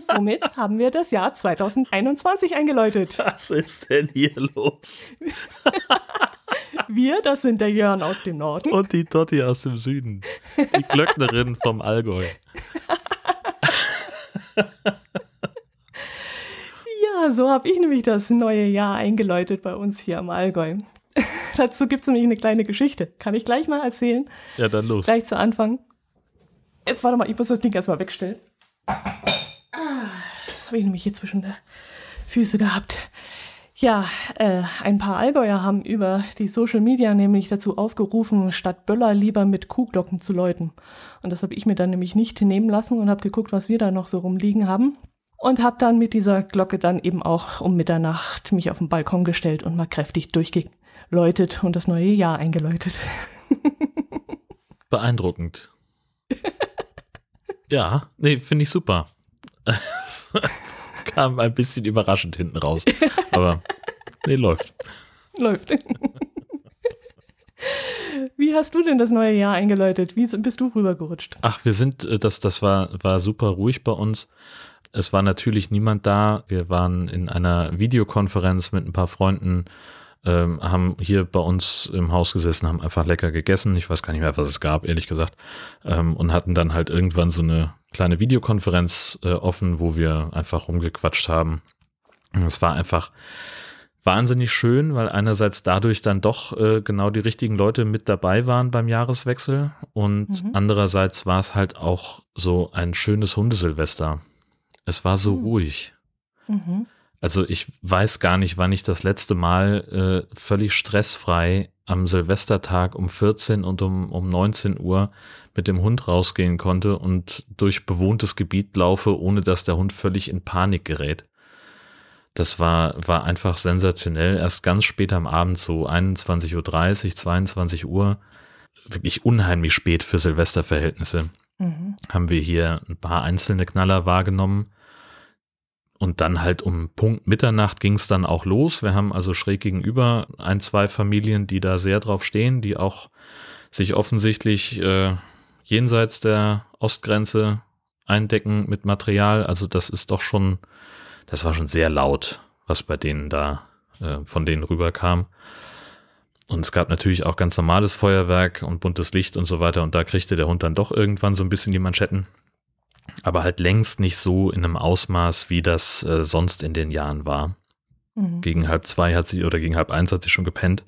somit haben wir das Jahr 2021 eingeläutet. Was ist denn hier los? Wir, das sind der Jörn aus dem Norden. Und die Dotti aus dem Süden. Die Glöcknerin vom Allgäu. Ja, so habe ich nämlich das neue Jahr eingeläutet bei uns hier im Allgäu. Dazu gibt es nämlich eine kleine Geschichte. Kann ich gleich mal erzählen? Ja, dann los. Gleich zu Anfang. Jetzt warte mal, ich muss das Ding erstmal wegstellen. Das habe ich nämlich hier zwischen den Füße gehabt. Ja, ein paar Allgäuer haben über die Social Media nämlich dazu aufgerufen, statt Böller lieber mit Kuhglocken zu läuten. Und das habe ich mir dann nämlich nicht nehmen lassen und habe geguckt, was wir da noch so rumliegen haben. Und habe dann mit dieser Glocke dann eben auch um Mitternacht mich auf den Balkon gestellt und mal kräftig durchgeläutet und das neue Jahr eingeläutet. Beeindruckend. Ja, nee, finde ich super. Kam ein bisschen überraschend hinten raus. Aber nee, läuft. Läuft. Wie hast du denn das neue Jahr eingeläutet? Wie bist du rübergerutscht? Ach, wir sind, das war super ruhig bei uns. Es war natürlich niemand da. Wir waren in einer Videokonferenz mit ein paar Freunden, haben hier bei uns im Haus gesessen, haben einfach lecker gegessen. Ich weiß gar nicht mehr, was es gab, ehrlich gesagt. Und hatten dann halt irgendwann so eine kleine Videokonferenz offen, wo wir einfach rumgequatscht haben. Und es war einfach wahnsinnig schön, weil einerseits dadurch dann doch genau die richtigen Leute mit dabei waren beim Jahreswechsel und andererseits war es halt auch so ein schönes Hundesilvester. Es war so ruhig. Also ich weiß gar nicht, wann ich das letzte Mal völlig stressfrei am Silvestertag um 14 und um 19 Uhr mit dem Hund rausgehen konnte und durch bewohntes Gebiet laufe, ohne dass der Hund völlig in Panik gerät. Das war einfach sensationell. Erst ganz spät am Abend, so 21:30 Uhr, 22 Uhr, wirklich unheimlich spät für Silvesterverhältnisse, haben wir hier ein paar einzelne Knaller wahrgenommen. Und dann halt um Punkt Mitternacht ging es dann auch los. Wir haben also schräg gegenüber 2 Familien, die da sehr drauf stehen, die auch sich offensichtlich jenseits der Ostgrenze eindecken mit Material. Also das war schon sehr laut, was bei denen da von denen rüberkam. Und es gab natürlich auch ganz normales Feuerwerk und buntes Licht und so weiter. Und da kriegte der Hund dann doch irgendwann so ein bisschen die Manschetten. Aber halt längst nicht so in einem Ausmaß, wie das sonst in den Jahren war. Gegen 1:30 oder gegen 1:30 hat sie schon gepennt.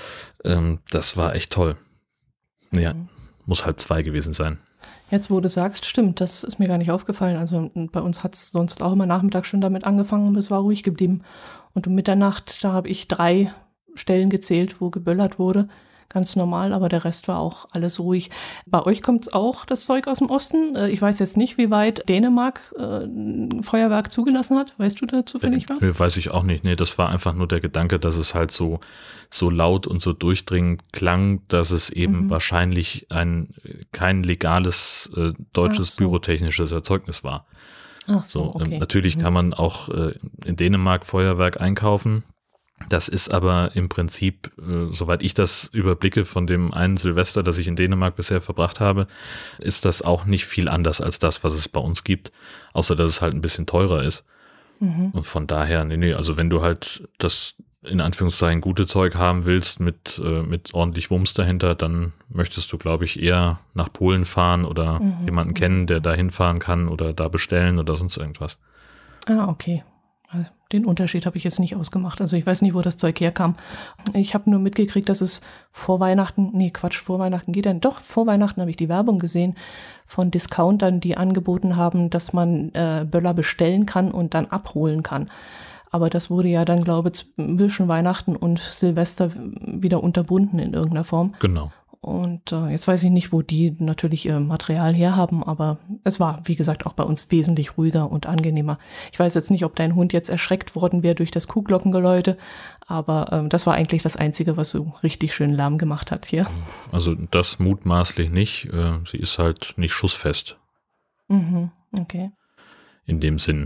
Das war echt toll. Ja, muss 1:30 gewesen sein. Jetzt, wo du sagst, stimmt, das ist mir gar nicht aufgefallen. Also bei uns hat es sonst auch immer Nachmittag schon damit angefangen und es war ruhig geblieben. Und um Mitternacht, da habe ich 3 Stellen gezählt, wo geböllert wurde. Ganz normal, aber der Rest war auch alles ruhig. Bei euch kommt es auch, das Zeug aus dem Osten. Ich weiß jetzt nicht, wie weit Dänemark Feuerwerk zugelassen hat. Weißt du da zufällig was? Weiß ich auch nicht. Nee, das war einfach nur der Gedanke, dass es halt so laut und so durchdringend klang, dass es eben wahrscheinlich kein legales deutsches pyrotechnisches Erzeugnis war. Ach so, okay. Natürlich kann man auch in Dänemark Feuerwerk einkaufen. Das ist aber im Prinzip, soweit ich das überblicke von dem einen Silvester, das ich in Dänemark bisher verbracht habe, ist das auch nicht viel anders als das, was es bei uns gibt, außer dass es halt ein bisschen teurer ist. Und von daher, nee, also wenn du halt das in Anführungszeichen gute Zeug haben willst mit ordentlich Wumms dahinter, dann möchtest du, glaube ich, eher nach Polen fahren oder jemanden kennen, der da hinfahren kann oder da bestellen oder sonst irgendwas. Ah, okay. Den Unterschied habe ich jetzt nicht ausgemacht. Also ich weiß nicht, wo das Zeug herkam. Ich habe nur mitgekriegt, dass es vor Weihnachten geht dann doch. Vor Weihnachten habe ich die Werbung gesehen von Discountern, die angeboten haben, dass man Böller bestellen kann und dann abholen kann. Aber das wurde ja dann, glaube ich, zwischen Weihnachten und Silvester wieder unterbunden in irgendeiner Form. Genau. Und jetzt weiß ich nicht, wo die natürlich ihr Material herhaben, aber es war, wie gesagt, auch bei uns wesentlich ruhiger und angenehmer. Ich weiß jetzt nicht, ob dein Hund jetzt erschreckt worden wäre durch das Kuhglockengeläute, aber das war eigentlich das Einzige, was so richtig schön Lärm gemacht hat hier. Also das mutmaßlich nicht. Sie ist halt nicht schussfest. Okay. In dem Sinn.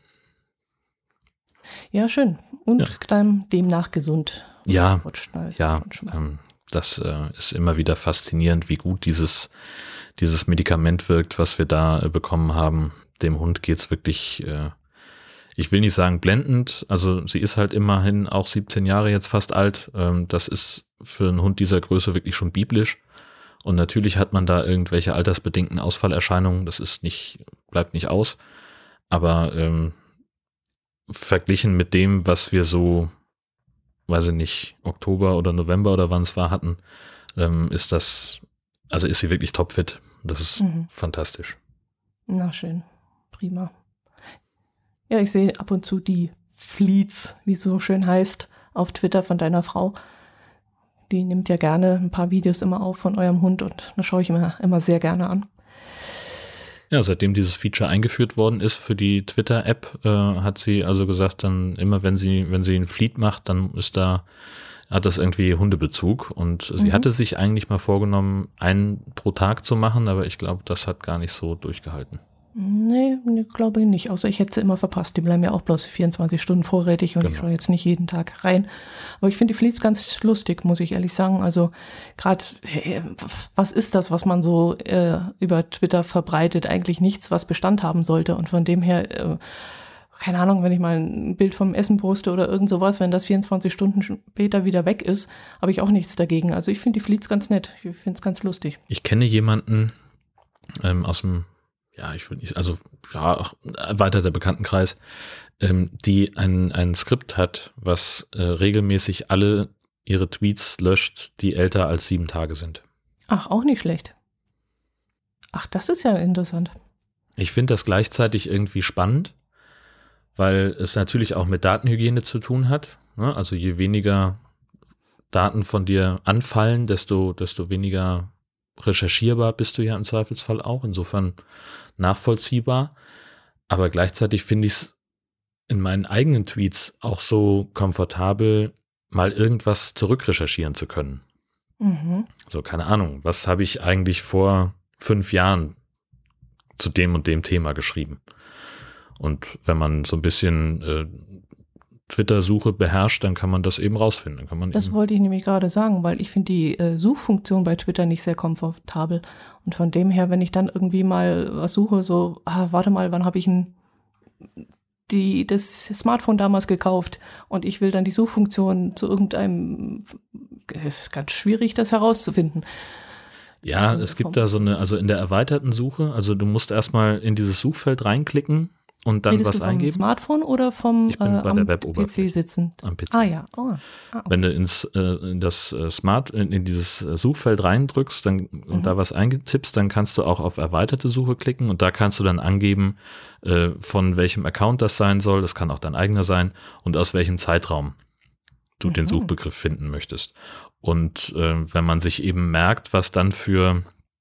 Ja, schön. Und dann demnach gesund. Das ist immer wieder faszinierend, wie gut dieses dieses Medikament wirkt, was wir da bekommen haben. Dem Hund geht's wirklich, ich will nicht sagen blendend, also sie ist halt immerhin auch 17 Jahre jetzt fast alt. Das ist für einen Hund dieser Größe wirklich schon biblisch. Und natürlich hat man da irgendwelche altersbedingten Ausfallerscheinungen, bleibt nicht aus. Aber verglichen mit dem, was wir so, weiß ich nicht, Oktober oder November oder wann es war, hatten, ist sie wirklich topfit. Das ist fantastisch. Na schön, prima. Ja, ich sehe ab und zu die Fleets, wie es so schön heißt, auf Twitter von deiner Frau. Die nimmt ja gerne ein paar Videos immer auf von eurem Hund und das schaue ich mir immer sehr gerne an. Ja, seitdem dieses Feature eingeführt worden ist für die Twitter-App, hat sie also gesagt, dann immer wenn sie einen Fleet macht, dann hat das irgendwie Hundebezug. Und sie hatte sich eigentlich mal vorgenommen, einen pro Tag zu machen, aber ich glaube, das hat gar nicht so durchgehalten. Nee, glaube ich nicht. Außer ich hätte sie immer verpasst. Die bleiben ja auch bloß 24 Stunden vorrätig und genau. Ich schaue jetzt nicht jeden Tag rein. Aber ich finde die Fleets ganz lustig, muss ich ehrlich sagen. Also gerade, was ist das, was man so über Twitter verbreitet? Eigentlich nichts, was Bestand haben sollte. Und von dem her, keine Ahnung, wenn ich mal ein Bild vom Essen poste oder irgend sowas, wenn das 24 Stunden später wieder weg ist, habe ich auch nichts dagegen. Also ich finde die Fleets ganz nett. Ich finde es ganz lustig. Ich kenne jemanden aus dem erweiterter Bekanntenkreis, die ein Skript hat, was regelmäßig alle ihre Tweets löscht, die älter als 7 Tage sind. Ach, auch nicht schlecht. Ach, das ist ja interessant. Ich finde das gleichzeitig irgendwie spannend, weil es natürlich auch mit Datenhygiene zu tun hat. Ne? Also je weniger Daten von dir anfallen, desto weniger recherchierbar bist du ja im Zweifelsfall auch, insofern nachvollziehbar, aber gleichzeitig finde ich es in meinen eigenen Tweets auch so komfortabel, mal irgendwas zurückrecherchieren zu können. So, keine Ahnung, was habe ich eigentlich vor 5 Jahren zu dem und dem Thema geschrieben? Und wenn man so ein bisschen Twitter-Suche beherrscht, dann kann man das eben rausfinden. Das wollte ich nämlich gerade sagen, weil ich finde die Suchfunktion bei Twitter nicht sehr komfortabel. Und von dem her, wenn ich dann irgendwie mal was suche, so, warte mal, wann habe ich das Smartphone damals gekauft und ich will dann die Suchfunktion zu irgendeinem, es ist ganz schwierig, das herauszufinden. Ja, es gibt da also in der erweiterten Suche, also du musst erstmal in dieses Suchfeld reinklicken und dann was eingeben. Vom Smartphone oder vom ich bin bei der Web-Oberfläche. PC sitzend? Am PC. Ah ja. Okay. Wenn du in dieses Suchfeld reindrückst und da was eingetippst, dann kannst du auch auf erweiterte Suche klicken und da kannst du dann angeben, von welchem Account das sein soll. Das kann auch dein eigener sein und aus welchem Zeitraum du den Suchbegriff finden möchtest. Und wenn man sich eben merkt, was dann für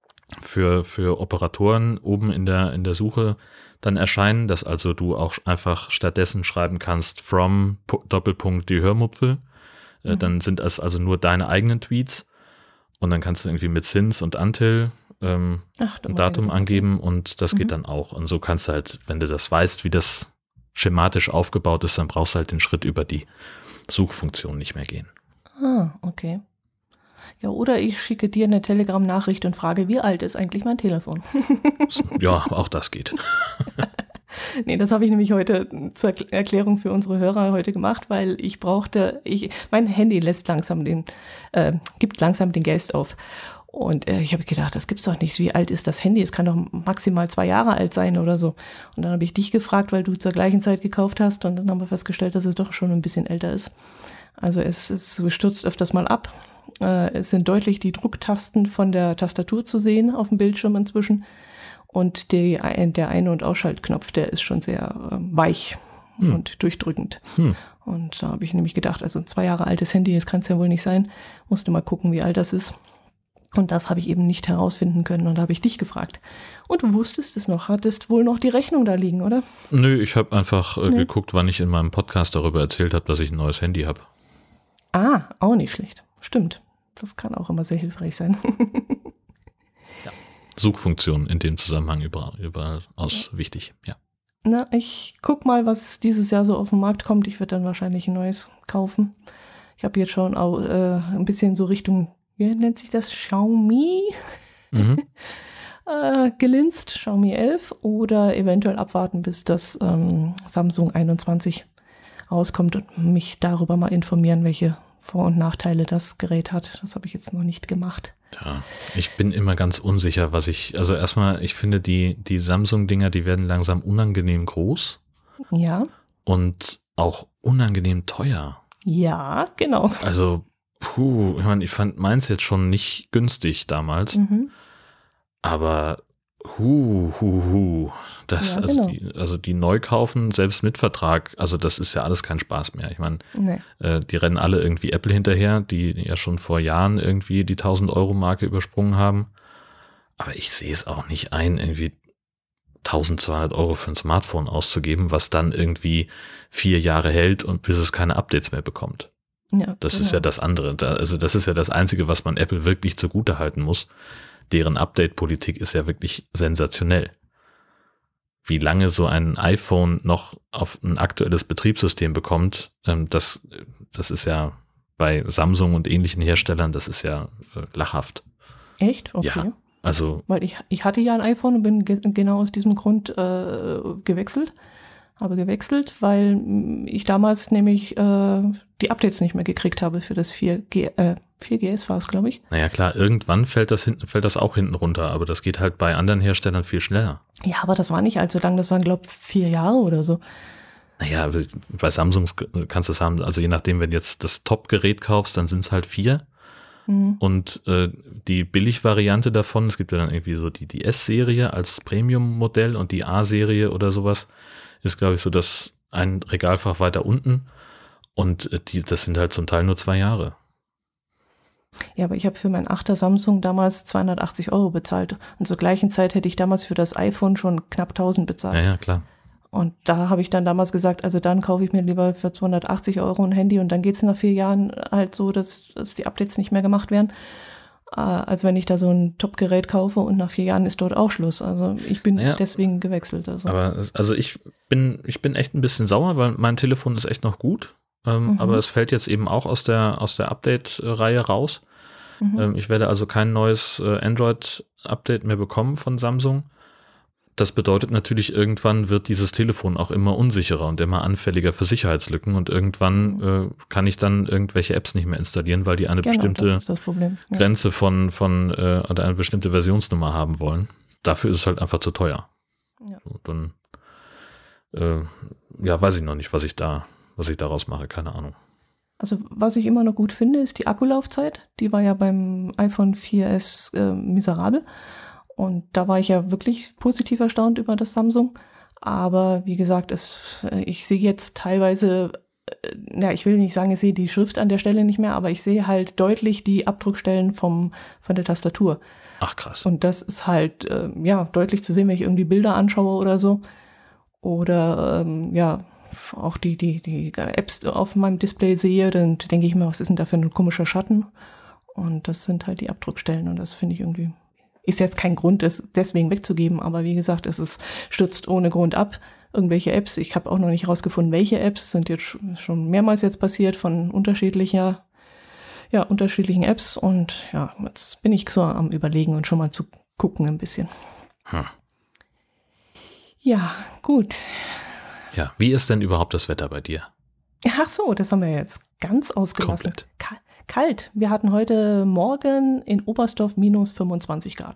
Operatoren oben in der Suche dann erscheinen, dass also du auch einfach stattdessen schreiben kannst from Doppelpunkt die Hörmupfel, dann sind es also nur deine eigenen Tweets und dann kannst du irgendwie mit Sins und Until ein Datum angeben und das geht dann auch. Und so kannst du halt, wenn du das weißt, wie das schematisch aufgebaut ist, dann brauchst du halt den Schritt über die Suchfunktion nicht mehr gehen. Ah, okay. Ja, oder ich schicke dir eine Telegram-Nachricht und frage, wie alt ist eigentlich mein Telefon? Ja, auch das geht. Nee, das habe ich nämlich heute zur Erklärung für unsere Hörer heute gemacht, weil mein Handy gibt langsam den Geist auf. Und ich habe gedacht, das gibt's doch nicht. Wie alt ist das Handy? Es kann doch maximal 2 Jahre alt sein oder so. Und dann habe ich dich gefragt, weil du zur gleichen Zeit gekauft hast. Und dann haben wir festgestellt, dass es doch schon ein bisschen älter ist. Also es stürzt öfters mal ab. Es sind deutlich die Drucktasten von der Tastatur zu sehen auf dem Bildschirm inzwischen. Und der Ein- und Ausschaltknopf, der ist schon sehr weich und durchdrückend. Und da habe ich nämlich gedacht, also ein 2 Jahre altes Handy, das kann es ja wohl nicht sein. Musste mal gucken, wie alt das ist. Und das habe ich eben nicht herausfinden können. Und da habe ich dich gefragt. Und du wusstest es noch, hattest wohl noch die Rechnung da liegen, oder? Nö, ich habe einfach geguckt, wann ich in meinem Podcast darüber erzählt habe, dass ich ein neues Handy habe. Ah, auch nicht schlecht. Stimmt. Das kann auch immer sehr hilfreich sein. Ja. Suchfunktion in dem Zusammenhang überall aus wichtig, ja. Na, ich guck mal, was dieses Jahr so auf den Markt kommt. Ich werde dann wahrscheinlich ein neues kaufen. Ich habe jetzt schon auch ein bisschen so Richtung, wie nennt sich das, Xiaomi? gelinst, Xiaomi 11, oder eventuell abwarten, bis das Samsung 21 rauskommt und mich darüber mal informieren, welche Vor- und Nachteile das Gerät hat. Das habe ich jetzt noch nicht gemacht. Ja, ich bin immer ganz unsicher, also erstmal, ich finde die Samsung-Dinger, die werden langsam unangenehm groß Ja. und auch unangenehm teuer. Ja, genau. Also, ich meine, ich fand meins jetzt schon nicht günstig damals, aber das, Ja, genau. also die neu kaufen, selbst mit Vertrag, also das ist ja alles kein Spaß mehr. Ich meine, Nee. die rennen alle irgendwie Apple hinterher, die ja schon vor Jahren irgendwie die 1.000-Euro-Marke übersprungen haben. Aber ich sehe es auch nicht ein, irgendwie 1.200 Euro für ein Smartphone auszugeben, was dann irgendwie 4 Jahre hält und bis es keine Updates mehr bekommt. Ja, Das ist ja das andere. Also das ist ja das Einzige, was man Apple wirklich zugute halten muss. Deren Update-Politik ist ja wirklich sensationell. Wie lange so ein iPhone noch auf ein aktuelles Betriebssystem bekommt, das ist ja bei Samsung und ähnlichen Herstellern, das ist ja lachhaft. Echt? Okay. Ja, also Weil ich hatte ja ein iPhone und bin genau aus diesem Grund gewechselt. Habe gewechselt, weil ich damals nämlich die Updates nicht mehr gekriegt habe für das 4GS war es, glaube ich. naja klar, irgendwann fällt das auch hinten runter, aber das geht halt bei anderen Herstellern viel schneller. Ja, aber das war nicht allzu lang, das waren, glaube ich, 4 Jahre oder so. Naja, bei Samsung kannst du es haben, also je nachdem, wenn du jetzt das Top-Gerät kaufst, dann sind es halt 4. Und die Billig-Variante davon, es gibt ja dann irgendwie so die S-Serie als Premium-Modell und die A-Serie oder sowas, ist, glaube ich, so das ein Regalfach weiter unten. Und das sind halt zum Teil nur 2 Jahre. Ja, aber ich habe für mein 8er Samsung damals 280 Euro bezahlt. Und zur gleichen Zeit hätte ich damals für das iPhone schon knapp 1000 bezahlt. Ja, klar. Und da habe ich dann damals gesagt, also dann kaufe ich mir lieber für 280 Euro ein Handy und dann geht es nach 4 Jahren halt so, dass die Updates nicht mehr gemacht werden, als wenn ich da so ein Top-Gerät kaufe und nach 4 Jahren ist dort auch Schluss. Also ich bin deswegen gewechselt. Aber ich bin echt ein bisschen sauer, weil mein Telefon ist echt noch gut. Aber es fällt jetzt eben auch aus der Update-Reihe raus. Ich werde also kein neues Android-Update mehr bekommen von Samsung. Das bedeutet natürlich, irgendwann wird dieses Telefon auch immer unsicherer und immer anfälliger für Sicherheitslücken und irgendwann kann ich dann irgendwelche Apps nicht mehr installieren, weil die eine bestimmte Grenze von oder eine bestimmte Versionsnummer haben wollen. Dafür ist es halt einfach zu teuer. Ja. Und dann weiß ich noch nicht, was ich daraus mache, keine Ahnung. Also was ich immer noch gut finde, ist die Akkulaufzeit. Die war ja beim iPhone 4S miserabel. Und da war ich ja wirklich positiv erstaunt über das Samsung. Aber wie gesagt, ich sehe jetzt teilweise, ich will nicht sagen, ich sehe die Schrift an der Stelle nicht mehr, aber ich sehe halt deutlich die Abdruckstellen von der Tastatur. Ach krass. Und das ist halt deutlich zu sehen, wenn ich irgendwie Bilder anschaue oder so. Oder auch die Apps auf meinem Display sehe, dann denke ich mir, was ist denn da für ein komischer Schatten? Und das sind halt die Abdruckstellen und das finde ich irgendwie, ist jetzt kein Grund, es deswegen wegzugeben, aber wie gesagt, stürzt ohne Grund ab. Irgendwelche Apps, ich habe auch noch nicht rausgefunden, welche Apps, sind jetzt schon mehrmals jetzt passiert von unterschiedlichen Apps und ja, jetzt bin ich so am Überlegen und schon mal zu gucken ein bisschen. Ja, gut. Ja, wie ist denn überhaupt das Wetter bei dir? Ach so, das haben wir jetzt ganz ausgelassen. Komplett. Kalt. Wir hatten heute Morgen in Oberstdorf minus 25 Grad.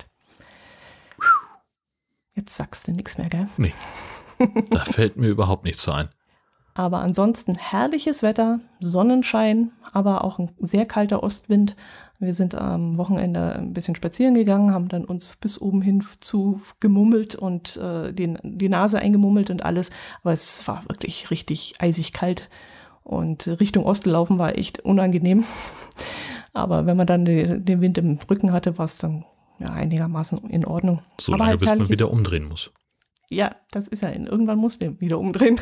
Jetzt sagst du nichts mehr, gell? Nee, da fällt mir überhaupt nichts so ein. Aber ansonsten herrliches Wetter, Sonnenschein, aber auch ein sehr kalter Ostwind. Wir sind am Wochenende ein bisschen spazieren gegangen, haben dann uns bis oben hin zu gemummelt und die Nase eingemummelt und alles. Aber es war wirklich richtig eisig kalt. Und Richtung Osten laufen war echt unangenehm. Aber wenn man dann den Wind im Rücken hatte, war es dann einigermaßen in Ordnung. So lange, halt bis man wieder umdrehen muss. Ja, das ist ja irgendwann muss der wieder umdrehen.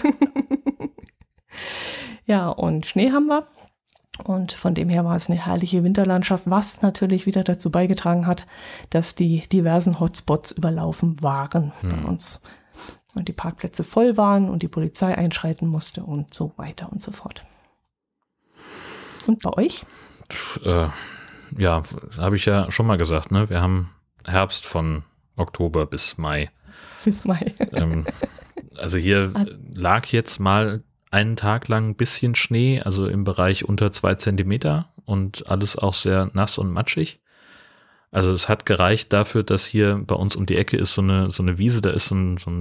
Ja, und Schnee haben wir. Und von dem her war es eine herrliche Winterlandschaft, was natürlich wieder dazu beigetragen hat, dass die diversen Hotspots überlaufen waren bei uns. Und die Parkplätze voll waren und die Polizei einschreiten musste und so weiter und so fort. Und bei euch? Ja, habe ich ja schon mal gesagt, ne? Wir haben Herbst von Oktober bis Mai. Bis Mai. Also hier lag jetzt mal einen Tag lang ein bisschen Schnee, also im Bereich unter 2 Zentimeter und alles auch sehr nass und matschig. Also es hat gereicht dafür, dass hier bei uns um die Ecke ist so eine Wiese, da ist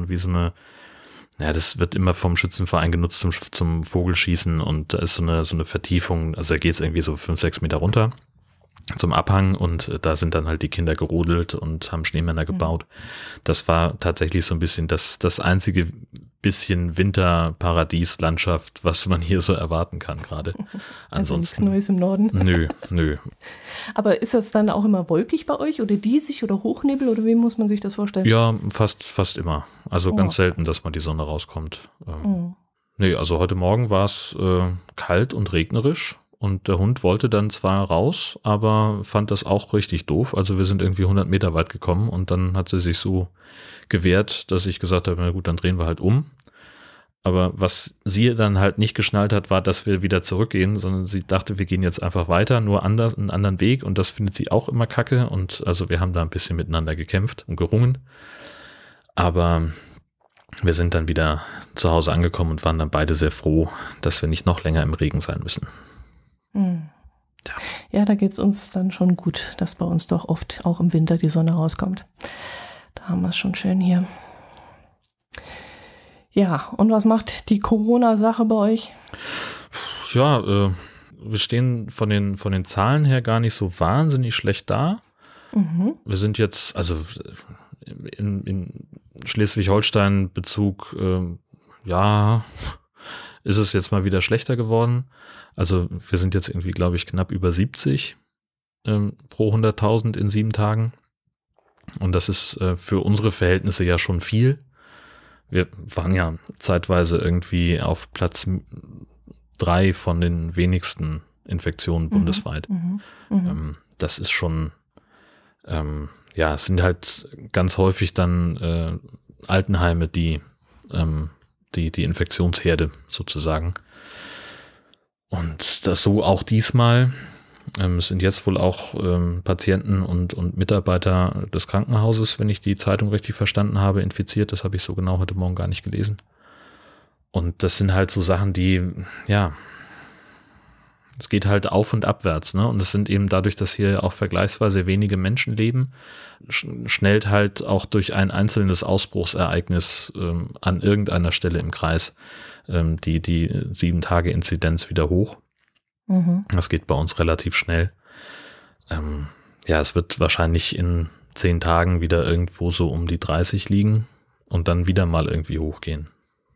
das wird immer vom Schützenverein genutzt zum Vogelschießen und da ist so eine Vertiefung, also da geht es irgendwie so 5, 6 Meter runter zum Abhang und da sind dann halt die Kinder gerodelt und haben Schneemänner gebaut. Das war tatsächlich so ein bisschen das einzige bisschen Winterparadieslandschaft, was man hier so erwarten kann gerade. Also nichts Neues im Norden. Nö. Aber ist das dann auch immer wolkig bei euch oder diesig oder Hochnebel oder wie muss man sich das vorstellen? Ja, fast immer. Also ganz selten, dass mal die Sonne rauskommt. Nee, also heute Morgen war es kalt und regnerisch. Und der Hund wollte dann zwar raus, aber fand das auch richtig doof. Also wir sind irgendwie 100 Meter weit gekommen und dann hat sie sich so gewehrt, dass ich gesagt habe, na gut, dann drehen wir halt um. Aber was sie dann halt nicht geschnallt hat, war, dass wir wieder zurückgehen, sondern sie dachte, wir gehen jetzt einfach weiter, nur anders, einen anderen Weg und das findet sie auch immer kacke und also wir haben da ein bisschen miteinander gekämpft und gerungen. Aber wir sind dann wieder zu Hause angekommen und waren dann beide sehr froh, dass wir nicht noch länger im Regen sein müssen. Ja, da geht es uns dann schon gut, dass bei uns doch oft auch im Winter die Sonne rauskommt. Da haben wir es schon schön hier. Ja, und was macht die Corona-Sache bei euch? Ja, wir stehen von den Zahlen her gar nicht so wahnsinnig schlecht da. Wir sind jetzt, also in Schleswig-Holstein Bezug, ist es jetzt mal wieder schlechter geworden. Also wir sind jetzt irgendwie, glaube ich, knapp über 70 pro 100.000 in 7 Tagen. Und das ist für unsere Verhältnisse ja schon viel. Wir waren ja zeitweise irgendwie auf Platz 3 von den wenigsten Infektionen bundesweit. Das ist schon, es sind halt ganz häufig dann Altenheime, die Infektionsherde sozusagen. Und das so auch diesmal. Es sind jetzt wohl auch Patienten und Mitarbeiter des Krankenhauses, wenn ich die Zeitung richtig verstanden habe, infiziert. Das habe ich so genau heute Morgen gar nicht gelesen. Und das sind halt so Sachen, die, es geht halt auf und abwärts, ne? Und es sind eben dadurch, dass hier auch vergleichsweise wenige Menschen leben, schnellt halt auch durch ein einzelnes Ausbruchsereignis an irgendeiner Stelle im Kreis die 7-Tage-Inzidenz wieder hoch. Das geht bei uns relativ schnell. Es wird wahrscheinlich in 10 Tagen wieder irgendwo so um die 30 liegen und dann wieder mal irgendwie hochgehen.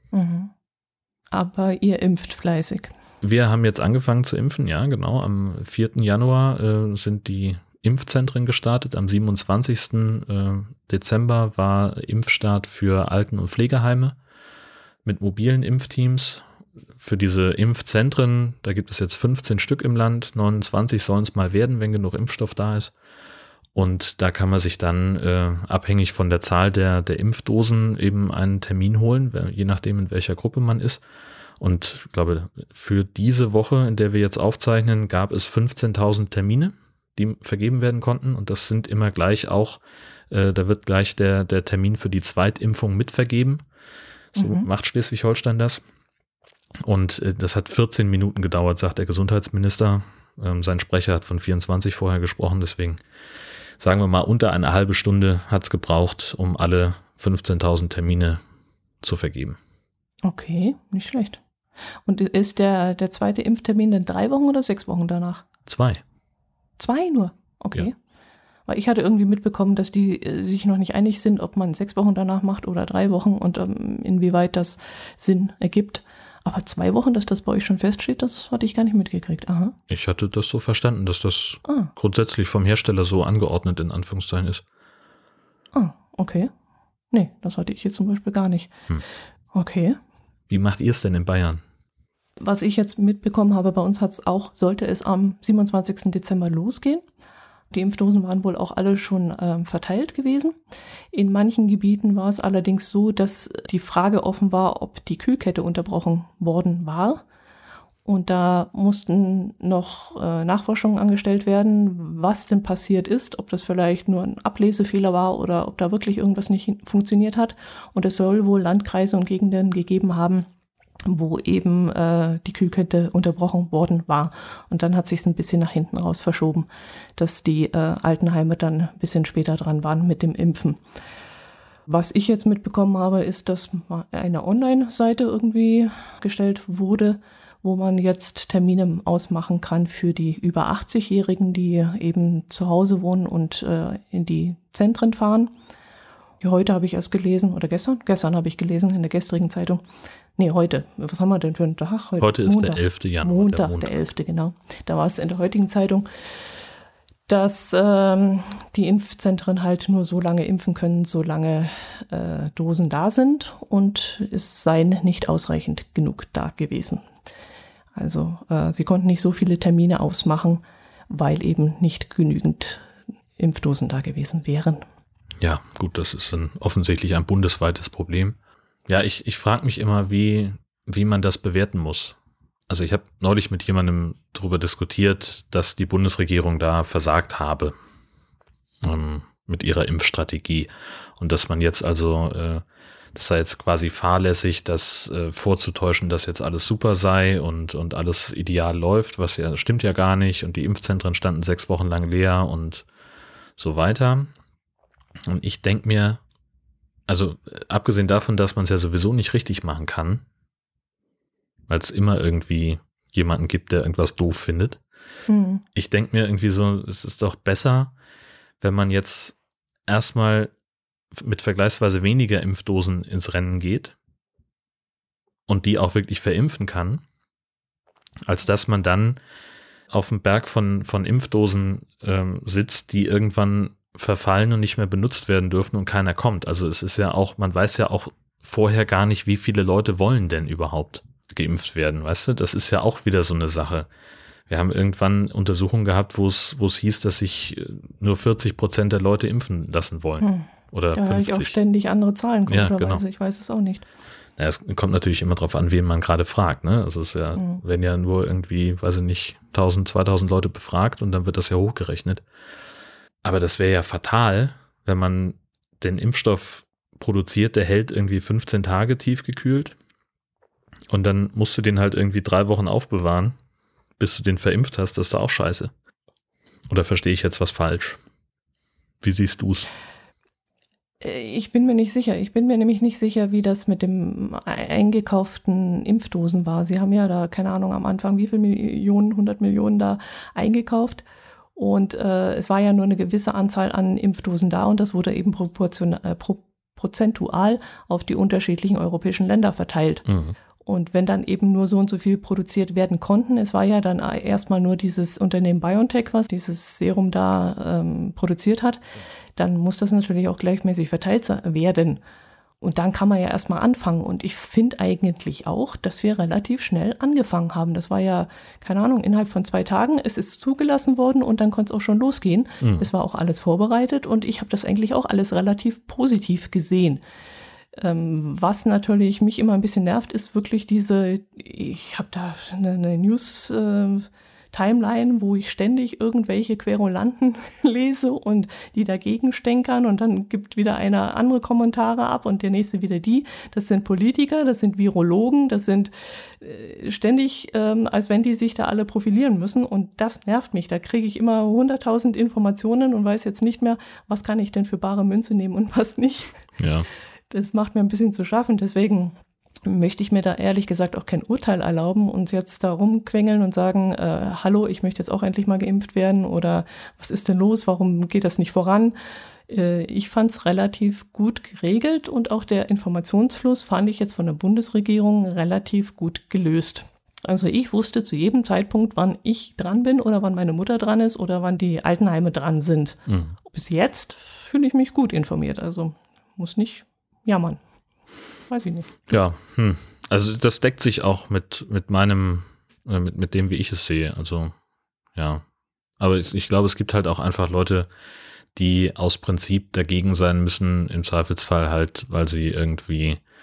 Aber ihr impft fleißig. Wir haben jetzt angefangen zu impfen, ja genau. Am 4. Januar sind die Impfzentren gestartet. Am 27. Dezember war Impfstart für Alten- und Pflegeheime mit mobilen Impfteams. Für diese Impfzentren, da gibt es jetzt 15 Stück im Land, 29 sollen es mal werden, wenn genug Impfstoff da ist. Und da kann man sich dann abhängig von der Zahl der Impfdosen eben einen Termin holen, je nachdem in welcher Gruppe man ist. Und ich glaube, für diese Woche, in der wir jetzt aufzeichnen, gab es 15.000 Termine, die vergeben werden konnten. Und das sind immer gleich auch, da wird gleich der Termin für die Zweitimpfung mitvergeben. So macht Schleswig-Holstein das. Und das hat 14 Minuten gedauert, sagt der Gesundheitsminister. Sein Sprecher hat von 24 vorher gesprochen, deswegen sagen wir mal, unter eine halbe Stunde hat es gebraucht, um alle 15.000 Termine zu vergeben. Okay, nicht schlecht. Und ist der zweite Impftermin dann 3 Wochen oder 6 Wochen danach? 2. 2 nur? Okay. Ja. Weil ich hatte irgendwie mitbekommen, dass die sich noch nicht einig sind, ob man 6 Wochen danach macht oder 3 Wochen und inwieweit das Sinn ergibt. Aber 2 Wochen, dass das bei euch schon feststeht, das hatte ich gar nicht mitgekriegt. Aha. Ich hatte das so verstanden, dass das grundsätzlich vom Hersteller so angeordnet in Anführungszeichen ist. Okay. Nee, das hatte ich jetzt zum Beispiel gar nicht. Okay. Wie macht ihr es denn in Bayern? Was ich jetzt mitbekommen habe, bei uns sollte es am 27. Dezember losgehen. Die Impfdosen waren wohl auch alle schon verteilt gewesen. In manchen Gebieten war es allerdings so, dass die Frage offen war, ob die Kühlkette unterbrochen worden war. Und da mussten noch Nachforschungen angestellt werden, was denn passiert ist, ob das vielleicht nur ein Ablesefehler war oder ob da wirklich irgendwas nicht funktioniert hat. Und es soll wohl Landkreise und Gegenden gegeben haben, wo eben die Kühlkette unterbrochen worden war. Und dann hat sich es ein bisschen nach hinten raus verschoben, dass die Altenheime dann ein bisschen später dran waren mit dem Impfen. Was ich jetzt mitbekommen habe, ist, dass eine Online-Seite irgendwie gestellt wurde, wo man jetzt Termine ausmachen kann für die über 80-Jährigen, die eben zu Hause wohnen und in die Zentren fahren. Heute habe ich erst gelesen, oder gestern? Gestern habe ich gelesen in der gestrigen Zeitung. Nee, heute. Was haben wir denn für einen Tag? Heute ist Montag. Der 11. Januar. Montag, der 11., genau. Da war es in der heutigen Zeitung, dass die Impfzentren halt nur so lange impfen können, solange Dosen da sind, und es seien nicht ausreichend genug da gewesen. Also sie konnten nicht so viele Termine ausmachen, weil eben nicht genügend Impfdosen da gewesen wären. Ja, gut, das ist offensichtlich ein bundesweites Problem. Ja, ich frage mich immer, wie man das bewerten muss. Also ich habe neulich mit jemandem darüber diskutiert, dass die Bundesregierung da versagt habe mit ihrer Impfstrategie und dass man jetzt also das sei jetzt quasi fahrlässig, das vorzutäuschen, dass jetzt alles super sei und alles ideal läuft, was ja stimmt ja gar nicht, und die Impfzentren standen 6 Wochen lang leer und so weiter. Und ich denke mir, also abgesehen davon, dass man es ja sowieso nicht richtig machen kann, weil es immer irgendwie jemanden gibt, der irgendwas doof findet. Ich denke mir irgendwie so, es ist doch besser, wenn man jetzt erstmal mit vergleichsweise weniger Impfdosen ins Rennen geht und die auch wirklich verimpfen kann, als dass man dann auf dem Berg von Impfdosen sitzt, die irgendwann verfallen und nicht mehr benutzt werden dürfen und keiner kommt. Also es ist ja auch, man weiß ja auch vorher gar nicht, wie viele Leute wollen denn überhaupt geimpft werden, weißt du? Das ist ja auch wieder so eine Sache. Wir haben irgendwann Untersuchungen gehabt, wo es hieß, dass sich nur 40% der Leute impfen lassen wollen. Oder da 50. habe ich auch ständig andere Zahlen, ja, genau. Ich weiß es auch nicht. Ja, es kommt natürlich immer drauf an, wen man gerade fragt. Ne? Also es ist ja, werden ja nur irgendwie, weiß ich nicht, 1000, 2000 Leute befragt und dann wird das ja hochgerechnet. Aber das wäre ja fatal, wenn man den Impfstoff produziert, der hält irgendwie 15 Tage tiefgekühlt und dann musst du den halt irgendwie 3 Wochen aufbewahren, bis du den verimpft hast. Das ist da auch scheiße. Oder verstehe ich jetzt was falsch? Wie siehst du es? Ich bin mir nicht sicher. Ich bin mir nämlich nicht sicher, wie das mit dem eingekauften Impfdosen war. Sie haben ja da, keine Ahnung, am Anfang wie viel Millionen, 100 Millionen da eingekauft. Und es war ja nur eine gewisse Anzahl an Impfdosen da und das wurde eben prozentual auf die unterschiedlichen europäischen Länder verteilt. Und wenn dann eben nur so und so viel produziert werden konnten, es war ja dann erstmal nur dieses Unternehmen BioNTech, was dieses Serum da produziert hat, dann muss das natürlich auch gleichmäßig verteilt werden. Und dann kann man ja erstmal anfangen. Und ich finde eigentlich auch, dass wir relativ schnell angefangen haben. Das war ja, keine Ahnung, innerhalb von 2 Tagen. Es ist zugelassen worden und dann konnte es auch schon losgehen. Es war auch alles vorbereitet und ich habe das eigentlich auch alles relativ positiv gesehen. Was natürlich mich immer ein bisschen nervt, ist wirklich ich habe da eine News-Timeline, wo ich ständig irgendwelche Querulanten lese und die dagegen stänkern und dann gibt wieder einer andere Kommentare ab und der nächste wieder die. Das sind Politiker, das sind Virologen, das sind ständig, als wenn die sich da alle profilieren müssen und das nervt mich. Da kriege ich immer 100.000 Informationen und weiß jetzt nicht mehr, was kann ich denn für bare Münze nehmen und was nicht. Ja. Das macht mir ein bisschen zu schaffen, deswegen möchte ich mir da ehrlich gesagt auch kein Urteil erlauben und jetzt da rumquengeln und sagen, hallo, ich möchte jetzt auch endlich mal geimpft werden oder was ist denn los, warum geht das nicht voran? Ich fand es relativ gut geregelt und auch der Informationsfluss fand ich jetzt von der Bundesregierung relativ gut gelöst. Also ich wusste zu jedem Zeitpunkt, wann ich dran bin oder wann meine Mutter dran ist oder wann die Altenheime dran sind. Bis jetzt fühle ich mich gut informiert, also muss nicht jammern. Weiß ich nicht. Ja, also das deckt sich auch mit meinem, mit dem, wie ich es sehe. Also, ja. Aber ich glaube, es gibt halt auch einfach Leute, die aus Prinzip dagegen sein müssen, im Zweifelsfall halt, weil sie irgendwie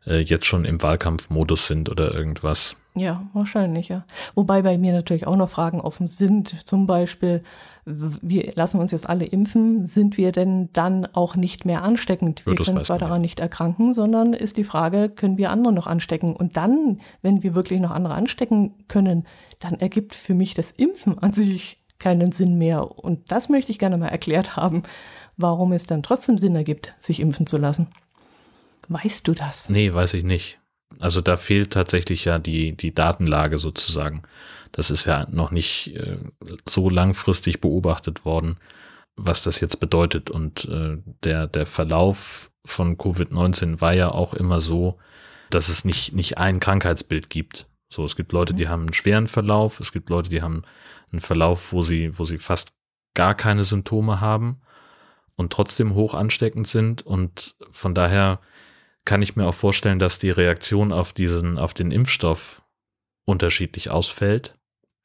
jetzt schon im Wahlkampfmodus sind oder irgendwas. Ja, wahrscheinlich, ja. Wobei bei mir natürlich auch noch Fragen offen sind. Zum Beispiel, wir lassen uns jetzt alle impfen. Sind wir denn dann auch nicht mehr ansteckend? Wir können zwar daran nicht erkranken, sondern ist die Frage, können wir andere noch anstecken? Und dann, wenn wir wirklich noch andere anstecken können, dann ergibt für mich das Impfen an sich keinen Sinn mehr. Und das möchte ich gerne mal erklärt haben, warum es dann trotzdem Sinn ergibt, sich impfen zu lassen. Weißt du das? Nee, weiß ich nicht. Also da fehlt tatsächlich ja die Datenlage sozusagen. Das ist ja noch nicht so langfristig beobachtet worden, was das jetzt bedeutet. Und der Verlauf von Covid-19 war ja auch immer so, dass es nicht ein Krankheitsbild gibt. So, es gibt Leute, die haben einen schweren Verlauf, es gibt Leute, die haben einen Verlauf, wo sie fast gar keine Symptome haben und trotzdem hoch ansteckend sind. Und von daher kann ich mir auch vorstellen, dass die Reaktion auf den Impfstoff unterschiedlich ausfällt.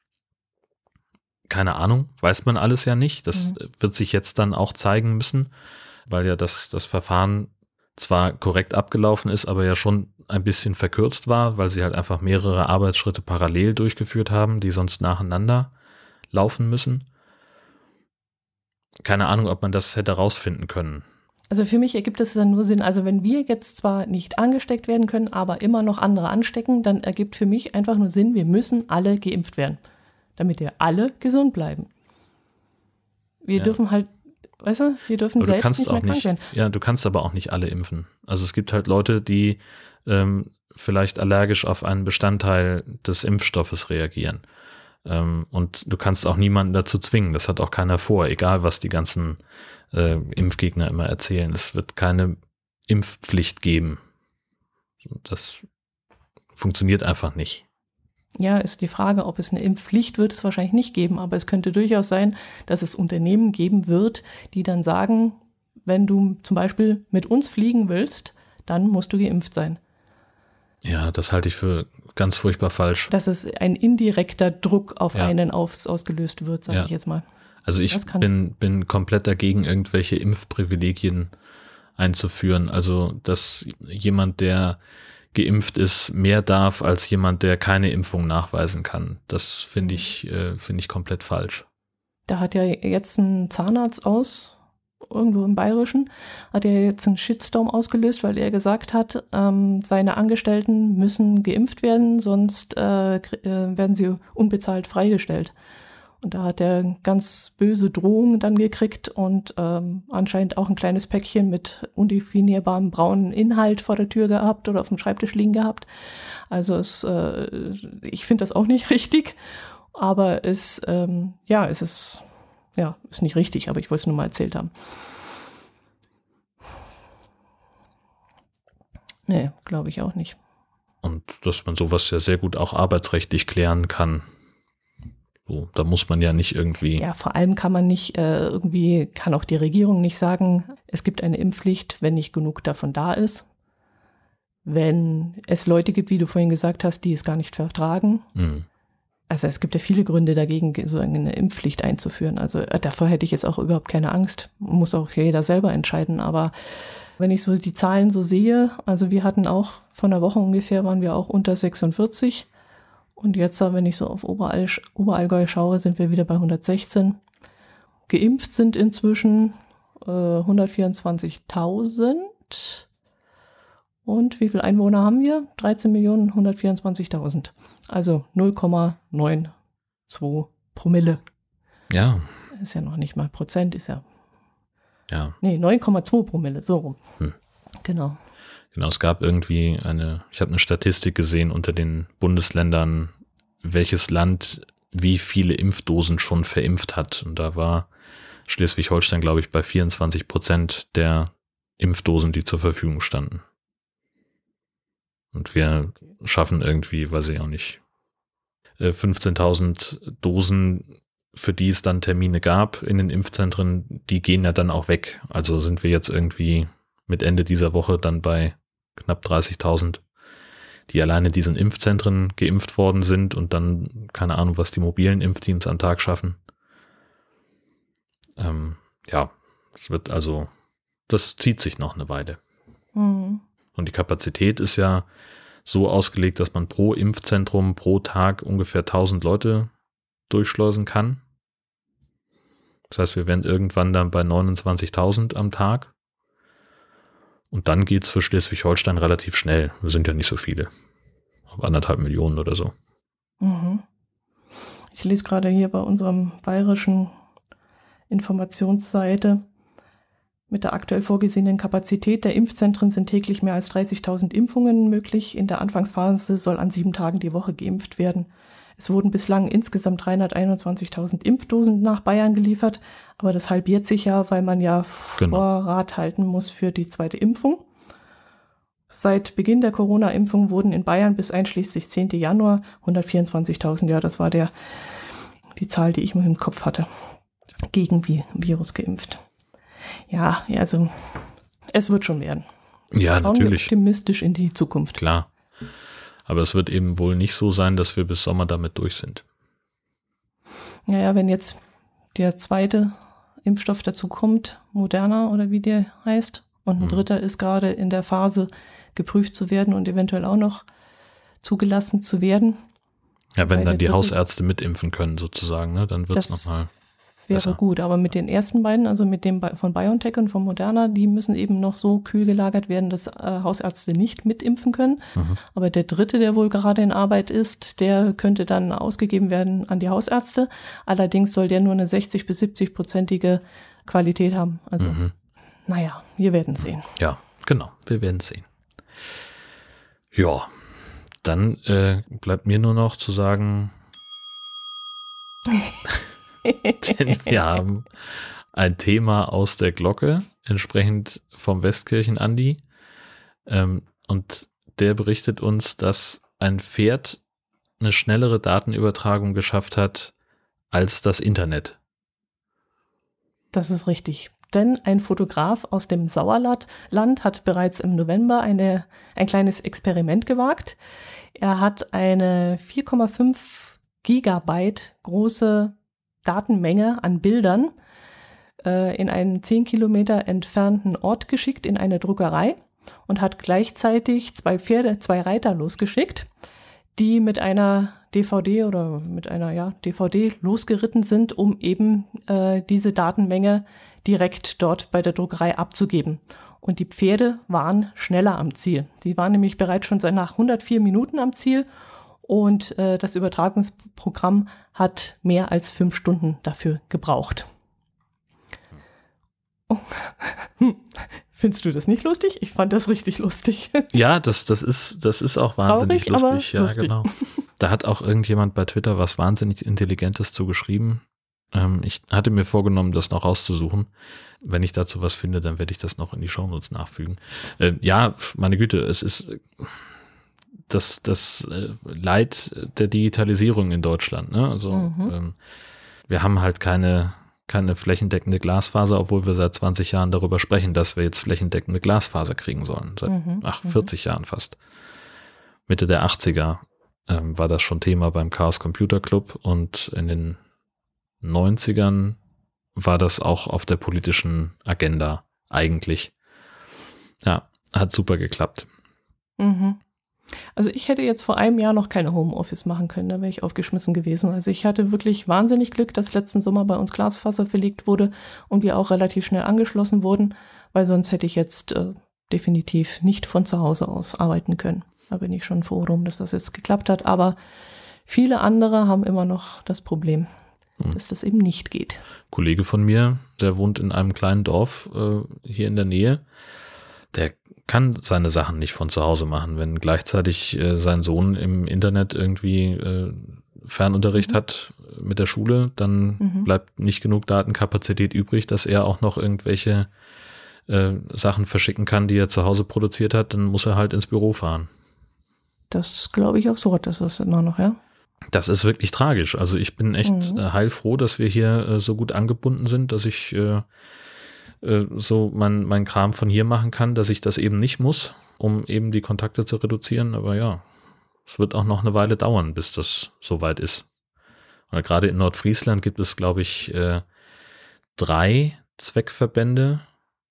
Keine Ahnung, weiß man alles ja nicht. Das wird sich jetzt dann auch zeigen müssen, weil ja das Verfahren zwar korrekt abgelaufen ist, aber ja schon ein bisschen verkürzt war, weil sie halt einfach mehrere Arbeitsschritte parallel durchgeführt haben, die sonst nacheinander laufen müssen. Keine Ahnung, ob man das hätte rausfinden können. Also für mich ergibt es dann nur Sinn, also wenn wir jetzt zwar nicht angesteckt werden können, aber immer noch andere anstecken, dann ergibt für mich einfach nur Sinn, wir müssen alle geimpft werden, damit wir alle gesund bleiben. Wir dürfen halt, weißt du, wir dürfen selbst nicht mehr krank werden. Ja, du kannst aber auch nicht alle impfen. Also es gibt halt Leute, die vielleicht allergisch auf einen Bestandteil des Impfstoffes reagieren. Und du kannst auch niemanden dazu zwingen. Das hat auch keiner vor, egal was die ganzen Impfgegner immer erzählen. Es wird keine Impfpflicht geben. Das funktioniert einfach nicht. Ja, ist die Frage, ob es eine Impfpflicht wird es wahrscheinlich nicht geben, aber es könnte durchaus sein, dass es Unternehmen geben wird, die dann sagen, wenn du zum Beispiel mit uns fliegen willst, dann musst du geimpft sein. Ja, das halte ich für ganz furchtbar falsch. Dass es ein indirekter Druck auf einen ausgelöst wird, sage ich jetzt mal. Also ich bin komplett dagegen, irgendwelche Impfprivilegien einzuführen. Also, dass jemand, der geimpft ist, mehr darf als jemand, der keine Impfung nachweisen kann. Das finde ich komplett falsch. Da hat ja jetzt ein Zahnarzt irgendwo im Bayerischen, hat er jetzt einen Shitstorm ausgelöst, weil er gesagt hat, seine Angestellten müssen geimpft werden, sonst werden sie unbezahlt freigestellt. Und da hat er ganz böse Drohungen dann gekriegt und anscheinend auch ein kleines Päckchen mit undefinierbarem braunen Inhalt vor der Tür gehabt oder auf dem Schreibtisch liegen gehabt. Also ich finde das auch nicht richtig, aber es ist nicht richtig, aber ich wollte es nur mal erzählt haben. Nee, glaube ich auch nicht. Und dass man sowas ja sehr gut auch arbeitsrechtlich klären kann. So, da muss man ja nicht irgendwie. Ja, vor allem kann man nicht kann auch die Regierung nicht sagen, es gibt eine Impfpflicht, wenn nicht genug davon da ist. Wenn es Leute gibt, wie du vorhin gesagt hast, die es gar nicht vertragen. Also es gibt ja viele Gründe dagegen, so eine Impfpflicht einzuführen. Also davor hätte ich jetzt auch überhaupt keine Angst. Muss auch jeder selber entscheiden. Aber wenn ich so die Zahlen so sehe, also wir hatten auch von einer Woche ungefähr, waren wir auch unter 46. Und jetzt, wenn ich so auf Oberallgäu schaue, sind wir wieder bei 116. Geimpft sind inzwischen 124.000. Und wie viele Einwohner haben wir? 13.124.000. Also 0,92 Promille. Ja. Ist ja noch nicht mal Prozent, ist ja. Ja. Nee, 9,2 Promille, so rum. Genau. Genau, es gab irgendwie ich habe eine Statistik gesehen unter den Bundesländern, welches Land wie viele Impfdosen schon verimpft hat. Und da war Schleswig-Holstein, glaube ich, bei 24% der Impfdosen, die zur Verfügung standen. Und wir schaffen irgendwie, weiß ich auch nicht, 15.000 Dosen, für die es dann Termine gab in den Impfzentren, die gehen ja dann auch weg. Also sind wir jetzt irgendwie mit Ende dieser Woche dann bei knapp 30.000, die alleine diesen Impfzentren geimpft worden sind und dann keine Ahnung, was die mobilen Impfteams am Tag schaffen. Das zieht sich noch eine Weile. Und Und die Kapazität ist ja so ausgelegt, dass man pro Impfzentrum pro Tag ungefähr 1000 Leute durchschleusen kann. Das heißt, wir wären irgendwann dann bei 29.000 am Tag. Und dann geht es für Schleswig-Holstein relativ schnell. Wir sind ja nicht so viele. Aber 1,5 Millionen oder so. Mhm. Ich lese gerade hier bei unserem bayerischen Informationsseite, mit der aktuell vorgesehenen Kapazität der Impfzentren sind täglich mehr als 30.000 Impfungen möglich. In der Anfangsphase soll an 7 Tagen die Woche geimpft werden. Es wurden bislang insgesamt 321.000 Impfdosen nach Bayern geliefert, aber das halbiert sich ja, weil man ja Vorrat halten muss für die zweite Impfung. Seit Beginn der Corona-Impfung wurden in Bayern bis einschließlich 10. Januar 124.000, ja, das war die Zahl, die ich mir im Kopf hatte, gegen Virus geimpft. Ja, also es wird schon werden. Ja, Schauen natürlich. Wir optimistisch in die Zukunft. Klar. Aber es wird eben wohl nicht so sein, dass wir bis Sommer damit durch sind. Naja, wenn jetzt der zweite Impfstoff dazu kommt, Moderna oder wie der heißt, und ein dritter ist gerade in der Phase, geprüft zu werden und eventuell auch noch zugelassen zu werden. Ja, wenn dann die Hausärzte mitimpfen können sozusagen, ne, dann wird es nochmal wäre gut, aber mit den ersten beiden, also mit dem von BioNTech und von Moderna, die müssen eben noch so kühl gelagert werden, dass Hausärzte nicht mitimpfen können. Aber der dritte, der wohl gerade in Arbeit ist, der könnte dann ausgegeben werden an die Hausärzte. Allerdings soll der nur eine 60- bis 70-prozentige Qualität haben. Also, naja, wir werden sehen. Ja, genau, wir werden sehen. Ja, dann bleibt mir nur noch zu sagen, denn wir haben ein Thema aus der Glocke, entsprechend vom Westkirchen-Andi. Und der berichtet uns, dass ein Pferd eine schnellere Datenübertragung geschafft hat als das Internet. Das ist richtig. Denn ein Fotograf aus dem Sauerland hat bereits im November ein kleines Experiment gewagt. Er hat eine 4,5 Gigabyte große Datenmenge an Bildern in einen 10 Kilometer entfernten Ort geschickt, in eine Druckerei, und hat gleichzeitig 2 Reiter losgeschickt, die mit einer DVD oder mit einer DVD losgeritten sind, um eben diese Datenmenge direkt dort bei der Druckerei abzugeben. Und die Pferde waren schneller am Ziel. Die waren nämlich bereits schon nach 104 Minuten am Ziel. Und das Übertragungsprogramm hat mehr als 5 Stunden dafür gebraucht. Oh. Findest du das nicht lustig? Ich fand das richtig lustig. Ja, das ist auch wahnsinnig traurig, lustig. Ja, lustig. genau. Da hat auch irgendjemand bei Twitter was wahnsinnig Intelligentes zu geschrieben. Ich hatte mir vorgenommen, das noch rauszusuchen. Wenn ich dazu was finde, dann werde ich das noch in die Shownotes nachfügen. Ja, meine Güte, es ist das Leid der Digitalisierung in Deutschland. Ne? Also wir haben halt keine flächendeckende Glasfaser, obwohl wir seit 20 Jahren darüber sprechen, dass wir jetzt flächendeckende Glasfaser kriegen sollen. Seit 40 Jahren fast. Mitte der 80er war das schon Thema beim Chaos Computer Club, und in den 90ern war das auch auf der politischen Agenda eigentlich. Ja, hat super geklappt. Also ich hätte jetzt vor einem Jahr noch keine Homeoffice machen können, da wäre ich aufgeschmissen gewesen. Also ich hatte wirklich wahnsinnig Glück, dass letzten Sommer bei uns Glasfaser verlegt wurde und wir auch relativ schnell angeschlossen wurden, weil sonst hätte ich jetzt definitiv nicht von zu Hause aus arbeiten können. Da bin ich schon froh drum, dass das jetzt geklappt hat, aber viele andere haben immer noch das Problem, dass das eben nicht geht. Ein Kollege von mir, der wohnt in einem kleinen Dorf hier in der Nähe, der kann seine Sachen nicht von zu Hause machen. Wenn gleichzeitig sein Sohn im Internet irgendwie Fernunterricht hat mit der Schule, dann bleibt nicht genug Datenkapazität übrig, dass er auch noch irgendwelche Sachen verschicken kann, die er zu Hause produziert hat. Dann muss er halt ins Büro fahren. Das glaube ich aufs Wort, das ist immer noch, ja. Das ist wirklich tragisch. Also ich bin echt heilfroh, dass wir hier so gut angebunden sind, dass ich so mein Kram von hier machen kann, dass ich das eben nicht muss, um eben die Kontakte zu reduzieren. Aber ja, es wird auch noch eine Weile dauern, bis das soweit ist. Und gerade in Nordfriesland gibt es, glaube ich, 3 Zweckverbände,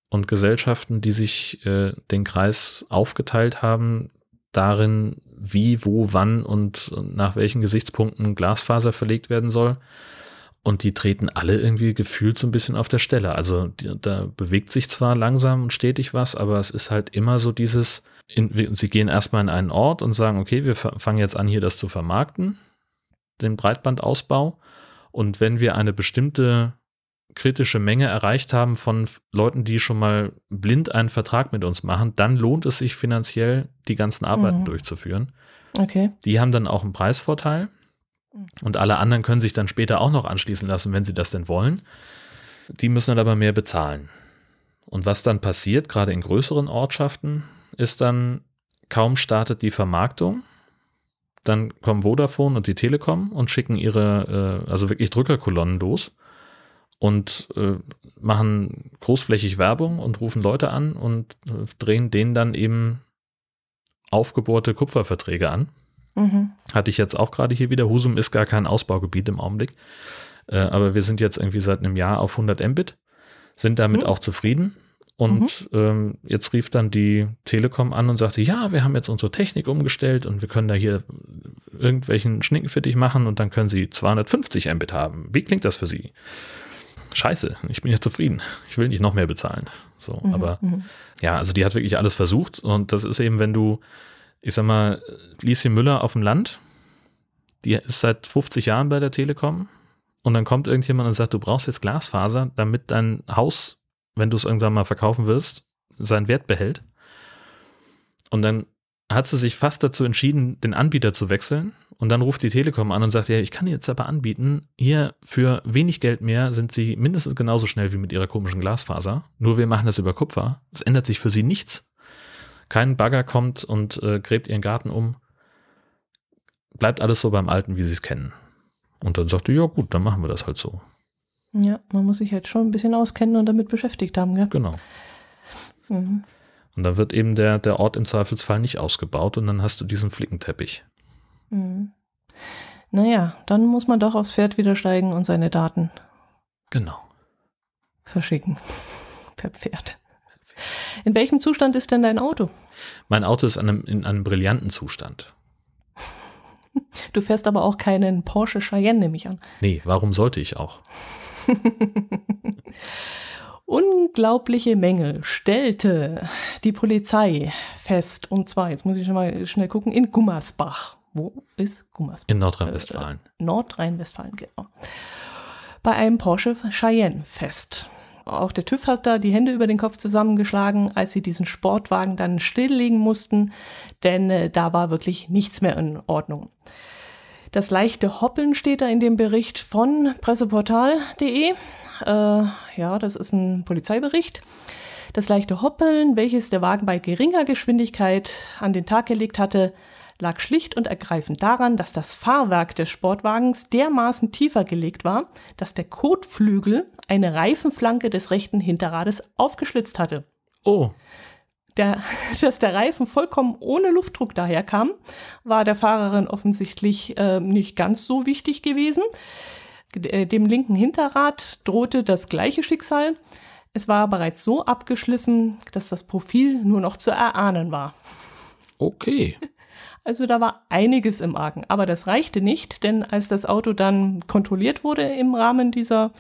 und Gesellschaften, die sich den Kreis aufgeteilt haben, darin, wie, wo, wann und nach welchen Gesichtspunkten Glasfaser verlegt werden soll. Und die treten alle irgendwie gefühlt so ein bisschen auf der Stelle. Also da bewegt sich zwar langsam und stetig was, aber es ist halt immer so dieses, sie gehen erstmal in einen Ort und sagen, okay, wir fangen jetzt an, hier das zu vermarkten, den Breitbandausbau. Und wenn wir eine bestimmte kritische Menge erreicht haben von Leuten, die schon mal blind einen Vertrag mit uns machen, dann lohnt es sich finanziell, die ganzen Arbeiten durchzuführen. Okay. Die haben dann auch einen Preisvorteil und alle anderen können sich dann später auch noch anschließen lassen, wenn sie das denn wollen. Die müssen dann aber mehr bezahlen. Und was dann passiert, gerade in größeren Ortschaften, ist dann, kaum startet die Vermarktung, dann kommen Vodafone und die Telekom und schicken ihre, also wirklich Drückerkolonnen los und machen großflächig Werbung und rufen Leute an und drehen denen dann eben aufgebohrte Kupferverträge an. Hatte ich jetzt auch gerade hier wieder. Husum ist gar kein Ausbaugebiet im Augenblick, aber wir sind jetzt irgendwie seit einem Jahr auf 100 Mbit, sind damit auch zufrieden. Und jetzt rief dann die Telekom an und sagte, ja, wir haben jetzt unsere Technik umgestellt und wir können da hier irgendwelchen Schnickenfittich machen und dann können Sie 250 Mbit haben. Wie klingt das für Sie? Scheiße, ich bin ja zufrieden. Ich will nicht noch mehr bezahlen. So, aber ja, also die hat wirklich alles versucht und das ist eben, wenn du, ich sag mal, Lieschen Müller auf dem Land, die ist seit 50 Jahren bei der Telekom und dann kommt irgendjemand und sagt, du brauchst jetzt Glasfaser, damit dein Haus, wenn du es irgendwann mal verkaufen willst, seinen Wert behält. Und dann hat sie sich fast dazu entschieden, den Anbieter zu wechseln. Und dann ruft die Telekom an und sagt, ja, ich kann jetzt aber anbieten, hier für wenig Geld mehr sind sie mindestens genauso schnell wie mit ihrer komischen Glasfaser. Nur wir machen das über Kupfer. Es ändert sich für sie nichts. Kein Bagger kommt und gräbt ihren Garten um. Bleibt alles so beim Alten, wie sie es kennen. Und dann sagt die, ja gut, dann machen wir das halt so. Ja, man muss sich halt schon ein bisschen auskennen und damit beschäftigt haben, gell? Genau. Und dann wird eben der Ort im Zweifelsfall nicht ausgebaut und dann hast du diesen Flickenteppich. Naja, dann muss man doch aufs Pferd wieder steigen und seine Daten verschicken. Per Pferd. In welchem Zustand ist denn dein Auto? Mein Auto ist in einem brillanten Zustand. Du fährst aber auch keinen Porsche Cayenne, nehme ich an. Nee, warum sollte ich auch? Unglaubliche Mängel stellte die Polizei fest, und zwar, jetzt muss ich schon mal schnell gucken, in Gummersbach. Wo ist Gummersbach? In Nordrhein-Westfalen. Nordrhein-Westfalen, genau. Bei einem Porsche Cayenne fest. Auch der TÜV hat da die Hände über den Kopf zusammengeschlagen, als sie diesen Sportwagen dann stilllegen mussten, denn da war wirklich nichts mehr in Ordnung. Das leichte Hoppeln steht da in dem Bericht von presseportal.de. Ja, das ist ein Polizeibericht. Das leichte Hoppeln, welches der Wagen bei geringer Geschwindigkeit an den Tag gelegt hatte, lag schlicht und ergreifend daran, dass das Fahrwerk des Sportwagens dermaßen tiefer gelegt war, dass der Kotflügel eine Reifenflanke des rechten Hinterrades aufgeschlitzt hatte. Oh. Dass der Reifen vollkommen ohne Luftdruck daherkam, war der Fahrerin offensichtlich nicht ganz so wichtig gewesen. Dem linken Hinterrad drohte das gleiche Schicksal. Es war bereits so abgeschliffen, dass das Profil nur noch zu erahnen war. Okay. Also da war einiges im Argen. Aber das reichte nicht, denn als das Auto dann kontrolliert wurde im Rahmen dieser,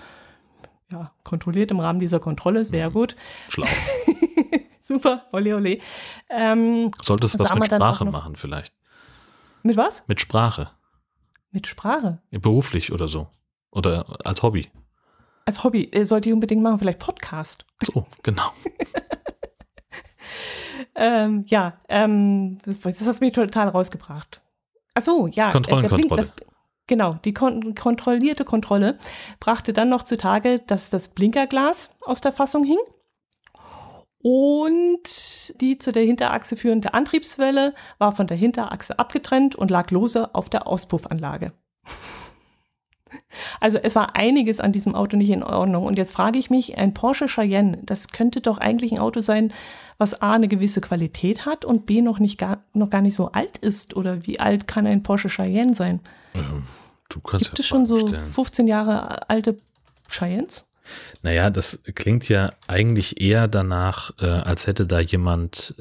Kontrolle, sehr gut. Schlau. Super, ole ole. Solltest was mit Sprache machen vielleicht. Mit was? Mit Sprache. Mit Sprache? Beruflich oder so. Oder als Hobby. Als Hobby sollte ich unbedingt machen, vielleicht Podcast. So, genau. Das hat mich total rausgebracht. Ach so, ja. Kontrollenkontrolle. Genau, die kontrollierte Kontrolle brachte dann noch zutage, dass das Blinkerglas aus der Fassung hing und die zu der Hinterachse führende Antriebswelle war von der Hinterachse abgetrennt und lag lose auf der Auspuffanlage. Also es war einiges an diesem Auto nicht in Ordnung. Und jetzt frage ich mich, ein Porsche Cayenne, das könnte doch eigentlich ein Auto sein, was A, eine gewisse Qualität hat und B, noch gar nicht so alt ist. Oder wie alt kann ein Porsche Cayenne sein? Du kannst Gibt es schon so 15 Jahre alte Cheyennes? Naja, das klingt ja eigentlich eher danach, als hätte da jemand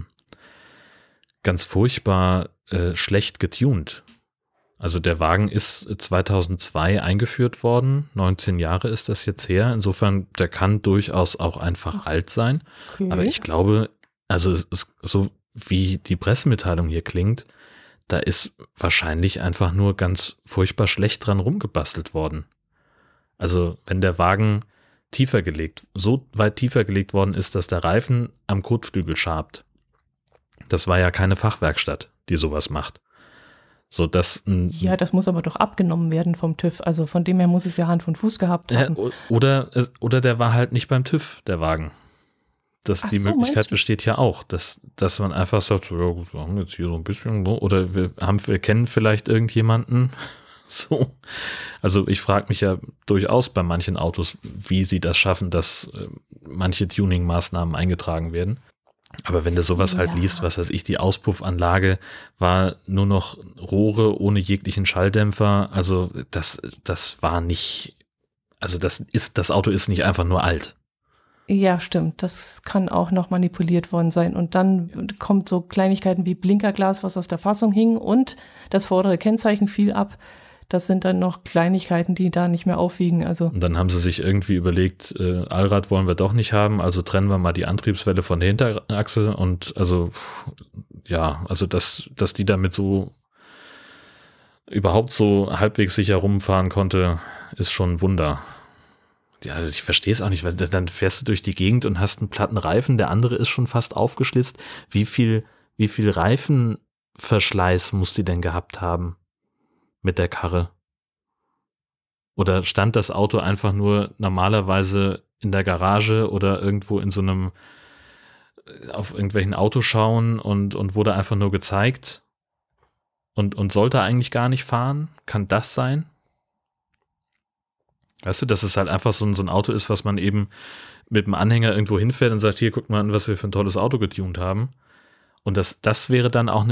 ganz furchtbar schlecht getunt. Also der Wagen ist 2002 eingeführt worden, 19 Jahre ist das jetzt her. Insofern, der kann durchaus auch einfach alt sein. Okay. Aber ich glaube, also es ist so, wie die Pressemitteilung hier klingt, da ist wahrscheinlich einfach nur ganz furchtbar schlecht dran rumgebastelt worden. Also wenn der Wagen so weit tiefer gelegt worden ist, dass der Reifen am Kotflügel schabt. Das war ja keine Fachwerkstatt, die sowas macht. So, das muss aber doch abgenommen werden vom TÜV. Also von dem her muss es ja Hand und Fuß gehabt haben. Oder der war halt nicht beim TÜV, der Wagen. Die Möglichkeit besteht ja auch, dass man einfach sagt, so, ja gut, wir haben jetzt hier so ein bisschen, oder wir kennen vielleicht irgendjemanden. So. Also ich frage mich ja durchaus bei manchen Autos, wie sie das schaffen, dass manche Tuning-Maßnahmen eingetragen werden. Aber wenn du sowas halt liest, was weiß ich, die Auspuffanlage war nur noch Rohre ohne jeglichen Schalldämpfer, also das war nicht, also das Auto ist nicht einfach nur alt. Ja, stimmt. Das kann auch noch manipuliert worden sein. Und dann kommt so Kleinigkeiten wie Blinkerglas, was aus der Fassung hing, und das vordere Kennzeichen fiel ab. Das sind dann noch Kleinigkeiten, die da nicht mehr aufwiegen. Also. Und dann haben sie sich irgendwie überlegt, Allrad wollen wir doch nicht haben, also trennen wir mal die Antriebswelle von der Hinterachse, und also ja, also dass die damit so überhaupt so halbwegs sicher rumfahren konnte, ist schon ein Wunder. Ja, ich verstehe es auch nicht, weil dann fährst du durch die Gegend und hast einen platten Reifen, der andere ist schon fast aufgeschlitzt. Wie viel Reifenverschleiß muss die denn gehabt haben mit der Karre? Oder stand das Auto einfach nur normalerweise in der Garage oder irgendwo in so einem, auf irgendwelchen Autoschauen und wurde einfach nur gezeigt und sollte eigentlich gar nicht fahren? Kann das sein? Weißt du, dass es halt einfach so ein Auto ist, was man eben mit dem Anhänger irgendwo hinfährt und sagt, hier, guck mal an, was wir für ein tolles Auto getunt haben. Und das wäre dann auch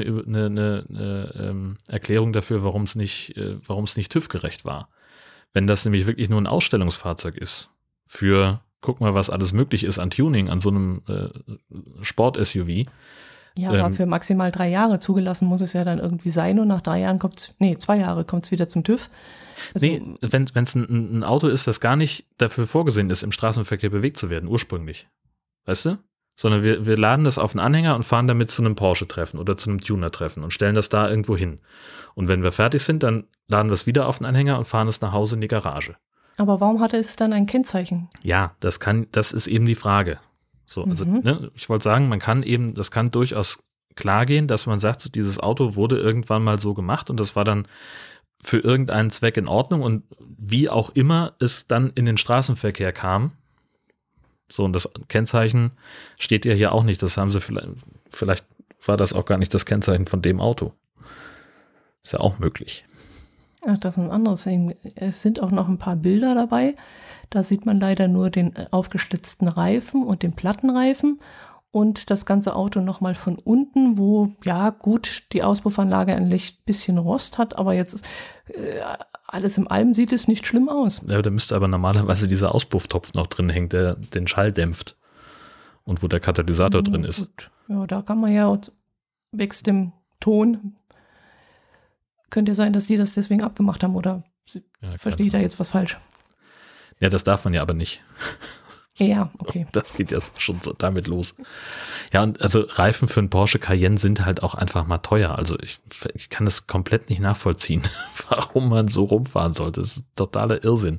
eine Erklärung dafür, warum es nicht TÜV-gerecht war. Wenn das nämlich wirklich nur ein Ausstellungsfahrzeug ist für, guck mal, was alles möglich ist an Tuning, an so einem Sport-SUV. Ja, aber für maximal 3 Jahre zugelassen muss es ja dann irgendwie sein, und nach 3 Jahren 2 Jahre kommt es wieder zum TÜV. Also, wenn es ein Auto ist, das gar nicht dafür vorgesehen ist, im Straßenverkehr bewegt zu werden, ursprünglich. Weißt du? Sondern wir laden das auf einen Anhänger und fahren damit zu einem Porsche-Treffen oder zu einem Tuner-Treffen und stellen das da irgendwo hin. Und wenn wir fertig sind, dann laden wir es wieder auf den Anhänger und fahren es nach Hause in die Garage. Aber warum hatte es dann ein Kennzeichen? Ja, das ist eben die Frage. So, also, ich wollte sagen, das kann durchaus klar gehen, dass man sagt, so, dieses Auto wurde irgendwann mal so gemacht und das war dann für irgendeinen Zweck in Ordnung, und wie auch immer es dann in den Straßenverkehr kam. So, und das Kennzeichen steht ja hier auch nicht. Das haben sie vielleicht war das auch gar nicht das Kennzeichen von dem Auto. Ist ja auch möglich. Ach, das ist ein anderes Ding. Es sind auch noch ein paar Bilder dabei. Da sieht man leider nur den aufgeschlitzten Reifen und den Plattenreifen und das ganze Auto nochmal von unten, wo, ja gut, die Auspuffanlage ein bisschen Rost hat, aber jetzt alles in allem sieht es nicht schlimm aus. Ja, da müsste aber normalerweise dieser Auspufftopf noch drin hängen, der den Schall dämpft und wo der Katalysator drin ist. Gut. Ja, da kann man ja wächst dem Ton. Könnte ja sein, dass die das deswegen abgemacht haben, oder verstehe ich da jetzt was falsch? Ja, das darf man ja aber nicht. Ja, okay. Das geht ja schon so damit los. Ja, und also Reifen für einen Porsche Cayenne sind halt auch einfach mal teuer. Also ich kann das komplett nicht nachvollziehen, warum man so rumfahren sollte. Das ist totaler Irrsinn.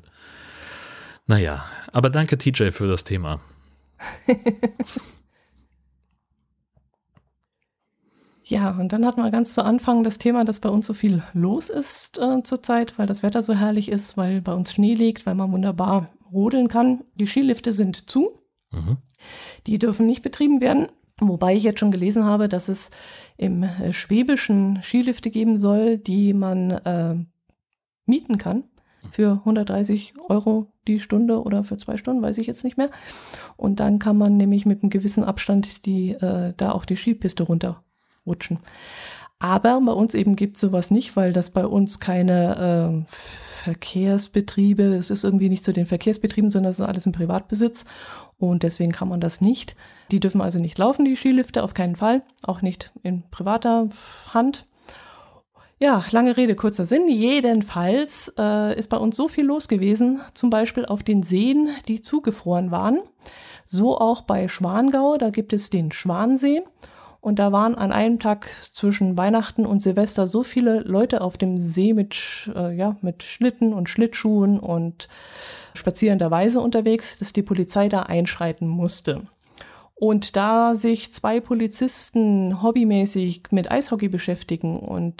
Naja, aber danke TJ für das Thema. Ja, und dann hatten wir ganz zu Anfang das Thema, dass bei uns so viel los ist zurzeit, weil das Wetter so herrlich ist, weil bei uns Schnee liegt, weil man wunderbar rodeln kann. Die Skilifte sind zu. Mhm. Die dürfen nicht betrieben werden. Wobei ich jetzt schon gelesen habe, dass es im Schwäbischen Skilifte geben soll, die man mieten kann für 130 € die Stunde oder für 2 Stunden, weiß ich jetzt nicht mehr. Und dann kann man nämlich mit einem gewissen Abstand da auch die Skipiste runterrutschen. Aber bei uns eben gibt es sowas nicht, weil das bei uns keine Verkehrsbetriebe, es ist irgendwie nicht zu den Verkehrsbetrieben, sondern es ist alles im Privatbesitz und deswegen kann man das nicht. Die dürfen also nicht laufen, die Skilifte, auf keinen Fall, auch nicht in privater Hand. Ja, lange Rede, kurzer Sinn. Jedenfalls ist bei uns so viel los gewesen, zum Beispiel auf den Seen, die zugefroren waren. So auch bei Schwangau, da gibt es den Schwansee. Und da waren an einem Tag zwischen Weihnachten und Silvester so viele Leute auf dem See mit Schlitten und Schlittschuhen und spazierenderweise unterwegs, dass die Polizei da einschreiten musste. Und da sich 2 Polizisten hobbymäßig mit Eishockey beschäftigen und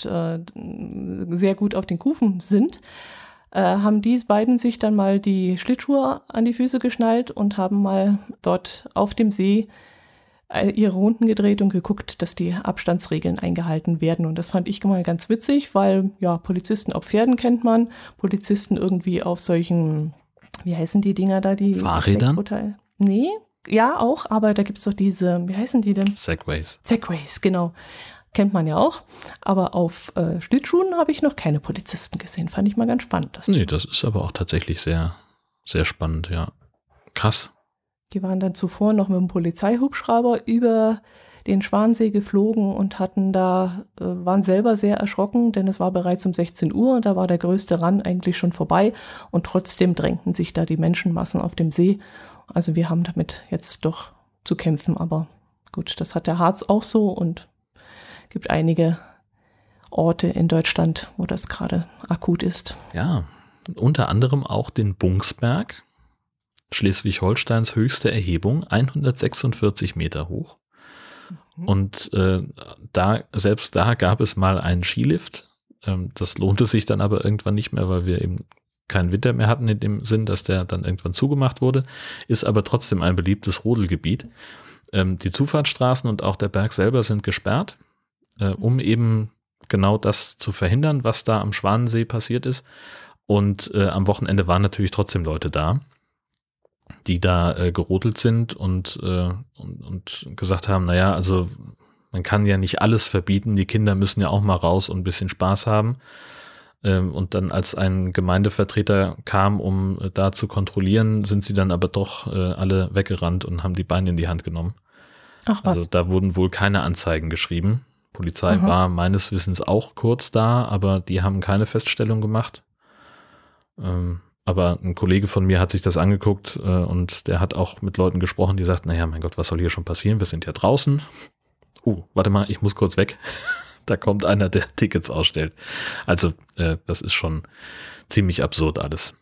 sehr gut auf den Kufen sind, haben die beiden sich dann mal die Schlittschuhe an die Füße geschnallt und haben mal dort auf dem See ihre Runden gedreht und geguckt, dass die Abstandsregeln eingehalten werden. Und das fand ich mal ganz witzig, weil ja, Polizisten auf Pferden kennt man, Polizisten irgendwie auf solchen, wie heißen die Dinger da? Die Fahrrädern? Nee, ja auch, aber da gibt es doch diese, wie heißen die denn? Segways. Segways, genau. Kennt man ja auch. Aber auf Schlittschuhen habe ich noch keine Polizisten gesehen. Fand ich mal ganz spannend. Nee, das ist aber auch tatsächlich sehr, sehr spannend, ja. Krass. Die waren dann zuvor noch mit dem Polizeihubschrauber über den Schwansee geflogen und waren selber sehr erschrocken, denn es war bereits um 16 Uhr und da war der größte Run eigentlich schon vorbei und trotzdem drängten sich da die Menschenmassen auf dem See. Also wir haben damit jetzt doch zu kämpfen, aber gut, das hat der Harz auch so und gibt einige Orte in Deutschland, wo das gerade akut ist. Ja, unter anderem auch den Bungsberg. Schleswig-Holsteins höchste Erhebung, 146 Meter hoch. Und selbst da gab es mal einen Skilift. Das lohnte sich dann aber irgendwann nicht mehr, weil wir eben keinen Winter mehr hatten in dem Sinn, dass der dann irgendwann zugemacht wurde. Ist aber trotzdem ein beliebtes Rodelgebiet. Die Zufahrtsstraßen und auch der Berg selber sind gesperrt, um eben genau das zu verhindern, was da am Schwanensee passiert ist. Und am Wochenende waren natürlich trotzdem Leute da, die da gerodelt sind und gesagt haben, naja, also man kann ja nicht alles verbieten, die Kinder müssen ja auch mal raus und ein bisschen Spaß haben. Und dann, als ein Gemeindevertreter kam, um da zu kontrollieren, sind sie dann aber doch alle weggerannt und haben die Beine in die Hand genommen. Ach was. Also da wurden wohl keine Anzeigen geschrieben. Polizei war meines Wissens auch kurz da, aber die haben keine Feststellung gemacht. Aber ein Kollege von mir hat sich das angeguckt und der hat auch mit Leuten gesprochen, die sagten, naja, mein Gott, was soll hier schon passieren? Wir sind ja draußen. Warte mal, ich muss kurz weg. Da kommt einer, der Tickets ausstellt. Also das ist schon ziemlich absurd alles.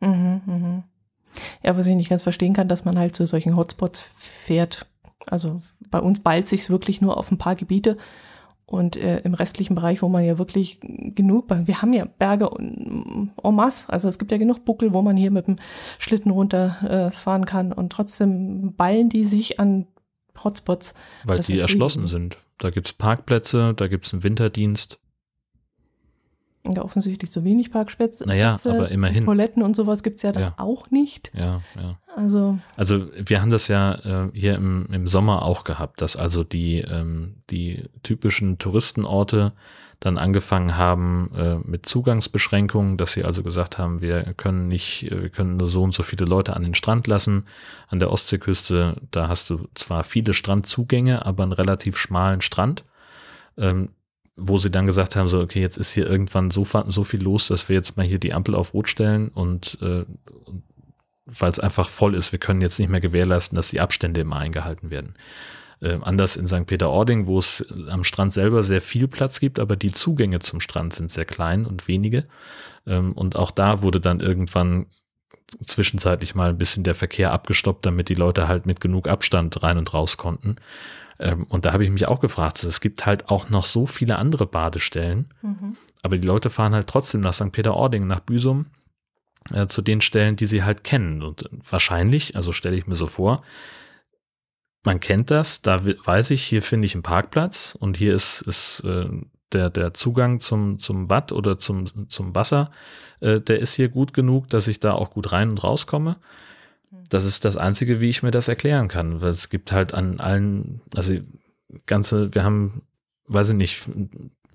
Ja, was ich nicht ganz verstehen kann, dass man halt zu solchen Hotspots fährt. Also bei uns ballt sich's wirklich nur auf ein paar Gebiete. Und im restlichen Bereich, wo man ja wirklich wir haben ja Berge en masse, also es gibt ja genug Buckel, wo man hier mit dem Schlitten runterfahren kann und trotzdem ballen die sich an Hotspots. Weil die erschlossen sind. Da gibt es Parkplätze, da gibt es einen Winterdienst. Ja, offensichtlich zu wenig Parkplätze. Naja, aber immerhin. Toiletten und sowas gibt es ja dann auch nicht. Ja. Also wir haben das ja hier im Sommer auch gehabt, dass also die typischen Touristenorte dann angefangen haben mit Zugangsbeschränkungen, dass sie also gesagt haben, wir können nur so und so viele Leute an den Strand lassen. An der Ostseeküste, da hast du zwar viele Strandzugänge, aber einen relativ schmalen Strand. Wo sie dann gesagt haben, so, okay, jetzt ist hier irgendwann so viel los, dass wir jetzt mal hier die Ampel auf Rot stellen und weil es einfach voll ist, wir können jetzt nicht mehr gewährleisten, dass die Abstände immer eingehalten werden. Anders in St. Peter-Ording, wo es am Strand selber sehr viel Platz gibt, aber die Zugänge zum Strand sind sehr klein und wenige. Und auch da wurde dann irgendwann zwischenzeitlich mal ein bisschen der Verkehr abgestoppt, damit die Leute halt mit genug Abstand rein und raus konnten. Und da habe ich mich auch gefragt, es gibt halt auch noch so viele andere Badestellen, aber die Leute fahren halt trotzdem nach St. Peter-Ording, nach Büsum, zu den Stellen, die sie halt kennen. Und wahrscheinlich, also stelle ich mir so vor, man kennt das, da weiß ich, hier finde ich einen Parkplatz und hier ist der Zugang zum Watt oder zum Wasser, der ist hier gut genug, dass ich da auch gut rein und rauskomme. Das ist das Einzige, wie ich mir das erklären kann, weil es gibt halt an allen, also wir haben, weiß ich nicht,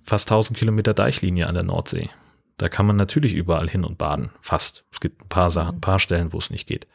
fast 1000 Kilometer Deichlinie an der Nordsee. Da kann man natürlich überall hin und baden. Fast. Es gibt ein paar Stellen, wo es nicht geht.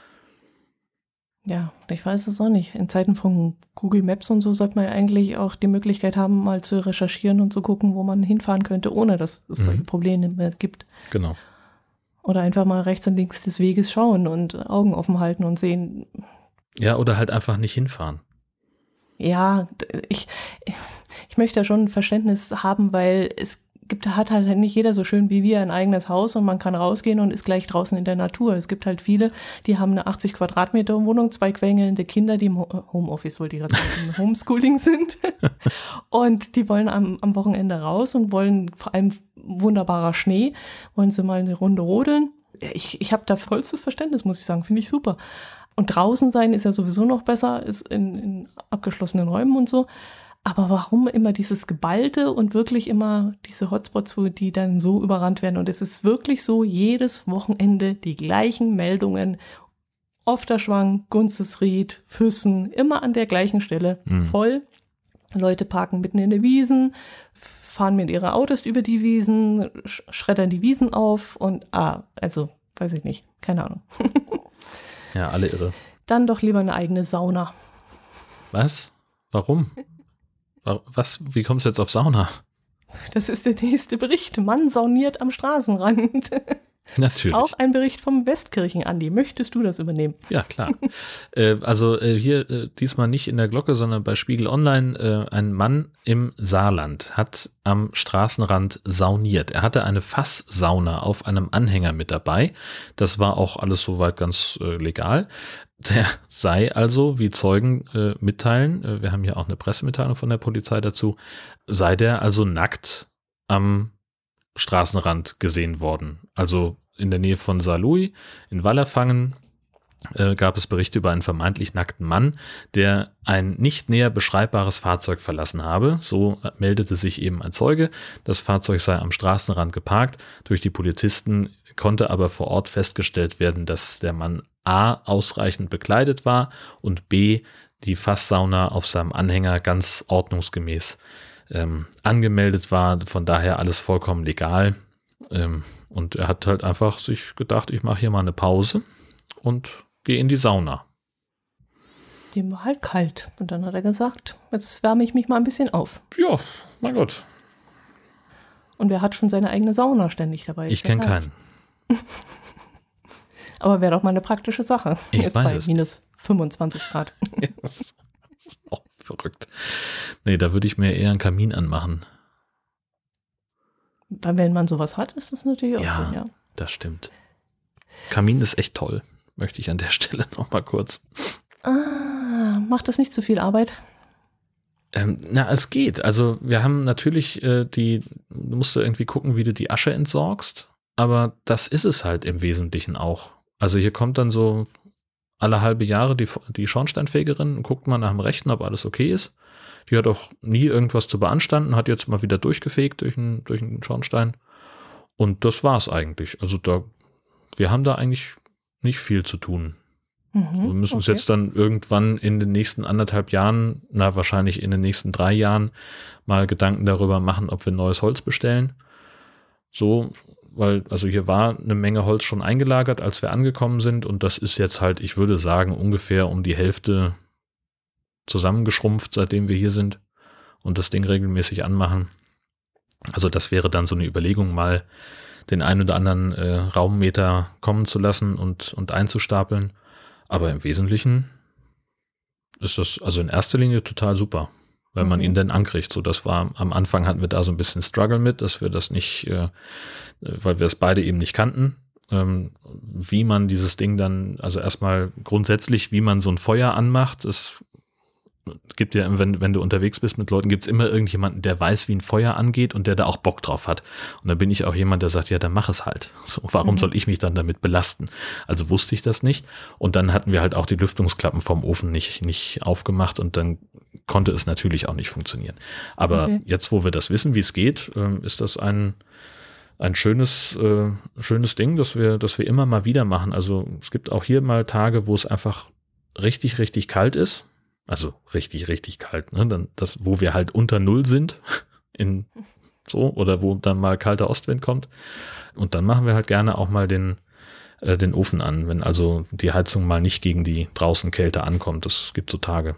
Ja, ich weiß es auch nicht. In Zeiten von Google Maps und so sollte man ja eigentlich auch die Möglichkeit haben, mal zu recherchieren und zu gucken, wo man hinfahren könnte, ohne dass es solche Probleme mehr gibt. Genau. Oder einfach mal rechts und links des Weges schauen und Augen offen halten und sehen. Ja, oder halt einfach nicht hinfahren. Ja, ich möchte da schon Verständnis haben, weil hat halt nicht jeder so schön wie wir ein eigenes Haus und man kann rausgehen und ist gleich draußen in der Natur. Es gibt halt viele, die haben eine 80 Quadratmeter Wohnung, 2 quengelnde Kinder, die im Homeoffice, wollte ich gerade sagen, im Homeschooling sind. Und die wollen am Wochenende raus und wollen vor allem wunderbarer Schnee, wollen sie mal eine Runde rodeln. Ich habe da vollstes Verständnis, muss ich sagen, finde ich super. Und draußen sein ist ja sowieso noch besser, ist in abgeschlossenen Räumen und so. Aber warum immer dieses Geballte und wirklich immer diese Hotspots, die dann so überrannt werden? Und es ist wirklich so, jedes Wochenende die gleichen Meldungen. Ofterschwang, Gunzesried, Füssen, immer an der gleichen Stelle, voll. Leute parken mitten in den Wiesen, fahren mit ihren Autos über die Wiesen, schreddern die Wiesen auf und, also, weiß ich nicht, keine Ahnung. Ja, alle irre. Dann doch lieber eine eigene Sauna. Was? Warum? Wie kommst du jetzt auf Sauna? Das ist der nächste Bericht. Mann sauniert am Straßenrand. Natürlich. Auch ein Bericht vom Westkirchen-Andi. Möchtest du das übernehmen? Ja, klar. Hier diesmal nicht in der Glocke, sondern bei Spiegel Online. Ein Mann im Saarland hat am Straßenrand sauniert. Er hatte eine Fasssauna auf einem Anhänger mit dabei. Das war auch alles soweit ganz legal. Der sei also, wie Zeugen mitteilen, wir haben hier auch eine Pressemitteilung von der Polizei dazu, sei der also nackt am Straßenrand gesehen worden. Also in der Nähe von Saarlouis in Wallerfangen gab es Berichte über einen vermeintlich nackten Mann, der ein nicht näher beschreibbares Fahrzeug verlassen habe. So meldete sich eben ein Zeuge. Das Fahrzeug sei am Straßenrand geparkt. Durch die Polizisten konnte aber vor Ort festgestellt werden, dass der Mann A. ausreichend bekleidet war und B. die Fasssauna auf seinem Anhänger ganz ordnungsgemäß angemeldet war. Von daher alles vollkommen legal. Und er hat halt einfach sich gedacht, ich mache hier mal eine Pause und gehe in die Sauna. Dem war halt kalt. Und dann hat er gesagt, jetzt wärme ich mich mal ein bisschen auf. Ja, mein Gott. Und wer hat schon seine eigene Sauna ständig dabei? Ich kenne keinen. Aber wäre doch mal eine praktische Sache. Ich jetzt weiß bei es. minus 25 Grad. Ja, das ist auch verrückt. Nee, da würde ich mir eher einen Kamin anmachen. Weil wenn man sowas hat, ist das natürlich auch Ja, gut, ja. Das stimmt. Kamin ist echt toll. Möchte ich an der Stelle noch mal kurz. Macht das nicht zu viel Arbeit? Es geht. Also wir haben natürlich du musst irgendwie gucken, wie du die Asche entsorgst. Aber das ist es halt im Wesentlichen auch. Also hier kommt dann so alle halbe Jahre die Schornsteinfegerin und guckt mal nach dem Rechten, ob alles okay ist. Die hat auch nie irgendwas zu beanstanden, hat jetzt mal wieder durchgefegt durch einen Schornstein. Und das war's eigentlich. Also wir haben da eigentlich nicht viel zu tun. Wir müssen uns jetzt dann irgendwann in den nächsten 1,5 Jahren, wahrscheinlich in den nächsten 3 Jahren, mal Gedanken darüber machen, ob wir neues Holz bestellen. So, weil, also hier war eine Menge Holz schon eingelagert, als wir angekommen sind. Und das ist jetzt halt, ich würde sagen, ungefähr um die Hälfte zusammengeschrumpft, seitdem wir hier sind und das Ding regelmäßig anmachen. Also das wäre dann so eine Überlegung, mal den einen oder anderen Raummeter kommen zu lassen und einzustapeln. Aber im Wesentlichen ist das also in erster Linie total super, weil man ihn dann ankriegt. So, das war am Anfang hatten wir da so ein bisschen Struggle mit, dass wir das nicht, weil wir es beide eben nicht kannten, wie man dieses Ding dann, also erstmal grundsätzlich, wie man so ein Feuer anmacht. Es gibt ja, wenn du unterwegs bist mit Leuten, gibt es immer irgendjemanden, der weiß, wie ein Feuer angeht und der da auch Bock drauf hat. Und dann bin ich auch jemand, der sagt, ja, dann mach es halt. So, warum soll ich mich dann damit belasten? Also wusste ich das nicht. Und dann hatten wir halt auch die Lüftungsklappen vom Ofen nicht aufgemacht und dann konnte es natürlich auch nicht funktionieren. Aber jetzt, wo wir das wissen, wie es geht, ist das ein schönes Ding, das wir immer mal wieder machen. Also es gibt auch hier mal Tage, wo es einfach richtig, richtig kalt ist. Also richtig, richtig kalt, ne? Dann wo wir halt unter Null sind, in so, oder wo dann mal kalter Ostwind kommt. Und dann machen wir halt gerne auch mal den Ofen an, wenn also die Heizung mal nicht gegen die draußen Kälte ankommt. Das gibt so Tage.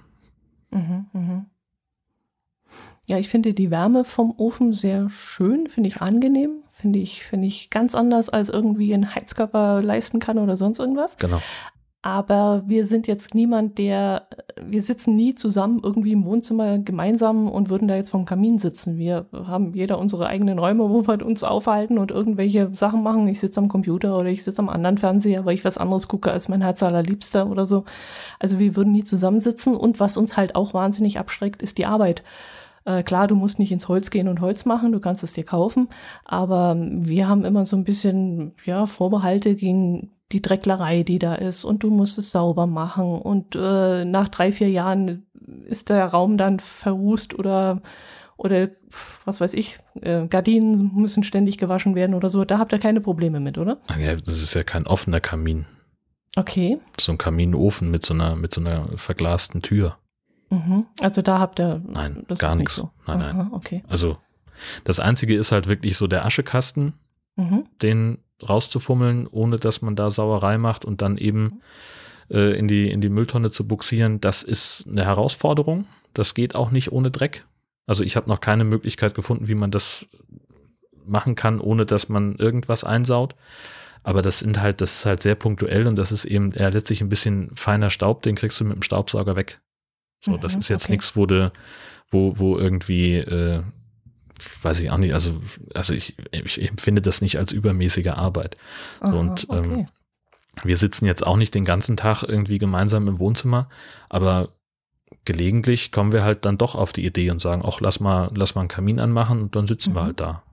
Ja, ich finde die Wärme vom Ofen sehr schön, finde ich angenehm, finde ich ganz anders, als irgendwie ein Heizkörper leisten kann oder sonst irgendwas. Genau. Aber wir sind jetzt wir sitzen nie zusammen irgendwie im Wohnzimmer gemeinsam und würden da jetzt vom Kamin sitzen. Wir haben jeder unsere eigenen Räume, wo wir uns aufhalten und irgendwelche Sachen machen. Ich sitze am Computer oder ich sitze am anderen Fernseher, weil ich was anderes gucke als mein Herz allerliebster oder so. Also wir würden nie zusammensitzen, und was uns halt auch wahnsinnig abschreckt, ist die Arbeit. Klar, du musst nicht ins Holz gehen und Holz machen, du kannst es dir kaufen, aber wir haben immer so ein bisschen Vorbehalte gegen die Drecklerei, die da ist, und du musst es sauber machen, und nach 3-4 Jahren ist der Raum dann verrußt oder was weiß ich, Gardinen müssen ständig gewaschen werden oder so. Da habt ihr keine Probleme mit, oder? Ja, das ist ja kein offener Kamin. Okay. So ein Kaminofen mit so einer verglasten Tür. Also da habt ihr Nein, das gar ist nichts. Nicht so. Nein, Aha, nein. Okay. Also das Einzige ist halt wirklich so der Aschekasten, den rauszufummeln, ohne dass man da Sauerei macht und dann eben in die Mülltonne zu buxieren. Das ist eine Herausforderung. Das geht auch nicht ohne Dreck. Also ich habe noch keine Möglichkeit gefunden, wie man das machen kann, ohne dass man irgendwas einsaut. Aber das ist halt sehr punktuell, und das ist eben letztlich ein bisschen feiner Staub, den kriegst du mit dem Staubsauger weg. So, das ist jetzt nichts, wo irgendwie, weiß ich auch nicht, also ich empfinde das nicht als übermäßige Arbeit. So, und wir sitzen jetzt auch nicht den ganzen Tag irgendwie gemeinsam im Wohnzimmer, aber gelegentlich kommen wir halt dann doch auf die Idee und sagen, ach, lass mal einen Kamin anmachen, und dann sitzen wir halt da.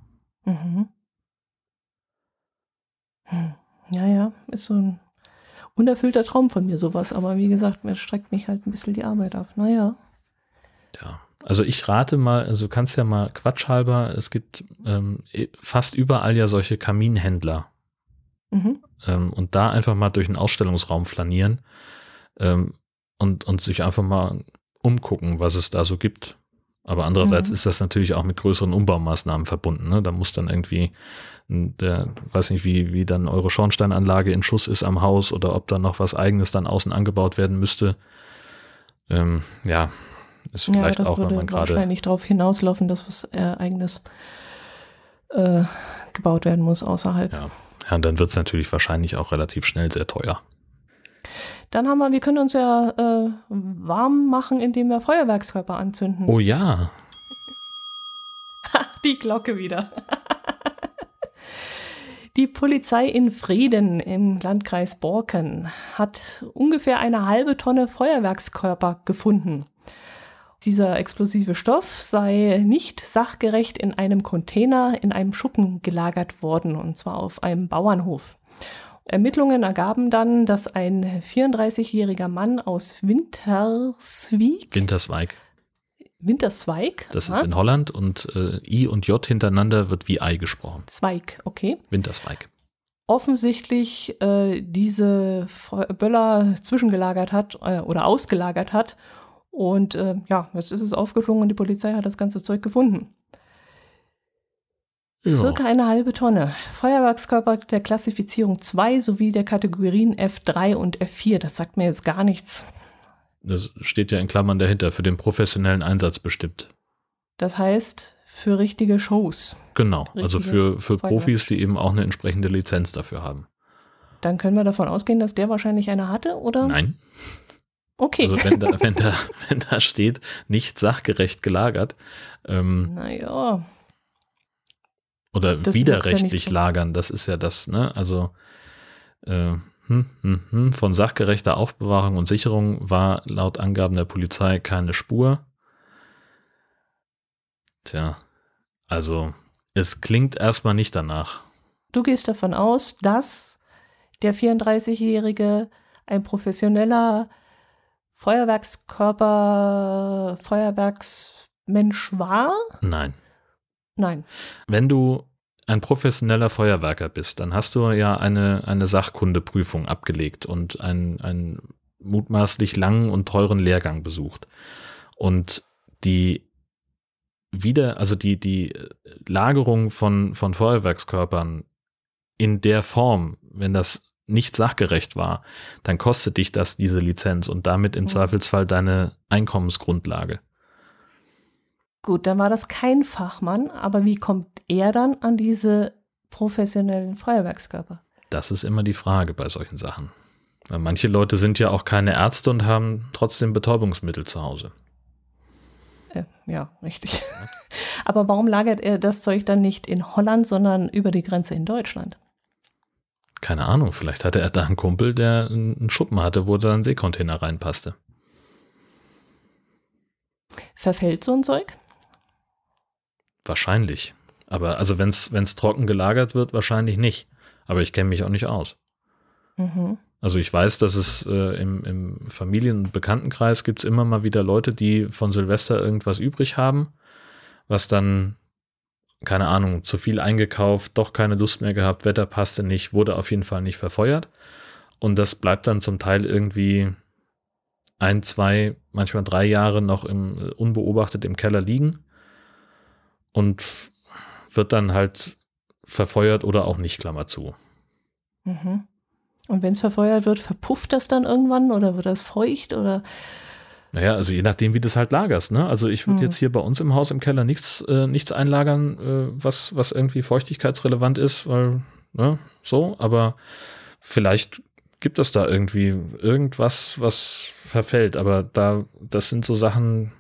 Ja, ist so ein unerfüllter Traum von mir, sowas. Aber wie gesagt, mir streckt mich halt ein bisschen die Arbeit ab. Naja. Ja, also ich rate mal, also du kannst ja mal quatschhalber, es gibt fast überall ja solche Kaminhändler. Und da einfach mal durch einen Ausstellungsraum flanieren und sich einfach mal umgucken, was es da so gibt. Aber andererseits ist das natürlich auch mit größeren Umbaumaßnahmen verbunden. Ne? Da muss dann irgendwie, weiß nicht, wie dann eure Schornsteinanlage in Schuss ist am Haus, oder ob da noch was Eigenes dann außen angebaut werden müsste. Ist vielleicht auch, wenn man gerade wahrscheinlich darauf hinauslaufen, dass was Eigenes gebaut werden muss außerhalb. Ja, und dann wird es natürlich wahrscheinlich auch relativ schnell sehr teuer. Dann wir können uns ja warm machen, indem wir Feuerwerkskörper anzünden. Oh ja. Die Glocke wieder. Die Polizei in Vreden im Landkreis Borken hat ungefähr 1/2 Tonne Feuerwerkskörper gefunden. Dieser explosive Stoff sei nicht sachgerecht in einem Container in einem Schuppen gelagert worden, und zwar auf einem Bauernhof. Ermittlungen ergaben dann, dass ein 34-jähriger Mann aus Winterswijk. Das ist in Holland, und I und J hintereinander wird wie Ei gesprochen. Zweig, okay. Winterswijk. Offensichtlich diese Böller zwischengelagert hat oder ausgelagert hat. Und jetzt ist es aufgeflogen und die Polizei hat das ganze Zeug gefunden. Ja. Circa 1/2 Tonne. Feuerwerkskörper der Klassifizierung 2 sowie der Kategorien F3 und F4. Das sagt mir jetzt gar nichts. Das steht ja in Klammern dahinter, für den professionellen Einsatz bestimmt. Das heißt, für richtige Shows. Genau, also für Profis, die eben auch eine entsprechende Lizenz dafür haben. Dann können wir davon ausgehen, dass der wahrscheinlich eine hatte, oder? Nein. Okay. Also wenn da steht, nicht sachgerecht gelagert. Naja. Oder das widerrechtlich lagern, das ist ja das, ne? Also von sachgerechter Aufbewahrung und Sicherung war laut Angaben der Polizei keine Spur. Tja, also es klingt erstmal nicht danach. Du gehst davon aus, dass der 34-Jährige ein professioneller Feuerwerksmensch war? Nein. Nein. Wenn du ein professioneller Feuerwerker bist, dann hast du ja eine Sachkundeprüfung abgelegt und einen mutmaßlich langen und teuren Lehrgang besucht. Und die also die Lagerung von Feuerwerkskörpern in der Form, wenn das nicht sachgerecht war, dann kostet dich das diese Lizenz und damit im Zweifelsfall deine Einkommensgrundlage. Gut, dann war das kein Fachmann, aber wie kommt er dann an diese professionellen Feuerwerkskörper? Das ist immer die Frage bei solchen Sachen. Weil manche Leute sind ja auch keine Ärzte und haben trotzdem Betäubungsmittel zu Hause. Ja, richtig. Aber warum lagert er das Zeug dann nicht in Holland, sondern über die Grenze in Deutschland? Keine Ahnung, vielleicht hatte er da einen Kumpel, der einen Schuppen hatte, wo da ein Seekontainer reinpasste. Verfällt so ein Zeug? Wahrscheinlich. Aber also wenn es trocken gelagert wird, wahrscheinlich nicht. Aber ich kenne mich auch nicht aus. Mhm. Also ich weiß, dass es im Familien- und Bekanntenkreis gibt es immer mal wieder Leute, die von Silvester irgendwas übrig haben, was dann, keine Ahnung, zu viel eingekauft, doch keine Lust mehr gehabt, Wetter passte nicht, wurde auf jeden Fall nicht verfeuert. Und das bleibt dann zum Teil irgendwie 1, 2, manchmal 3 Jahre noch unbeobachtet im Keller liegen und wird dann halt verfeuert oder auch nicht, Klammer zu. Mhm. Und wenn es verfeuert wird, verpufft das dann irgendwann oder wird das feucht oder? Naja, also je nachdem, wie du es halt lagerst, ne? Also ich würde jetzt hier bei uns im Haus im Keller nichts einlagern, was irgendwie feuchtigkeitsrelevant ist, weil, ne, so, aber vielleicht gibt es da irgendwie irgendwas, was verfällt, aber das sind so Sachen,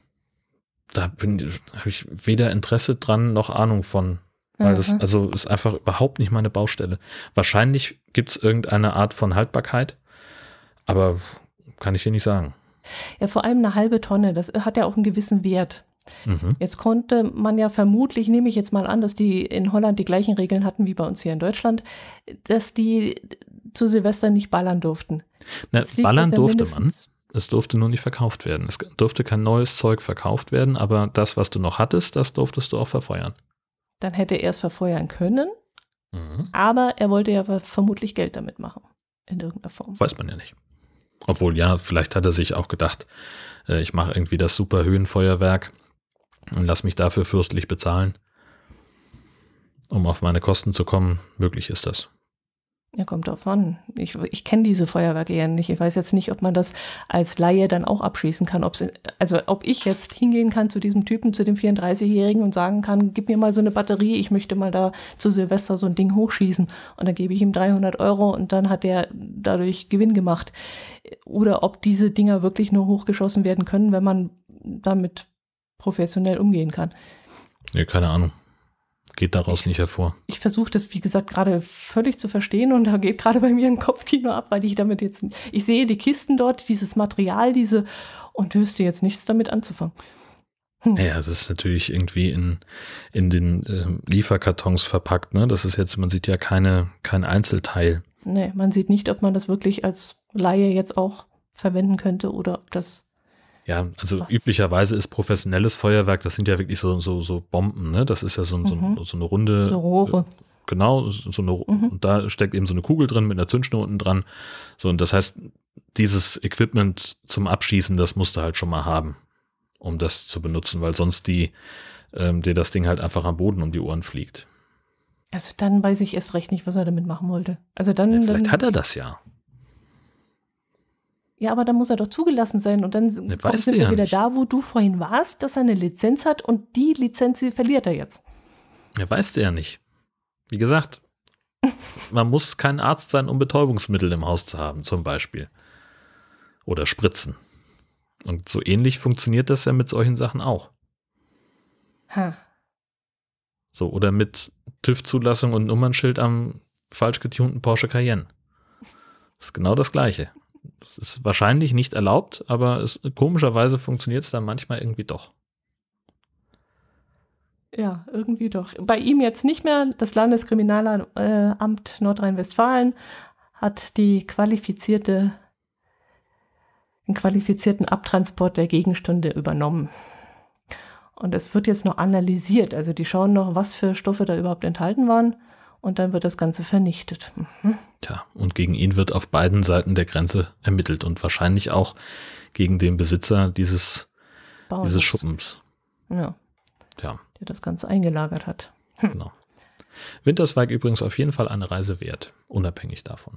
da habe ich weder Interesse dran noch Ahnung von. Weil das also ist einfach überhaupt nicht meine Baustelle. Wahrscheinlich gibt es irgendeine Art von Haltbarkeit, aber kann ich dir nicht sagen. Ja, vor allem eine halbe Tonne, das hat ja auch einen gewissen Wert. Mhm. Jetzt konnte man ja vermutlich, nehme ich jetzt mal an, dass die in Holland die gleichen Regeln hatten wie bei uns hier in Deutschland, dass die zu Silvester nicht ballern durften. Na, ballern durfte man, es durfte nur nicht verkauft werden. Es durfte kein neues Zeug verkauft werden, aber das, was du noch hattest, das durftest du auch verfeuern. Dann hätte er es verfeuern können, aber er wollte ja vermutlich Geld damit machen, in irgendeiner Form. Weiß man ja nicht. Obwohl, ja, vielleicht hat er sich auch gedacht, ich mache irgendwie das super Höhenfeuerwerk und lass mich dafür fürstlich bezahlen, um auf meine Kosten zu kommen. Möglich ist das. Ja, kommt drauf an. Ich kenne diese Feuerwerke ja nicht. Ich weiß jetzt nicht, ob man das als Laie dann auch abschließen kann. Ob ich jetzt hingehen kann zu diesem Typen, zu dem 34-Jährigen und sagen kann, gib mir mal so eine Batterie, ich möchte mal da zu Silvester so ein Ding hochschießen. Und dann gebe ich ihm 300 € und dann hat er dadurch Gewinn gemacht. Oder ob diese Dinger wirklich nur hochgeschossen werden können, wenn man damit professionell umgehen kann. Nee, keine Ahnung. Geht daraus nicht hervor. Ich versuche das, wie gesagt, gerade völlig zu verstehen und da geht gerade bei mir ein Kopfkino ab, weil ich damit jetzt, ich sehe die Kisten dort, dieses Material, und wüsste jetzt nichts damit anzufangen. Ja, es ist natürlich irgendwie in den Lieferkartons verpackt, ne? Das ist jetzt, man sieht ja kein Einzelteil. Nee, man sieht nicht, ob man das wirklich als Laie jetzt auch verwenden könnte oder ob das. Ja, also üblicherweise ist professionelles Feuerwerk, das sind ja wirklich so Bomben, ne? Das ist ja so eine runde. So Rohre. Genau, und da steckt eben so eine Kugel drin mit einer Zündschnur unten dran. So, und das heißt, dieses Equipment zum Abschießen, das musst du halt schon mal haben, um das zu benutzen, weil sonst dir das Ding halt einfach am Boden um die Ohren fliegt. Also dann weiß ich erst recht nicht, was er damit machen wollte. Also Ja, vielleicht hat er das ja. Ja, aber dann muss er doch zugelassen sein und dann sind wir wieder da, wo du vorhin warst, dass er eine Lizenz hat und die Lizenz verliert er jetzt. Ja, weißt du ja nicht. Wie gesagt, man muss kein Arzt sein, um Betäubungsmittel im Haus zu haben, zum Beispiel. Oder Spritzen. Und so ähnlich funktioniert das ja mit solchen Sachen auch. So, oder mit TÜV-Zulassung und Nummernschild am falsch getunten Porsche Cayenne. Das ist genau das Gleiche. Das ist wahrscheinlich nicht erlaubt, aber komischerweise funktioniert es dann manchmal irgendwie doch. Ja, irgendwie doch. Bei ihm jetzt nicht mehr. Das Landeskriminalamt Nordrhein-Westfalen hat den qualifizierten Abtransport der Gegenstunde übernommen. Und es wird jetzt noch analysiert. Also die schauen noch, was für Stoffe da überhaupt enthalten waren. Und dann wird das Ganze vernichtet. Tja, und gegen ihn wird auf beiden Seiten der Grenze ermittelt und wahrscheinlich auch gegen den Besitzer dieses Schuppens. Ja. Ja. Der das Ganze eingelagert hat. Genau. Winterswijk übrigens auf jeden Fall eine Reise wert, unabhängig davon.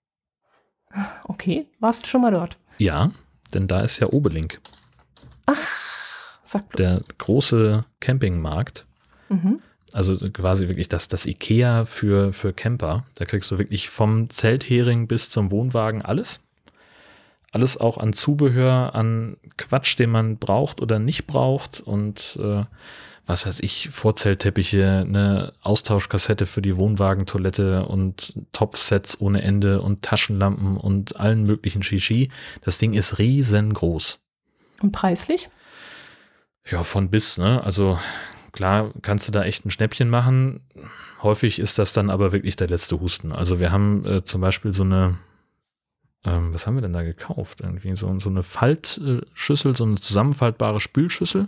Okay, warst du schon mal dort? Ja, denn da ist ja Obelink. Ach, sag bloß. Der große Campingmarkt. Mhm. Also quasi wirklich das Ikea für Camper. Da kriegst du wirklich vom Zelthering bis zum Wohnwagen alles. Alles auch an Zubehör, an Quatsch, den man braucht oder nicht braucht. Und was weiß ich, Vorzeltteppiche, eine Austauschkassette für die Wohnwagentoilette und Topfsets ohne Ende und Taschenlampen und allen möglichen Shishi. Das Ding ist riesengroß. Und preislich? Ja, von bis, ne? Also klar kannst du da echt ein Schnäppchen machen. Häufig ist das dann aber wirklich der letzte Husten. Also wir haben zum Beispiel so eine, was haben wir denn da gekauft? Irgendwie so eine Faltschüssel, so eine zusammenfaltbare Spülschüssel.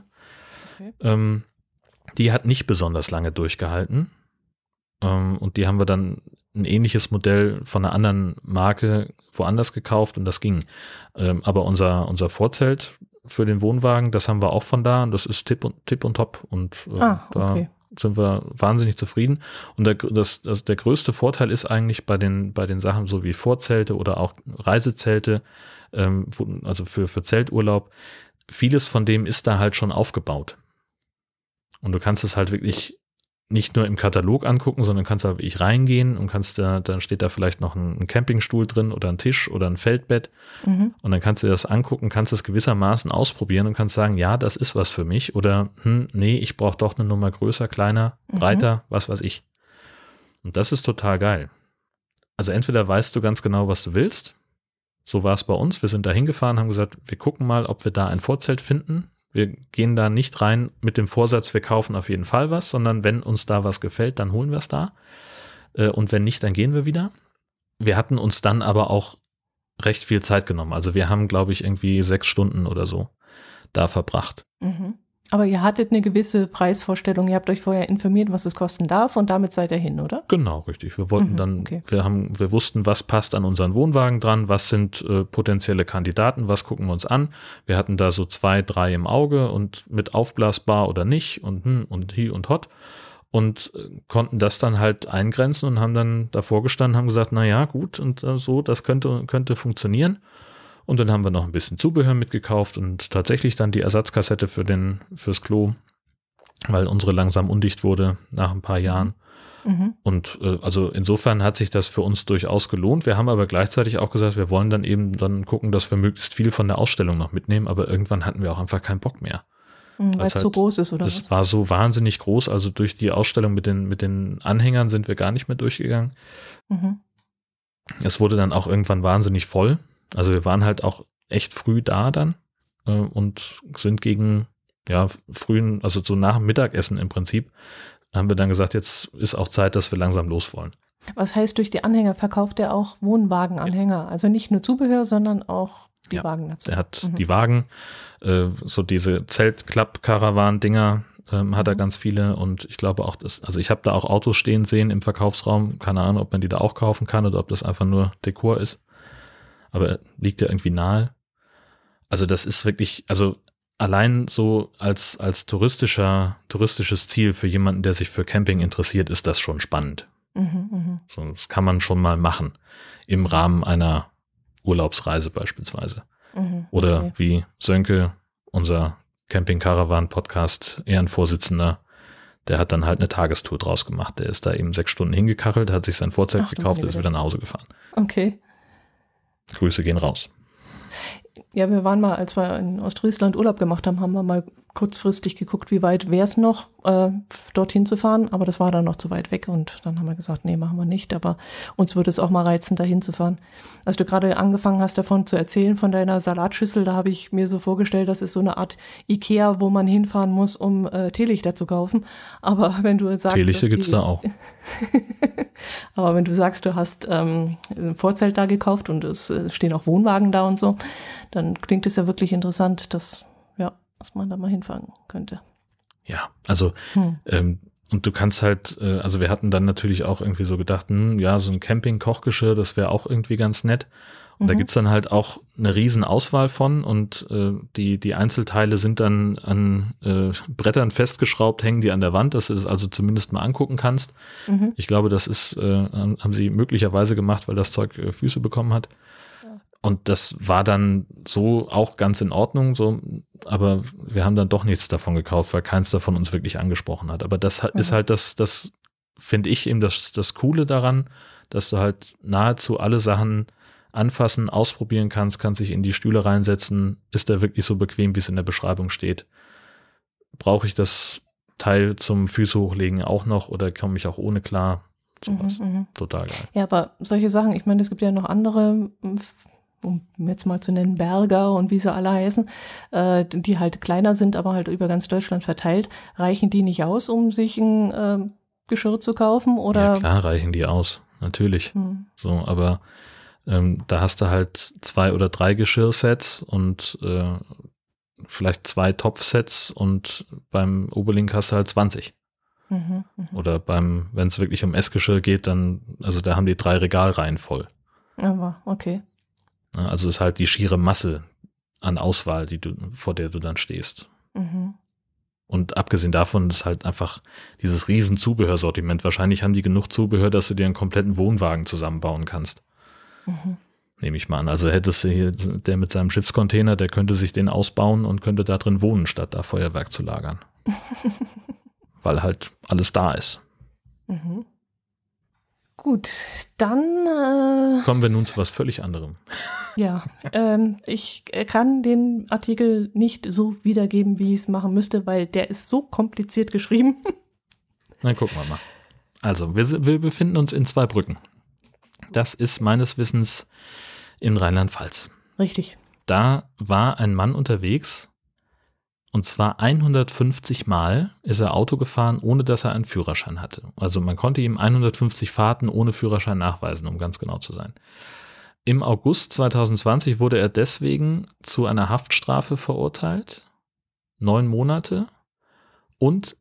Okay. Die hat nicht besonders lange durchgehalten. Und die haben wir dann ein ähnliches Modell von einer anderen Marke woanders gekauft und das ging. Aber unser Vorzelt für den Wohnwagen, das haben wir auch von da und das ist tipp und top. Und okay. Da sind wir wahnsinnig zufrieden. Und der größte Vorteil ist eigentlich bei den Sachen so wie Vorzelte oder auch Reisezelte, also für Zelturlaub, vieles von dem ist da halt schon aufgebaut. Und du kannst es halt wirklich nicht nur im Katalog angucken, sondern kannst da wirklich reingehen und dann steht da vielleicht noch ein Campingstuhl drin oder ein Tisch oder ein Feldbett. Mhm. Und dann kannst du dir das angucken, kannst es gewissermaßen ausprobieren und kannst sagen, ja, das ist was für mich oder nee, ich brauche doch eine Nummer größer, kleiner, breiter, was weiß ich. Und das ist total geil. Also entweder weißt du ganz genau, was du willst. So war es bei uns. Wir sind da hingefahren, haben gesagt, wir gucken mal, ob wir da ein Vorzelt finden. Wir gehen da nicht rein mit dem Vorsatz, wir kaufen auf jeden Fall was, sondern wenn uns da was gefällt, dann holen wir es da. Und wenn nicht, dann gehen wir wieder. Wir hatten uns dann aber auch recht viel Zeit genommen. Also wir haben, glaube ich, irgendwie 6 Stunden oder so da verbracht. Mhm. Aber ihr hattet eine gewisse Preisvorstellung. Ihr habt euch vorher informiert, was es kosten darf und damit seid ihr hin, oder? Genau, richtig. Wir wollten wir wussten, was passt an unseren Wohnwagen dran, was sind potenzielle Kandidaten, was gucken wir uns an. Wir hatten da so 2, 3 im Auge und mit aufblasbar oder nicht und hi und hot und konnten das dann halt eingrenzen und haben dann davor gestanden, haben gesagt, na ja, gut und so, das könnte funktionieren. Und dann haben wir noch ein bisschen Zubehör mitgekauft und tatsächlich dann die Ersatzkassette fürs Klo, weil unsere langsam undicht wurde nach ein paar Jahren. Mhm. Und also insofern hat sich das für uns durchaus gelohnt. Wir haben aber gleichzeitig auch gesagt, wir wollen dann eben dann gucken, dass wir möglichst viel von der Ausstellung noch mitnehmen, aber irgendwann hatten wir auch einfach keinen Bock mehr. Weil es so groß ist, oder was? Es war so wahnsinnig groß, also durch die Ausstellung mit den Anhängern sind wir gar nicht mehr durchgegangen. Mhm. Es wurde dann auch irgendwann wahnsinnig voll. Also wir waren halt auch echt früh da dann und sind gegen frühen, also so nach dem Mittagessen im Prinzip, haben wir dann gesagt, jetzt ist auch Zeit, dass wir langsam los wollen. Was heißt, durch die Anhänger verkauft er auch Wohnwagenanhänger? Ja. Also nicht nur Zubehör, sondern auch die Wagen dazu. Er hat die Wagen, so diese Zeltklapp-Karawan-Dinger hat er ganz viele und ich glaube auch, also ich habe da auch Autos stehen sehen im Verkaufsraum, keine Ahnung, ob man die da auch kaufen kann oder ob das einfach nur Dekor ist. Aber liegt ja irgendwie nahe. Also das ist wirklich, also allein so als touristisches Ziel für jemanden, der sich für Camping interessiert, ist das schon spannend. So, das kann man schon mal machen im Rahmen einer Urlaubsreise beispielsweise. Oder wie Sönke, unser Camping-Caravan-Podcast Ehrenvorsitzender, der hat dann halt eine Tagestour draus gemacht. Der ist da eben 6 Stunden hingekachelt, hat sich sein Vorzelt gekauft und ist wieder nach Hause gefahren. Okay. Grüße gehen raus. Ja, wir waren mal, als wir in Ostfriesland Urlaub gemacht haben, haben wir mal kurzfristig geguckt, wie weit wäre es noch, dorthin zu fahren. Aber das war dann noch zu weit weg und dann haben wir gesagt, nee, machen wir nicht. Aber uns würde es auch mal reizen, dahin zu fahren. Als du gerade angefangen hast, davon zu erzählen, von deiner Salatschüssel, da habe ich mir so vorgestellt, das ist so eine Art Ikea, wo man hinfahren muss, um Teelichter zu kaufen. Aber wenn du sagst... Teelichter gibt es da auch. Aber wenn du sagst, du hast ein Vorzelt da gekauft und es stehen auch Wohnwagen da und so, dann klingt es ja wirklich interessant, dass man da mal hinfahren könnte. Ja, also Und du kannst halt, also wir hatten dann natürlich auch irgendwie so gedacht, ja, so ein Camping-Kochgeschirr, das wäre auch irgendwie ganz nett. Und da gibt's dann halt auch eine riesen Auswahl von und die Einzelteile sind dann an Brettern festgeschraubt, hängen die an der Wand, dass du es also zumindest mal angucken kannst. Ich glaube, das ist, haben sie möglicherweise gemacht, weil das Zeug Füße bekommen hat. Ja. Und das war dann so auch ganz in Ordnung, so, aber wir haben dann doch nichts davon gekauft, weil keins davon uns wirklich angesprochen hat. Aber das ist halt das finde ich eben das Coole daran, dass du halt nahezu alle Sachen anfassen, ausprobieren kannst sich in die Stühle reinsetzen. Ist der wirklich so bequem, wie es in der Beschreibung steht? Brauche ich das Teil zum Füße hochlegen auch noch oder komme ich auch ohne klar? Sowas. Total geil. Ja, aber solche Sachen, ich meine, es gibt ja noch andere, um jetzt mal zu nennen, Berger und wie sie alle heißen, die halt kleiner sind, aber halt über ganz Deutschland verteilt. Reichen die nicht aus, um sich ein Geschirr zu kaufen? Oder? Ja, klar reichen die aus, natürlich. So, aber da hast du halt 2 oder 3 Geschirrsets und vielleicht 2 Topfsets und beim Oberlink hast du halt 20. Oder wenn es wirklich um Essgeschirr geht, dann, also da haben die 3 Regalreihen voll. Aber, okay. Also ist halt die schiere Masse an Auswahl, vor der du dann stehst. Und abgesehen davon ist halt einfach dieses riesen Zubehörsortiment. Wahrscheinlich haben die genug Zubehör, dass du dir einen kompletten Wohnwagen zusammenbauen kannst. Nehme ich mal an. Also hättest du hier, der mit seinem Schiffscontainer, der könnte sich den ausbauen und könnte da drin wohnen, statt da Feuerwerk zu lagern. Weil halt alles da ist. Gut, dann kommen wir nun zu was völlig anderem. Ja, ich kann den Artikel nicht so wiedergeben, wie ich es machen müsste, weil der ist so kompliziert geschrieben. Dann gucken wir mal. Also, wir befinden uns in Zweibrücken. Das ist meines Wissens in Rheinland-Pfalz. Richtig. Da war ein Mann unterwegs und zwar 150 Mal ist er Auto gefahren, ohne dass er einen Führerschein hatte. Also man konnte ihm 150 Fahrten ohne Führerschein nachweisen, um ganz genau zu sein. Im August 2020 wurde er deswegen zu einer Haftstrafe verurteilt, 9 Monate und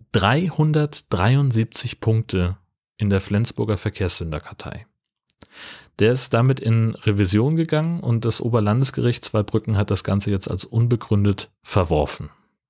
373 Punkte in der Flensburger Verkehrssünderkartei. Der ist damit in Revision gegangen und das Oberlandesgericht Zweibrücken hat das Ganze jetzt als unbegründet verworfen.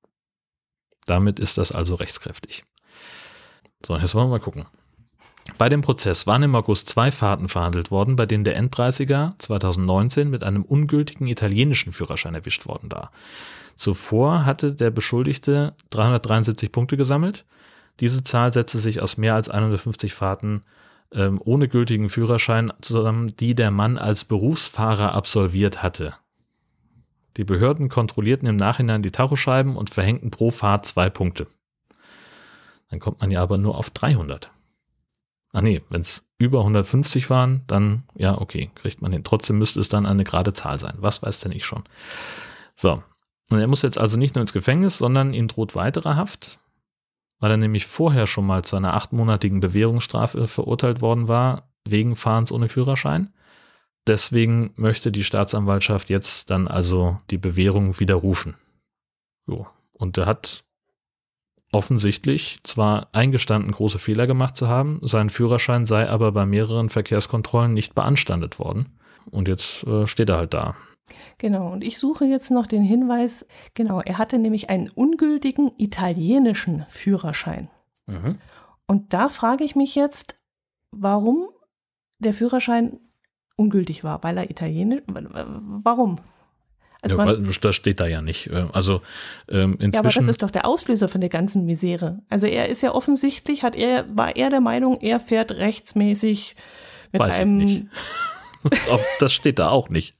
Damit ist das also rechtskräftig. So, jetzt wollen wir mal gucken. Bei dem Prozess waren im August 2 Fahrten verhandelt worden, bei denen der End-30er 2019 mit einem ungültigen italienischen Führerschein erwischt worden war. Zuvor hatte der Beschuldigte 373 Punkte gesammelt. Diese Zahl setzte sich aus mehr als 150 Fahrten ohne gültigen Führerschein zusammen, die der Mann als Berufsfahrer absolviert hatte. Die Behörden kontrollierten im Nachhinein die Tachoscheiben und verhängten pro Fahrt 2 Punkte. Dann kommt man ja aber nur auf 300. Wenn es über 150 waren, dann, ja, okay, kriegt man hin. Trotzdem müsste es dann eine gerade Zahl sein. Was weiß denn ich schon. So, und er muss jetzt also nicht nur ins Gefängnis, sondern ihm droht weitere Haft, weil er nämlich vorher schon mal zu einer 8-monatigen Bewährungsstrafe verurteilt worden war, wegen Fahrens ohne Führerschein. Deswegen möchte die Staatsanwaltschaft jetzt dann also die Bewährung widerrufen. So. Und er hat offensichtlich zwar eingestanden, große Fehler gemacht zu haben, sein Führerschein sei aber bei mehreren Verkehrskontrollen nicht beanstandet worden. Und jetzt steht er halt da. Genau, und ich suche jetzt noch den Hinweis, genau, er hatte nämlich einen ungültigen italienischen Führerschein. Und da frage ich mich jetzt, warum der Führerschein ungültig war, weil er italienisch, warum? Also das steht da ja nicht. Also inzwischen. Ja, aber das ist doch der Auslöser von der ganzen Misere. Also er ist ja offensichtlich, war er der Meinung, er fährt rechtsmäßig mit Weiß einem. Ich nicht. Das steht da auch nicht.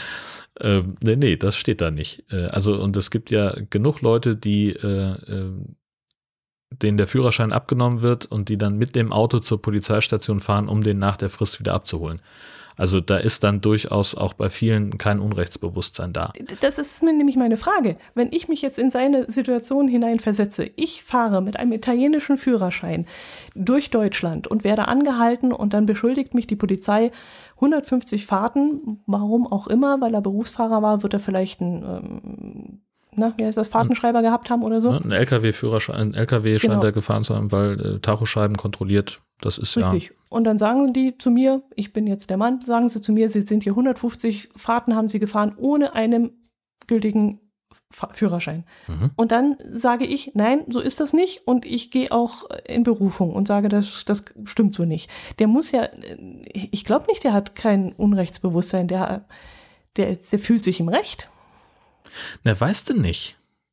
Nee, das steht da nicht. Und es gibt ja genug Leute, denen der Führerschein abgenommen wird und die dann mit dem Auto zur Polizeistation fahren, um den nach der Frist wieder abzuholen. Also da ist dann durchaus auch bei vielen kein Unrechtsbewusstsein da. Das ist mir nämlich meine Frage. Wenn ich mich jetzt in seine Situation hineinversetze, ich fahre mit einem italienischen Führerschein durch Deutschland und werde angehalten und dann beschuldigt mich die Polizei 150 Fahrten, warum auch immer, weil er Berufsfahrer war, wird er vielleicht wie heißt das, Fahrtenschreiber gehabt haben oder so. Ein LKW-Führerschein, ein LKW scheint er gefahren zu haben, weil Tachoscheiben kontrolliert, das ist Richtig. Ja. Und dann sagen die zu mir, ich bin jetzt der Mann, sagen sie zu mir, sie sind hier 150 Fahrten haben sie gefahren ohne einen gültigen Führerschein. Und dann sage ich, nein, so ist das nicht und ich gehe auch in Berufung und sage, das stimmt so nicht. Der muss ja, ich glaube nicht, der hat kein Unrechtsbewusstsein, der fühlt sich im Recht. Na, weißt du nicht.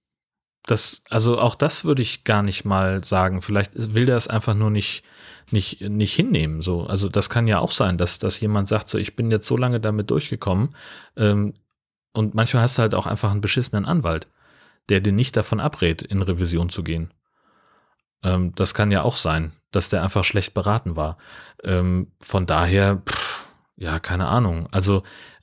Also auch das würde ich gar nicht mal sagen. Vielleicht will der es einfach nur nicht hinnehmen. So. Also das kann ja auch sein, dass jemand sagt, so, ich bin jetzt so lange damit durchgekommen, und manchmal hast du halt auch einfach einen beschissenen Anwalt, der dir nicht davon abrät, in Revision zu gehen. Das kann ja auch sein, dass der einfach schlecht beraten war. Von daher, ja, keine Ahnung. Also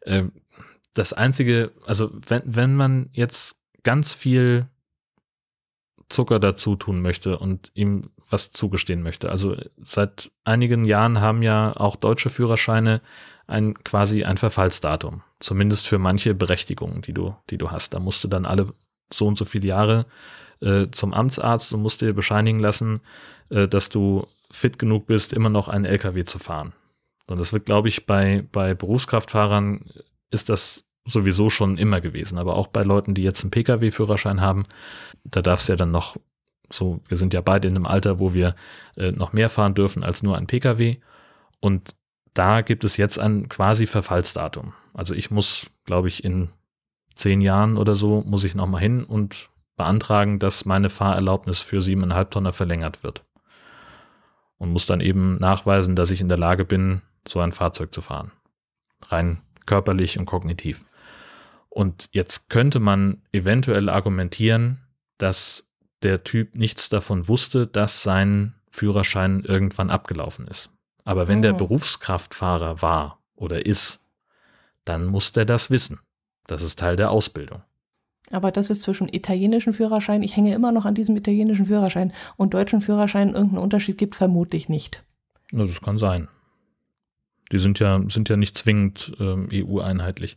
das Einzige, also wenn man jetzt ganz viel Zucker dazu tun möchte und ihm was zugestehen möchte. Also seit einigen Jahren haben ja auch deutsche Führerscheine quasi ein Verfallsdatum. Zumindest für manche Berechtigungen, die du hast. Da musst du dann alle so und so viele Jahre zum Amtsarzt und musst dir bescheinigen lassen, dass du fit genug bist, immer noch einen LKW zu fahren. Und das wird, glaube ich, bei Berufskraftfahrern ist das sowieso schon immer gewesen. Aber auch bei Leuten, die jetzt einen Pkw-Führerschein haben, da darf es ja dann noch so, wir sind ja beide in einem Alter, wo wir noch mehr fahren dürfen als nur ein Pkw. Und da gibt es jetzt ein quasi Verfallsdatum. Also ich muss, glaube ich, in 10 Jahren oder so, muss ich nochmal hin und beantragen, dass meine Fahrerlaubnis für 7,5 Tonner verlängert wird. Und muss dann eben nachweisen, dass ich in der Lage bin, so ein Fahrzeug zu fahren. Rein körperlich und kognitiv. Und jetzt könnte man eventuell argumentieren, dass der Typ nichts davon wusste, dass sein Führerschein irgendwann abgelaufen ist. Aber wenn der Berufskraftfahrer war oder ist, dann muss der das wissen. Das ist Teil der Ausbildung. Aber das ist zwischen italienischen Führerschein, ich hänge immer noch an diesem italienischen Führerschein und deutschen Führerschein irgendeinen Unterschied gibt, vermutlich nicht. Na, das kann sein. Die sind ja nicht zwingend EU-einheitlich.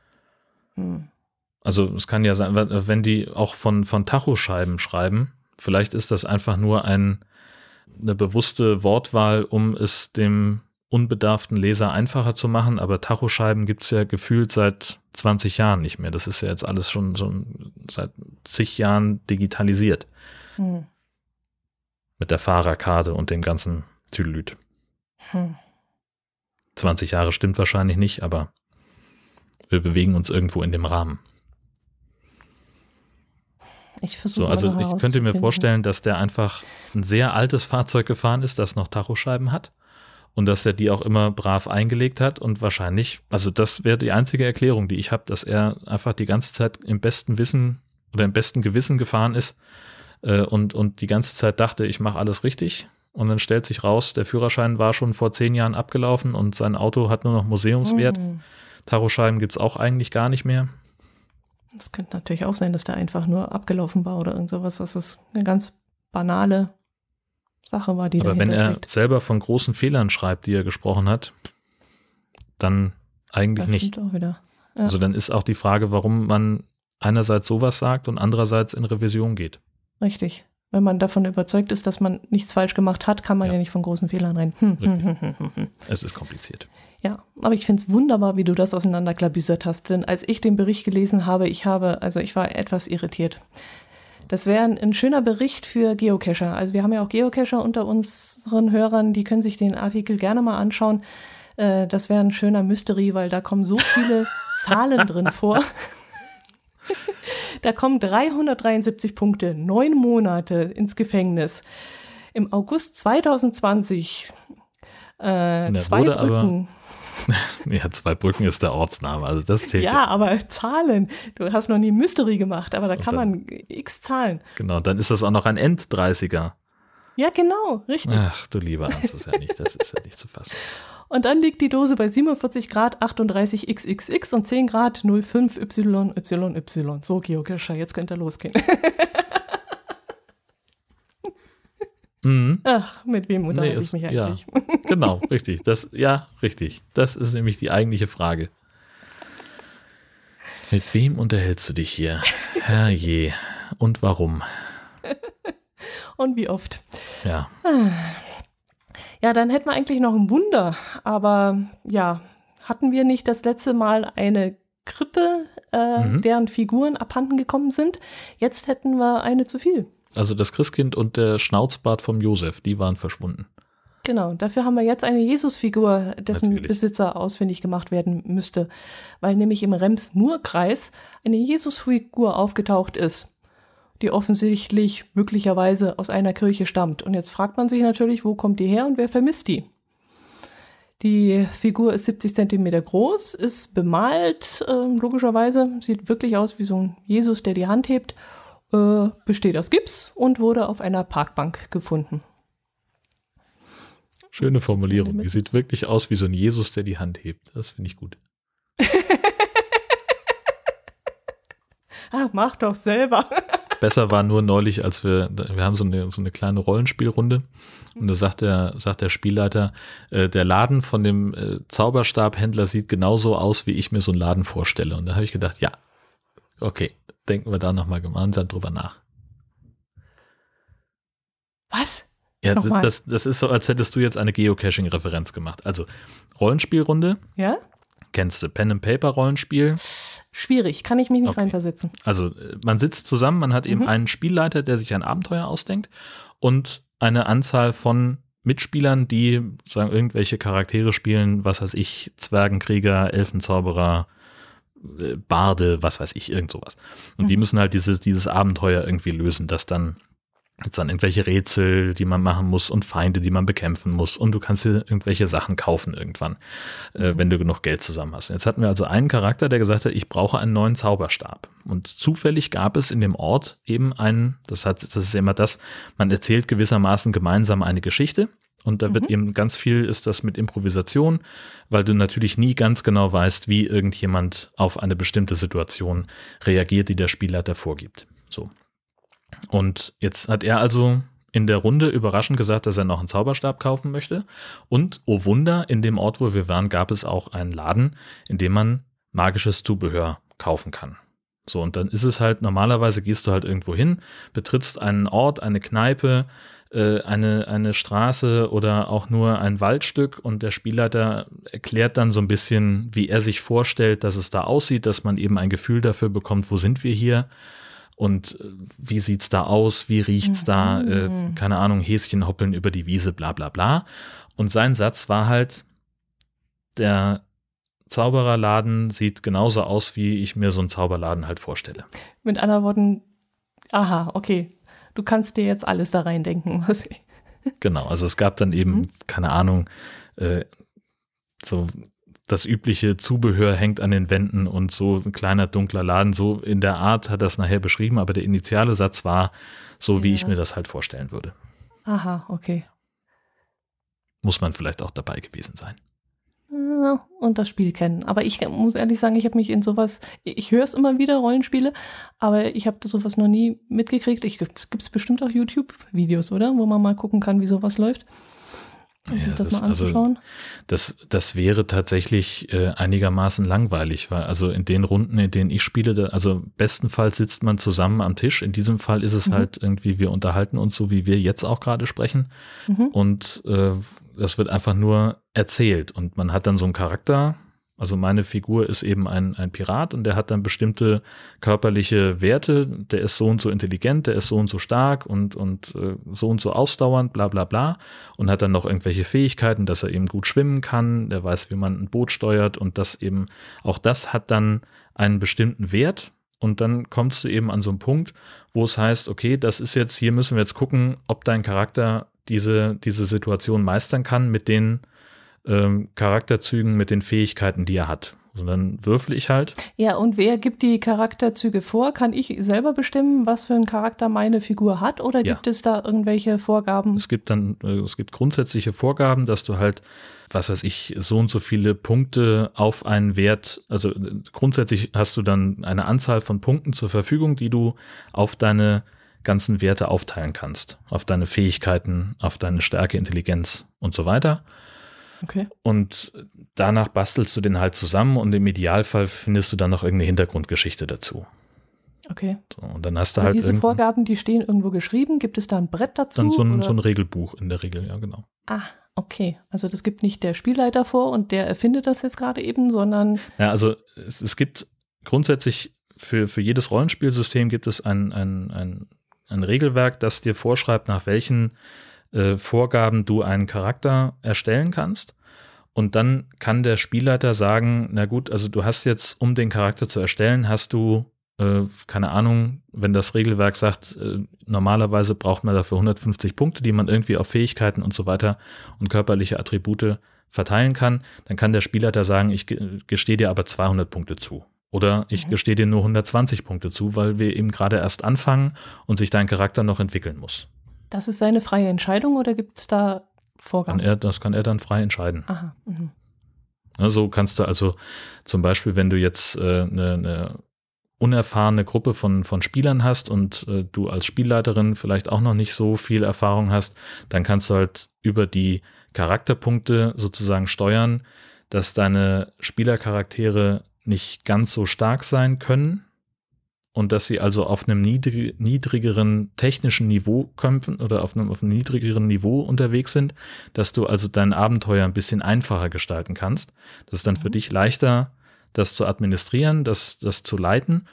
Also es kann ja sein, wenn die auch von Tachoscheiben schreiben, vielleicht ist das einfach nur eine bewusste Wortwahl, um es dem unbedarften Leser einfacher zu machen, aber Tachoscheiben gibt es ja gefühlt seit 20 Jahren nicht mehr. Das ist ja jetzt alles schon seit zig Jahren digitalisiert. Mit der Fahrerkarte und dem ganzen Tüdelüt. 20 Jahre stimmt wahrscheinlich nicht, aber wir bewegen uns irgendwo in dem Rahmen. Ich versuche also ich könnte mir vorstellen, dass der einfach ein sehr altes Fahrzeug gefahren ist, das noch Tachoscheiben hat und dass er die auch immer brav eingelegt hat und wahrscheinlich, also das wäre die einzige Erklärung, die ich habe, dass er einfach die ganze Zeit im besten Wissen oder im besten Gewissen gefahren ist und die ganze Zeit dachte, ich mache alles richtig und dann stellt sich raus, der Führerschein war schon vor 10 Jahren abgelaufen und sein Auto hat nur noch Museumswert. Tachoscheiben gibt es auch eigentlich gar nicht mehr. Das könnte natürlich auch sein, dass der einfach nur abgelaufen war oder irgend sowas, dass es eine ganz banale Sache war, die aber wenn er steckt. selber von großen Fehlern schreibt, die er gesprochen hat, dann eigentlich das nicht. Auch wieder. Ja. Also dann ist auch die Frage, warum man einerseits sowas sagt und andererseits in Revision geht. Richtig. Wenn man davon überzeugt ist, dass man nichts falsch gemacht hat, kann man ja nicht von großen Fehlern reden. Es ist kompliziert. Ja, aber ich finde es wunderbar, wie du das auseinanderklabüsert hast. Denn als ich den Bericht gelesen habe, ich war etwas irritiert. Das wäre ein schöner Bericht für Geocacher. Also wir haben ja auch Geocacher unter unseren Hörern, die können sich den Artikel gerne mal anschauen. Das wäre ein schöner Mystery, weil da kommen so viele Zahlen drin vor. Da kommen 373 Punkte, 9 Monate ins Gefängnis. Im August 2020 2 Brücken. Ja, 2 Brücken ist der Ortsname, also das zählt. Ja, aber Zahlen. Du hast noch nie Mystery gemacht, aber da kann man x Zahlen. Genau, dann ist das auch noch ein End-30er. Ja, genau, richtig. Ach, du lieber Hans, das ist ja nicht zu fassen. Und dann liegt die Dose bei 47 Grad 38 XXX und 10 Grad 05 YYY. So, Geocacher, jetzt könnt ihr losgehen. Ach, mit wem unterhalte ich mich eigentlich? Ja, genau, richtig. Richtig. Das ist nämlich die eigentliche Frage. Mit wem unterhältst du dich hier? Herrje. Und warum? Und wie oft? Ja. Ja, dann hätten wir eigentlich noch ein Wunder. Aber ja, hatten wir nicht das letzte Mal eine Krippe, deren Figuren abhanden gekommen sind? Jetzt hätten wir eine zu viel. Also das Christkind und der Schnauzbart vom Josef, die waren verschwunden. Genau, dafür haben wir jetzt eine Jesusfigur, dessen Natürlich. Besitzer ausfindig gemacht werden müsste, weil nämlich im Rems-Murr-Kreis eine Jesusfigur aufgetaucht ist, die offensichtlich möglicherweise aus einer Kirche stammt. Und jetzt fragt man sich natürlich, wo kommt die her und wer vermisst die? Die Figur ist 70 Zentimeter groß, ist bemalt, logischerweise, sieht wirklich aus wie so ein Jesus, der die Hand hebt, besteht aus Gips und wurde auf einer Parkbank gefunden. Schöne Formulierung. Die sieht wirklich aus wie so ein Jesus, der die Hand hebt. Das finde ich gut. Ach, mach doch selber. Besser war nur neulich, als wir haben so eine kleine Rollenspielrunde und da sagt der Spielleiter, der Laden von dem Zauberstabhändler sieht genauso aus, wie ich mir so einen Laden vorstelle. Und da habe ich gedacht, ja, okay, denken wir da nochmal gemeinsam drüber nach. Was? Ja, das ist so, als hättest du jetzt eine Geocaching-Referenz gemacht. Also Rollenspielrunde. Ja? Kennst du Pen-and-Paper-Rollenspiel? Schwierig, kann ich mich nicht reinversetzen. Also man sitzt zusammen, man hat eben einen Spielleiter, der sich ein Abenteuer ausdenkt und eine Anzahl von Mitspielern, die sagen irgendwelche Charaktere spielen, was weiß ich, Zwergenkrieger, Elfenzauberer, Barde, was weiß ich, irgend sowas. Und die müssen halt dieses Abenteuer irgendwie lösen, das dann jetzt dann irgendwelche Rätsel, die man machen muss und Feinde, die man bekämpfen muss und du kannst dir irgendwelche Sachen kaufen irgendwann, wenn du genug Geld zusammen hast. Jetzt hatten wir also einen Charakter, der gesagt hat, ich brauche einen neuen Zauberstab. Und zufällig gab es in dem Ort eben das ist immer das, man erzählt gewissermaßen gemeinsam eine Geschichte und da wird eben ganz viel, ist das mit Improvisation, weil du natürlich nie ganz genau weißt, wie irgendjemand auf eine bestimmte Situation reagiert, die der Spielleiter vorgibt. So. Und jetzt hat er also in der Runde überraschend gesagt, dass er noch einen Zauberstab kaufen möchte. Und, oh Wunder, in dem Ort, wo wir waren, gab es auch einen Laden, in dem man magisches Zubehör kaufen kann. So, und dann ist es halt, normalerweise gehst du halt irgendwo hin, betrittst einen Ort, eine Kneipe, eine Straße oder auch nur ein Waldstück und der Spielleiter erklärt dann so ein bisschen, wie er sich vorstellt, dass es da aussieht, dass man eben ein Gefühl dafür bekommt, wo sind wir hier? Und wie sieht's da aus, wie riecht's da, keine Ahnung, Häschen hoppeln über die Wiese, bla bla bla. Und sein Satz war halt, der Zaubererladen sieht genauso aus, wie ich mir so einen Zauberladen halt vorstelle. Mit anderen Worten, aha, okay, du kannst dir jetzt alles da reindenken. Was ich Genau, also es gab dann eben, keine Ahnung, so das übliche Zubehör hängt an den Wänden und so ein kleiner dunkler Laden, so in der Art hat er es nachher beschrieben, aber der initiale Satz war so, wie ich mir das halt vorstellen würde. Aha, okay. Muss man vielleicht auch dabei gewesen sein. Und das Spiel kennen. Aber ich muss ehrlich sagen, ich habe mich in sowas, ich höre es immer wieder, Rollenspiele, aber ich habe sowas noch nie mitgekriegt. Gibt es bestimmt auch YouTube-Videos, oder? Wo man mal gucken kann, wie sowas läuft. Ja, das wäre tatsächlich einigermaßen langweilig, weil also in den Runden, in denen ich spiele, also bestenfalls sitzt man zusammen am Tisch. In diesem Fall ist es halt irgendwie, wir unterhalten uns so, wie wir jetzt auch gerade sprechen. Und das wird einfach nur erzählt und man hat dann so einen Charakter. Also meine Figur ist eben ein Pirat und der hat dann bestimmte körperliche Werte. Der ist so und so intelligent, der ist so und so stark und so und so ausdauernd, bla bla bla. Und hat dann noch irgendwelche Fähigkeiten, dass er eben gut schwimmen kann, der weiß, wie man ein Boot steuert und das eben, auch das hat dann einen bestimmten Wert. Und dann kommst du eben an so einen Punkt, wo es heißt, okay, das ist jetzt, hier müssen wir jetzt gucken, ob dein Charakter diese Situation meistern kann mit den Charakterzügen, mit den Fähigkeiten, die er hat. Und dann würfel ich halt. Ja, und wer gibt die Charakterzüge vor? Kann ich selber bestimmen, was für einen Charakter meine Figur hat? Oder gibt es da irgendwelche Vorgaben? Es gibt grundsätzliche Vorgaben, dass du halt, was weiß ich, so und so viele Punkte auf einen Wert, also grundsätzlich hast du dann eine Anzahl von Punkten zur Verfügung, die du auf deine ganzen Werte aufteilen kannst. Auf deine Fähigkeiten, auf deine Stärke, Intelligenz und so weiter. Okay. Und danach bastelst du den halt zusammen und im Idealfall findest du dann noch irgendeine Hintergrundgeschichte dazu. Okay. So, und dann hast du Aber halt diese Vorgaben, die stehen irgendwo geschrieben. Gibt es da ein Brett dazu? dann so oder? ein Regelbuch in der Regel, ja genau. Ah, okay. Also das gibt nicht der Spielleiter vor und der erfindet das jetzt gerade eben, sondern… Ja, also es gibt grundsätzlich für jedes Rollenspielsystem gibt es ein Regelwerk, das dir vorschreibt, nach welchen Vorgaben du einen Charakter erstellen kannst. Und dann kann der Spielleiter sagen, na gut, also du hast jetzt, um den Charakter zu erstellen, hast du, keine Ahnung, wenn das Regelwerk sagt, normalerweise braucht man dafür 150 Punkte, die man irgendwie auf Fähigkeiten und so weiter und körperliche Attribute verteilen kann, dann kann der Spielleiter sagen, ich gestehe dir aber 200 Punkte zu. Oder ich gestehe dir nur 120 Punkte zu, weil wir eben gerade erst anfangen und sich dein Charakter noch entwickeln muss. Das ist seine freie Entscheidung oder gibt es da Vorgaben? Das kann er dann frei entscheiden. Aha. Mhm. Ja, so kannst du also zum Beispiel, wenn du jetzt eine unerfahrene Gruppe von Spielern hast und du als Spielleiterin vielleicht auch noch nicht so viel Erfahrung hast, dann kannst du halt über die Charakterpunkte sozusagen steuern, dass deine Spielercharaktere nicht ganz so stark sein können und dass sie also auf einem niedrigeren technischen Niveau kämpfen oder auf einem niedrigeren Niveau unterwegs sind, dass du also dein Abenteuer ein bisschen einfacher gestalten kannst. Das ist dann für dich leichter, das zu administrieren, das zu leiten.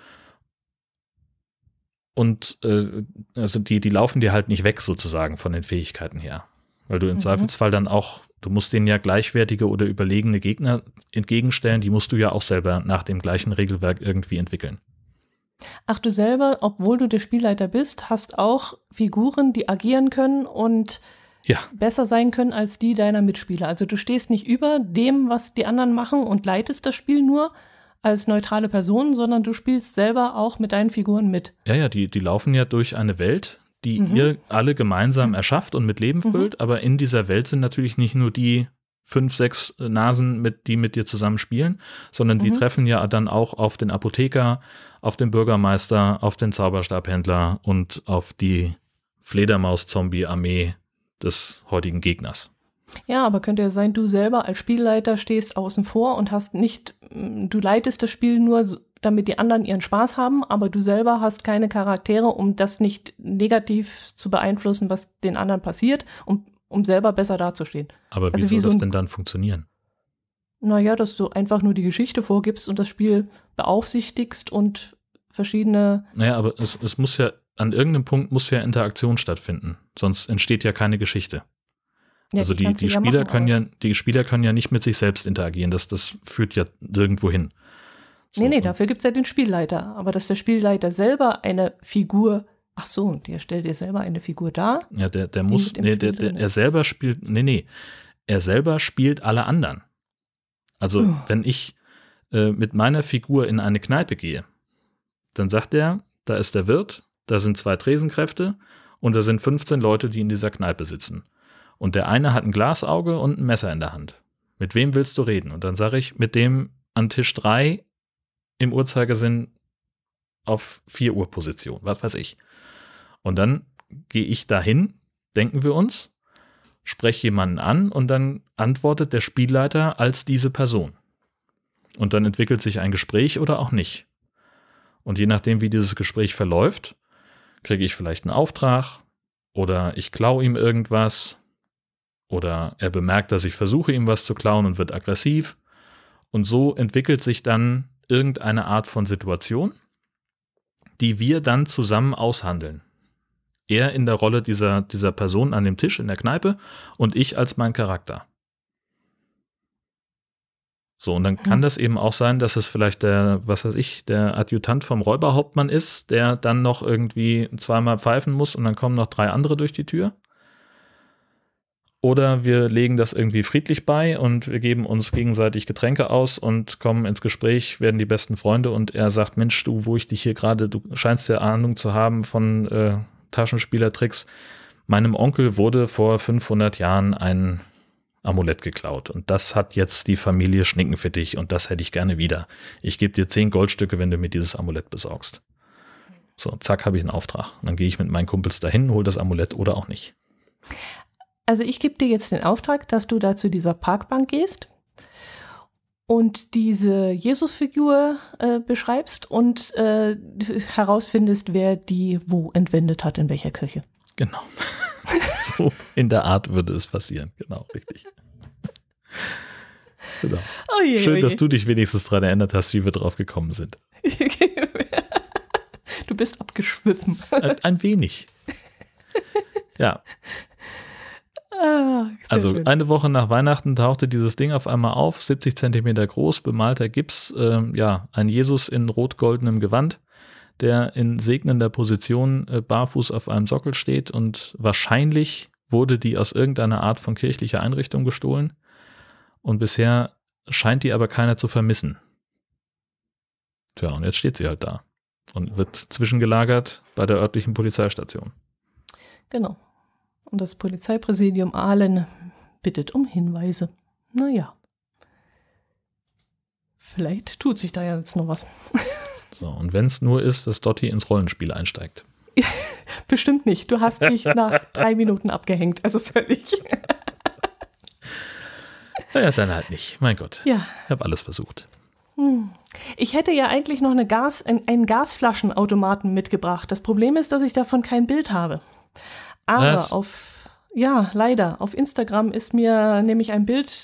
Und also die laufen dir halt nicht weg sozusagen von den Fähigkeiten her. Weil du im Zweifelsfall dann auch, du musst denen ja gleichwertige oder überlegene Gegner entgegenstellen, die musst du ja auch selber nach dem gleichen Regelwerk irgendwie entwickeln. Ach, du selber, obwohl du der Spielleiter bist, hast auch Figuren, die agieren können und besser sein können als die deiner Mitspieler. Also du stehst nicht über dem, was die anderen machen und leitest das Spiel nur als neutrale Person, sondern du spielst selber auch mit deinen Figuren mit. Ja, die laufen ja durch eine Welt, die ihr alle gemeinsam erschafft und mit Leben füllt, aber in dieser Welt sind natürlich nicht nur die 5, 6 Nasen, die mit dir zusammen spielen, sondern die treffen ja dann auch auf den Apotheker, auf den Bürgermeister, auf den Zauberstabhändler und auf die Fledermaus-Zombie-Armee des heutigen Gegners. Ja, aber könnte ja sein, du selber als Spielleiter stehst außen vor und hast nicht, du leitest das Spiel nur, damit die anderen ihren Spaß haben, aber du selber hast keine Charaktere, um das nicht negativ zu beeinflussen, was den anderen passiert, um selber besser dazustehen. Aber wie soll das denn dann funktionieren? Naja, dass du einfach nur die Geschichte vorgibst und das Spiel beaufsichtigst und verschiedene… Naja, aber es muss ja, an irgendeinem Punkt muss ja Interaktion stattfinden, sonst entsteht ja keine Geschichte. Ja, also die Spieler können ja nicht mit sich selbst interagieren, das führt ja nirgendwo hin. So, nee, dafür gibt es ja den Spielleiter. Aber dass der Spielleiter selber eine Figur, ach so, der stellt dir selber eine Figur dar? Ja, der muss, er selber spielt, er selber spielt alle anderen. Also wenn ich mit meiner Figur in eine Kneipe gehe, dann sagt er, da ist der Wirt, da sind 2 Tresenkräfte und da sind 15 Leute, die in dieser Kneipe sitzen. Und der eine hat ein Glasauge und ein Messer in der Hand. Mit wem willst du reden? Und dann sage ich, mit dem an Tisch 3 im Uhrzeigersinn auf 4 Uhr Position, was weiß ich. Und dann gehe ich dahin, denken wir uns, spreche jemanden an und dann antwortet der Spielleiter als diese Person. Und dann entwickelt sich ein Gespräch oder auch nicht. Und je nachdem, wie dieses Gespräch verläuft, kriege ich vielleicht einen Auftrag oder ich klaue ihm irgendwas oder er bemerkt, dass ich versuche, ihm was zu klauen und wird aggressiv. Und so entwickelt sich dann irgendeine Art von Situation, die wir dann zusammen aushandeln. Er in der Rolle dieser Person an dem Tisch in der Kneipe und ich als mein Charakter. So, und dann kann das eben auch sein, dass es vielleicht der Adjutant vom Räuberhauptmann ist, der dann noch irgendwie 2-mal pfeifen muss und dann kommen noch 3 andere durch die Tür. Oder wir legen das irgendwie friedlich bei und wir geben uns gegenseitig Getränke aus und kommen ins Gespräch, werden die besten Freunde und er sagt, Mensch, du, wo ich dich hier gerade, du scheinst ja Ahnung zu haben von Taschenspielertricks. Meinem Onkel wurde vor 500 Jahren ein Amulett geklaut und das hat jetzt die Familie Schnickenfittich und das hätte ich gerne wieder. Ich gebe dir 10 Goldstücke, wenn du mir dieses Amulett besorgst. So, zack, habe ich einen Auftrag. Und dann gehe ich mit meinen Kumpels dahin, hole das Amulett oder auch nicht. Also ich gebe dir jetzt den Auftrag, dass du da zu dieser Parkbank gehst und diese Jesusfigur beschreibst und herausfindest, wer die wo entwendet hat, in welcher Kirche. Genau. So in der Art würde es passieren. Genau, richtig. Genau. Oh je, Schön, oh je. dass du dich wenigstens daran erinnert hast, wie wir drauf gekommen sind. Du bist abgeschwiffen. Ein wenig. Ja. Ah, Also schön. eine Woche nach Weihnachten tauchte dieses Ding auf einmal auf, 70 Zentimeter groß, bemalter Gips, ein Jesus in rot-goldenem Gewand, der in segnender Position barfuß auf einem Sockel steht, und wahrscheinlich wurde die aus irgendeiner Art von kirchlicher Einrichtung gestohlen, und bisher scheint die aber keiner zu vermissen. Tja, und jetzt steht sie halt da und wird zwischengelagert bei der örtlichen Polizeistation. Genau. Und das Polizeipräsidium Aalen bittet um Hinweise. Naja. Vielleicht tut sich da ja jetzt noch was. So, und wenn es nur ist, dass Dottie ins Rollenspiel einsteigt. Bestimmt nicht. Du hast mich nach 3 Minuten abgehängt. Also völlig. Naja, dann halt nicht. Mein Gott. Ja. Ich habe alles versucht. Ich hätte ja eigentlich noch einen Gasflaschenautomaten mitgebracht. Das Problem ist, dass ich davon kein Bild habe. Aber Was? leider, auf Instagram ist mir nämlich ein Bild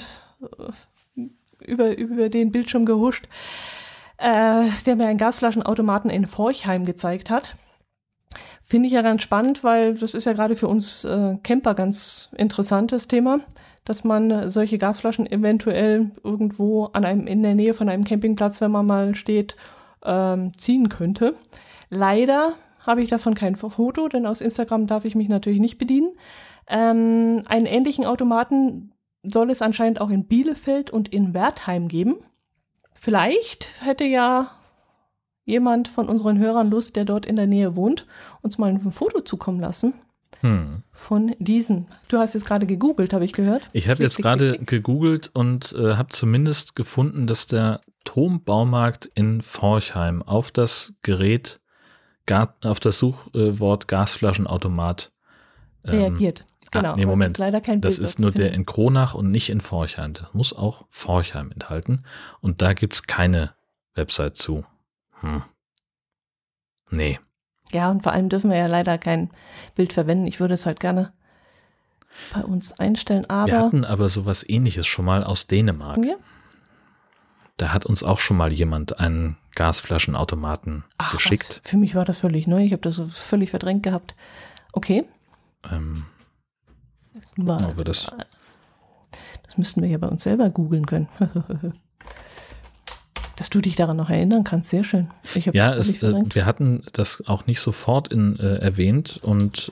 über den Bildschirm gehuscht, der mir einen Gasflaschenautomaten in Forchheim gezeigt hat. Finde ich ja ganz spannend, weil das ist ja gerade für uns Camper ganz interessantes Thema, dass man solche Gasflaschen eventuell irgendwo in der Nähe von einem Campingplatz, wenn man mal steht, ziehen könnte. Leider habe ich davon kein Foto, denn aus Instagram darf ich mich natürlich nicht bedienen. Einen ähnlichen Automaten soll es anscheinend auch in Bielefeld und in Wertheim geben. Vielleicht hätte ja jemand von unseren Hörern Lust, der dort in der Nähe wohnt, uns mal ein Foto zukommen lassen von diesen. Du hast jetzt gerade gegoogelt, habe ich gehört. Ich habe jetzt gerade gegoogelt und habe zumindest gefunden, dass der Turmbaumarkt in Forchheim auf das Suchwort Gasflaschenautomat reagiert. Genau. Nee, Moment. Ist leider kein Das Bild ist nur der finden. in Kronach und nicht in Forchheim. Das muss auch Forchheim enthalten. Und da gibt es keine Website zu. Nee. Ja, und vor allem dürfen wir ja leider kein Bild verwenden. Ich würde es halt gerne bei uns einstellen, aber... Wir hatten aber sowas Ähnliches schon mal aus Dänemark. Ja? Da hat uns auch schon mal jemand einen Gasflaschenautomaten geschickt. Was? Für mich war das völlig neu. Ich habe das so völlig verdrängt gehabt. Okay. Das müssten wir ja bei uns selber googeln können. Dass du dich daran noch erinnern kannst, sehr schön. Ja, wir hatten das auch nicht sofort erwähnt, und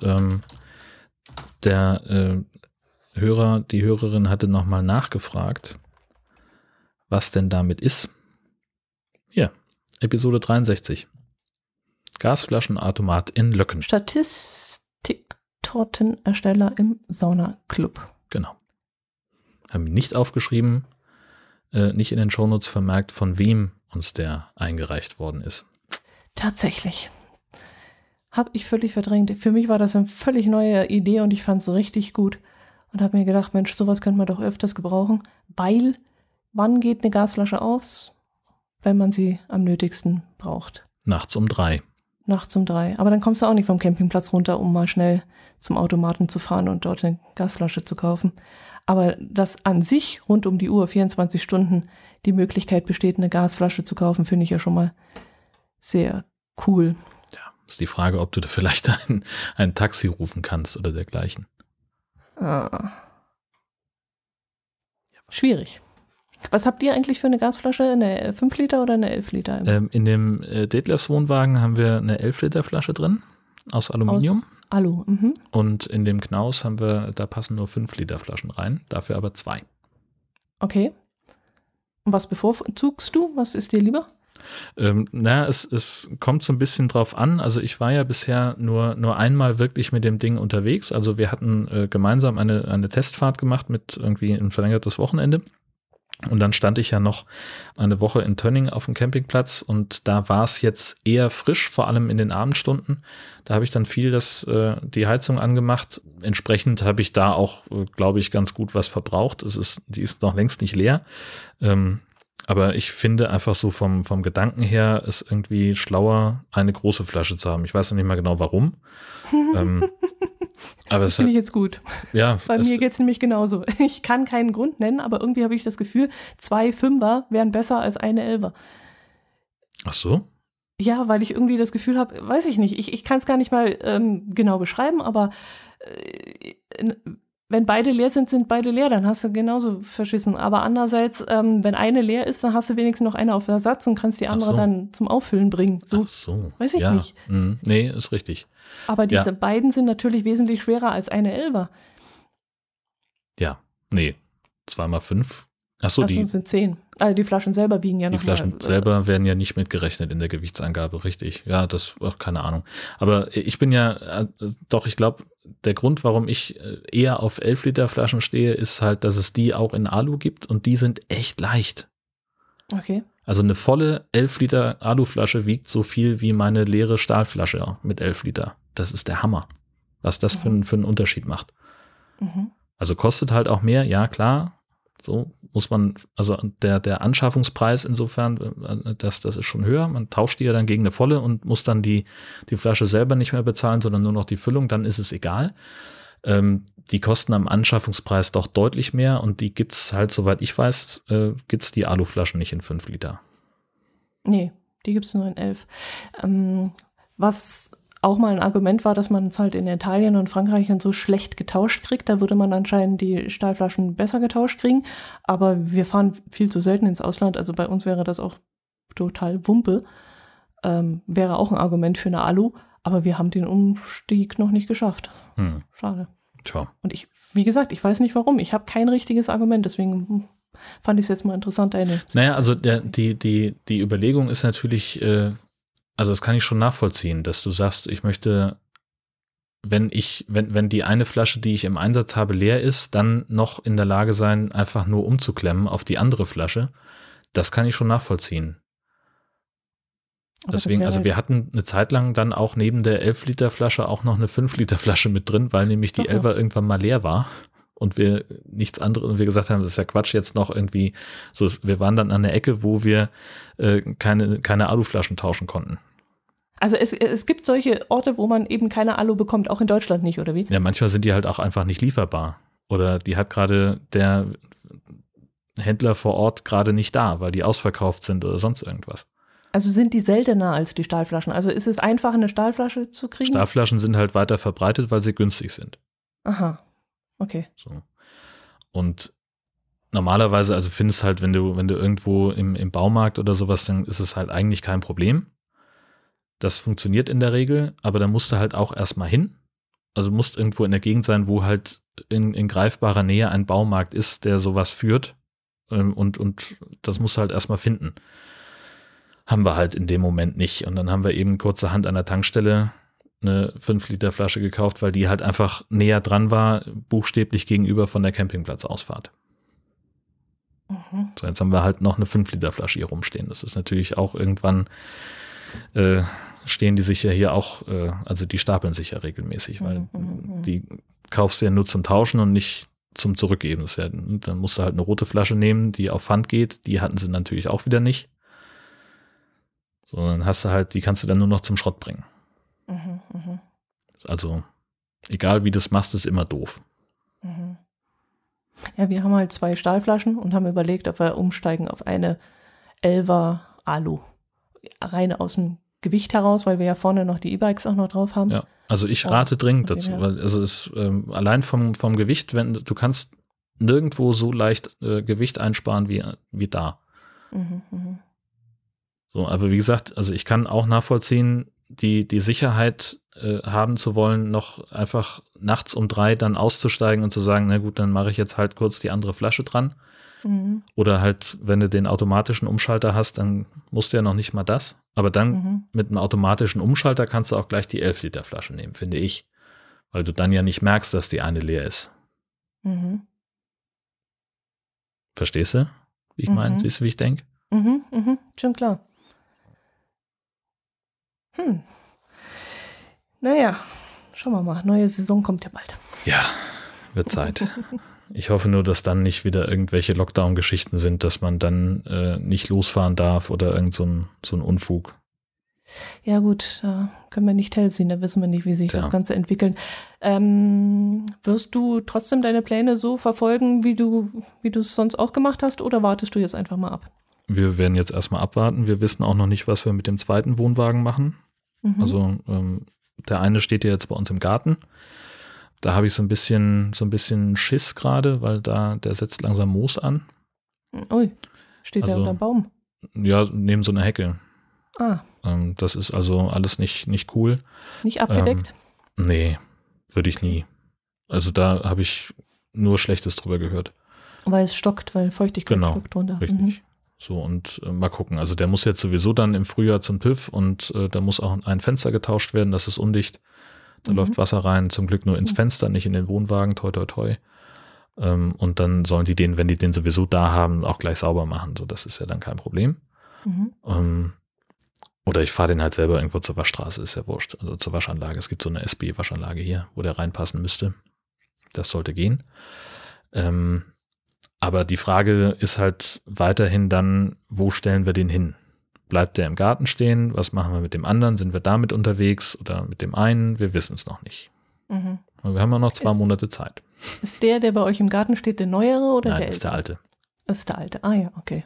die Hörerin hatte nochmal nachgefragt, was denn damit ist. Hier, Episode 63. Gasflaschenautomat in Löcken. Statistik-Tortenersteller im Saunaclub. Genau. Haben nicht aufgeschrieben, nicht in den Shownotes vermerkt, von wem uns der eingereicht worden ist. Tatsächlich. Habe ich völlig verdrängt. Für mich war das eine völlig neue Idee und ich fand es richtig gut. Und habe mir gedacht, Mensch, sowas könnte man doch öfters gebrauchen. Weil, wann geht eine Gasflasche aus? Wenn man sie am nötigsten braucht. Nachts um 3. Nachts um 3. Aber dann kommst du auch nicht vom Campingplatz runter, um mal schnell zum Automaten zu fahren und dort eine Gasflasche zu kaufen. Aber dass an sich rund um die Uhr, 24 Stunden, die Möglichkeit besteht, eine Gasflasche zu kaufen, finde ich ja schon mal sehr cool. Ja, ist die Frage, ob du da vielleicht ein Taxi rufen kannst oder dergleichen. Schwierig. Was habt ihr eigentlich für eine Gasflasche? Eine 5 Liter oder eine 11 Liter? In dem Detlefs Wohnwagen haben wir eine 11 Liter Flasche drin, aus Aluminium. Aus Alu. Mhm. Und in dem Knaus da passen nur 5 Liter Flaschen rein, dafür aber 2. Okay. Und was bevorzugst du? Was ist dir lieber? Es kommt so ein bisschen drauf an. Also ich war ja bisher nur einmal wirklich mit dem Ding unterwegs. Also wir hatten gemeinsam eine Testfahrt gemacht mit irgendwie ein verlängertes Wochenende. Und dann stand ich ja noch eine Woche in Tönning auf dem Campingplatz und da war es jetzt eher frisch, vor allem in den Abendstunden. Da habe ich dann viel die Heizung angemacht. Entsprechend habe ich da auch, glaube ich, ganz gut was verbraucht. Die ist noch längst nicht leer. Aber ich finde einfach so vom Gedanken her, ist irgendwie schlauer, eine große Flasche zu haben. Ich weiß noch nicht mal genau warum. Aber das finde ich jetzt gut. Ja, bei mir geht es nämlich genauso. Ich kann keinen Grund nennen, aber irgendwie habe ich das Gefühl, 2 Fünfer wären besser als eine Elfer. Ach so? Ja, weil ich irgendwie das Gefühl habe, weiß ich nicht, ich kann es gar nicht mal genau beschreiben, aber wenn beide leer sind, sind beide leer, dann hast du genauso verschissen. Aber andererseits, wenn eine leer ist, dann hast du wenigstens noch eine auf Ersatz und kannst die andere dann zum Auffüllen bringen. So, ach so. Weiß ich nicht. Nee, ist richtig. Aber diese beiden sind natürlich wesentlich schwerer als eine Elfer. Ja, nee, 2x5. Ach so, die sind 10. Die Flaschen selber wiegen ja noch. Die Flaschen selber werden ja nicht mitgerechnet in der Gewichtsangabe, richtig. Ja, das auch keine Ahnung. Aber ich bin ja, ich glaube, der Grund, warum ich eher auf 11 Liter Flaschen stehe, ist halt, dass es die auch in Alu gibt und die sind echt leicht. Okay. Also eine volle 11 Liter Aluflasche wiegt so viel wie meine leere Stahlflasche mit 11 Liter. Das ist der Hammer, was das für einen Unterschied macht. Mhm. Also kostet halt auch mehr, ja klar. So muss man, also der Anschaffungspreis insofern, das ist schon höher. Man tauscht die ja dann gegen eine volle und muss dann die Flasche selber nicht mehr bezahlen, sondern nur noch die Füllung, dann ist es egal. Die kosten am Anschaffungspreis doch deutlich mehr und die gibt's halt, soweit ich weiß, gibt's die Aluflaschen nicht in 5 Liter. Nee, die gibt's nur in 11. Was auch mal ein Argument war, dass man es halt in Italien und Frankreich und so schlecht getauscht kriegt. Da würde man anscheinend die Stahlflaschen besser getauscht kriegen. Aber wir fahren viel zu selten ins Ausland. Also bei uns wäre das auch total Wumpe. Wäre auch ein Argument für eine Alu. Aber wir haben den Umstieg noch nicht geschafft. Schade. Tja. Und wie gesagt, ich weiß nicht warum. Ich habe kein richtiges Argument. Deswegen fand ich es jetzt mal interessant. Naja, also die Überlegung ist natürlich, also das kann ich schon nachvollziehen, dass du sagst, ich möchte, wenn die eine Flasche, die ich im Einsatz habe, leer ist, dann noch in der Lage sein, einfach nur umzuklemmen auf die andere Flasche. Das kann ich schon nachvollziehen. Deswegen, also wir hatten eine Zeit lang dann auch neben der 11 Liter Flasche auch noch eine 5 Liter Flasche mit drin, weil nämlich die 11er irgendwann mal leer war und wir nichts anderes und wir gesagt haben, das ist ja Quatsch jetzt noch irgendwie, so wir waren dann an der Ecke, wo wir keine Aluflaschen tauschen konnten. Also es gibt solche Orte, wo man eben keine Alu bekommt, auch in Deutschland nicht, oder wie? Ja, manchmal sind die halt auch einfach nicht lieferbar. Oder die hat gerade der Händler vor Ort gerade nicht da, weil die ausverkauft sind oder sonst irgendwas. Also sind die seltener als die Stahlflaschen? Also ist es einfach, eine Stahlflasche zu kriegen? Stahlflaschen sind halt weiter verbreitet, weil sie günstig sind. Aha, okay. So. Und normalerweise, also findest halt, wenn du irgendwo im Baumarkt oder sowas, dann ist es halt eigentlich kein Problem. Das funktioniert in der Regel, aber da musst du halt auch erstmal hin. Also musst irgendwo in der Gegend sein, wo halt in greifbarer Nähe ein Baumarkt ist, der sowas führt. Und das musst du halt erstmal finden. Haben wir halt in dem Moment nicht. Und dann haben wir eben kurzerhand an der Tankstelle eine 5 Liter Flasche gekauft, weil die halt einfach näher dran war, buchstäblich gegenüber von der Campingplatzausfahrt. So, jetzt haben wir halt noch eine 5 Liter Flasche hier rumstehen. Das ist natürlich auch irgendwann stehen die sich ja hier auch, also die stapeln sich ja regelmäßig, weil die kaufst du ja nur zum Tauschen und nicht zum Zurückgeben. Das ist ja, dann musst du halt eine rote Flasche nehmen, die auf Pfand geht. Die hatten sie natürlich auch wieder nicht. So, dann hast du halt, die kannst du dann nur noch zum Schrott bringen. Also, egal wie du das machst, ist immer doof. Ja, wir haben halt 2 Stahlflaschen und haben überlegt, ob wir umsteigen auf eine 11er Alu. Rein aus dem Gewicht heraus, weil wir ja vorne noch die E-Bikes auch noch drauf haben. Ja, also ich rate dringend dazu, weil also es allein vom Gewicht, wenn du kannst nirgendwo so leicht Gewicht einsparen wie da. So, aber wie gesagt, also ich kann auch nachvollziehen, die Sicherheit haben zu wollen, noch einfach nachts um 3 dann auszusteigen und zu sagen, na gut, dann mache ich jetzt halt kurz die andere Flasche dran. Oder halt, wenn du den automatischen Umschalter hast, dann musst du ja noch nicht mal das. Aber dann mit einem automatischen Umschalter kannst du auch gleich die 11 Liter Flasche nehmen, finde ich. Weil du dann ja nicht merkst, dass die eine leer ist. Verstehst du? wie ich meine? Siehst du, wie ich denke? Schon klar. Naja, schauen wir mal. Neue Saison kommt ja bald. Ja, wird Zeit. Ich hoffe nur, dass dann nicht wieder irgendwelche Lockdown-Geschichten sind, dass man dann nicht losfahren darf oder irgend so ein Unfug. Ja gut, da können wir nicht hellsehen, da wissen wir nicht, wie sich das Ganze entwickelt. Wirst du trotzdem deine Pläne so verfolgen, wie du es sonst auch gemacht hast, oder wartest du jetzt einfach mal ab? Wir werden jetzt erstmal abwarten. Wir wissen auch noch nicht, was wir mit dem zweiten Wohnwagen machen. Also der eine steht ja jetzt bei uns im Garten. Da habe ich so ein bisschen Schiss gerade, weil der setzt langsam Moos an. Ui, steht der unter dem Baum? Ja, neben so einer Hecke. Ah. Das ist also alles nicht cool. Nicht abgedeckt? Nee, würde ich nie. Also da habe ich nur Schlechtes drüber gehört. Weil es stockt, weil Feuchtigkeit stockt drunter. Richtig. So, und mal gucken. Also der muss jetzt sowieso dann im Frühjahr zum TÜV und da muss auch ein Fenster getauscht werden, das ist undicht. Da läuft Wasser rein, zum Glück nur ins Fenster, nicht in den Wohnwagen, toi toi toi. Und dann sollen die den, wenn die den sowieso da haben, auch gleich sauber machen. So, das ist ja dann kein Problem. Oder ich fahre den halt selber irgendwo zur Waschstraße, ist ja wurscht. Also zur Waschanlage. Es gibt so eine SB-Waschanlage hier, wo der reinpassen müsste. Das sollte gehen. Aber die Frage ist halt weiterhin dann, wo stellen wir den hin? Bleibt der im Garten stehen? Was machen wir mit dem anderen? Sind wir damit unterwegs oder mit dem einen? Wir wissen es noch nicht. Wir haben ja noch 2 Monate Zeit. Ist der bei euch im Garten steht, der neuere oder Nein, der ältere? ist der alte. Das ist der alte. Ah ja, okay.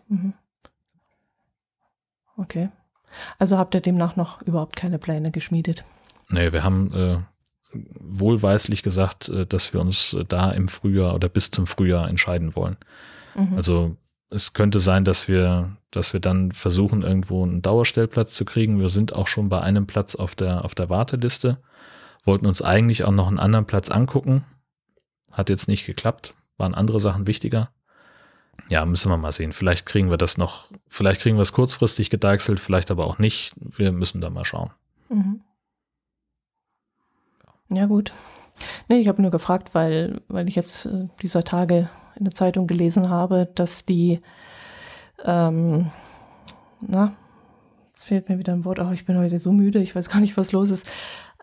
Okay. Also habt ihr demnach noch überhaupt keine Pläne geschmiedet? Nee, wir haben wohlweislich gesagt, dass wir uns da im Frühjahr oder bis zum Frühjahr entscheiden wollen. Also es könnte sein, dass wir dann versuchen, irgendwo einen Dauerstellplatz zu kriegen. Wir sind auch schon bei einem Platz auf der Warteliste, wollten uns eigentlich auch noch einen anderen Platz angucken. Hat jetzt nicht geklappt, waren andere Sachen wichtiger. Ja, müssen wir mal sehen. Vielleicht kriegen wir es kurzfristig gedeichselt, vielleicht aber auch nicht. Wir müssen da mal schauen. Ja, gut. Nee, ich habe nur gefragt, weil ich jetzt dieser Tage in der Zeitung gelesen habe, dass die, jetzt fehlt mir wieder ein Wort, ich bin heute so müde, ich weiß gar nicht, was los ist.